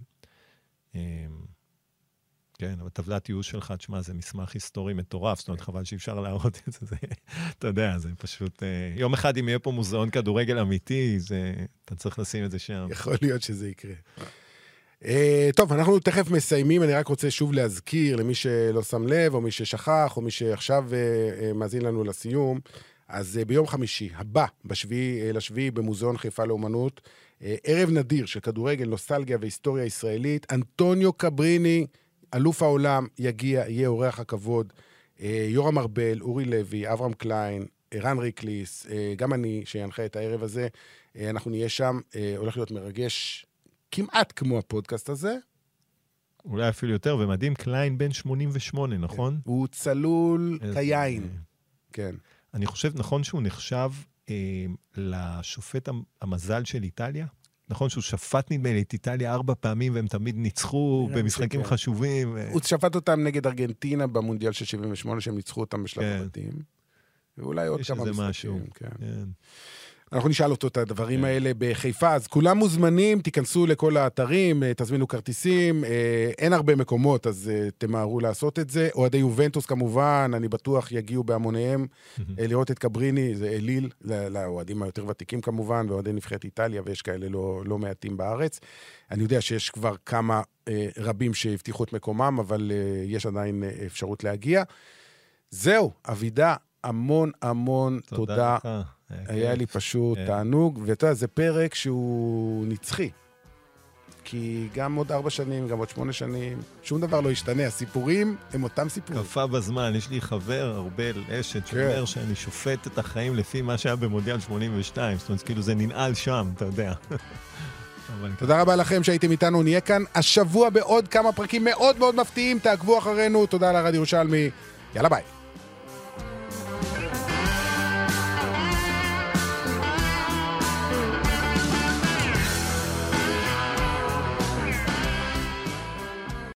[SPEAKER 4] כן, אבל טבלת ייאוש שלך, תשמע, זה מסמך היסטורי מטורף, זאת אומרת, חבל שאפשר להראות את זה. אתה יודע, זה פשוט... יום אחד, אם יהיה פה מוזיאון כדורגל אמיתי, אתה צריך לשים את זה שם.
[SPEAKER 3] יכול להיות שזה יקרה. טוב, אנחנו תכף מסיימים, אני רק רוצה שוב להזכיר למי שלא שם לב, או מי ששכח, או מי שעכשיו מאזין לנו לסיום, אז ביום חמישי, הבא, ב7 במוזיאון חיפה לאומנות, ערב נדיר של כדורגל, נוסטלגיה והיסטוריה ישראלית, אנטוניו קבריני, אלוף העולם, יהיה אורח הכבוד, יורם ארבל, אורי לוי, אברהם קליין, ערן ריקליס, גם אני שינחה את הערב הזה, אנחנו נהיה שם, הולך להיות מרגש כמעט כמו הפודקאסט הזה.
[SPEAKER 4] אולי אפילו יותר, ומדהים, קליין בן 88, נכון?
[SPEAKER 3] הוא צלול כיין. כן.
[SPEAKER 4] אני חושב, נכון שהוא נחשב לשופט המזל של איטליה? נכון שהוא שפט נדמה לי את איטליה 4 פעמים, והם תמיד ניצחו במשחקים חשובים.
[SPEAKER 3] הוא שפט אותם נגד ארגנטינה במונדיאל של 78, שהם ניצחו אותם בשלב הבתים. ואולי עוד כמה משחקים. כן. אנחנו נשאל אותו את הדברים האלה בחיפה, אז כולם מוזמנים, תיכנסו לכל האתרים, תזמינו כרטיסים, אין הרבה מקומות, אז תמהרו לעשות את זה. אוהדי יובנטוס כמובן, אני בטוח יגיעו בהמוניהם לראות את קבריני, זה אליל, לאוהדים היותר ותיקים כמובן, ואוהדי נבחרת איטליה, ויש כאלה לא מעטים בארץ. אני יודע שיש כבר כמה רבים שהבטיחו את מקומם, אבל יש עדיין אפשרות להגיע. זהו, אבידה, המון תודה. היה לי פשוט תענוג, ואתה יודע, זה פרק שהוא נצחי. כי גם עוד 4 שנים, גם עוד 8 שנים, שום דבר לא ישתנה. הסיפורים הם אותם סיפורים.
[SPEAKER 4] קפה בזמן, יש לי חבר, ארבל אשת, שאומר שאני שופט את החיים לפי מה שהיה במונדיאל 82. זאת אומרת, כאילו זה ננעל שם, אתה יודע.
[SPEAKER 3] תודה רבה לכם שהייתם איתנו, נהיה כאן השבוע בעוד כמה פרקים מאוד מאוד מפתיעים, תעקבו אחרינו, תודה לרדיו ירושלמי, יאללה ביי.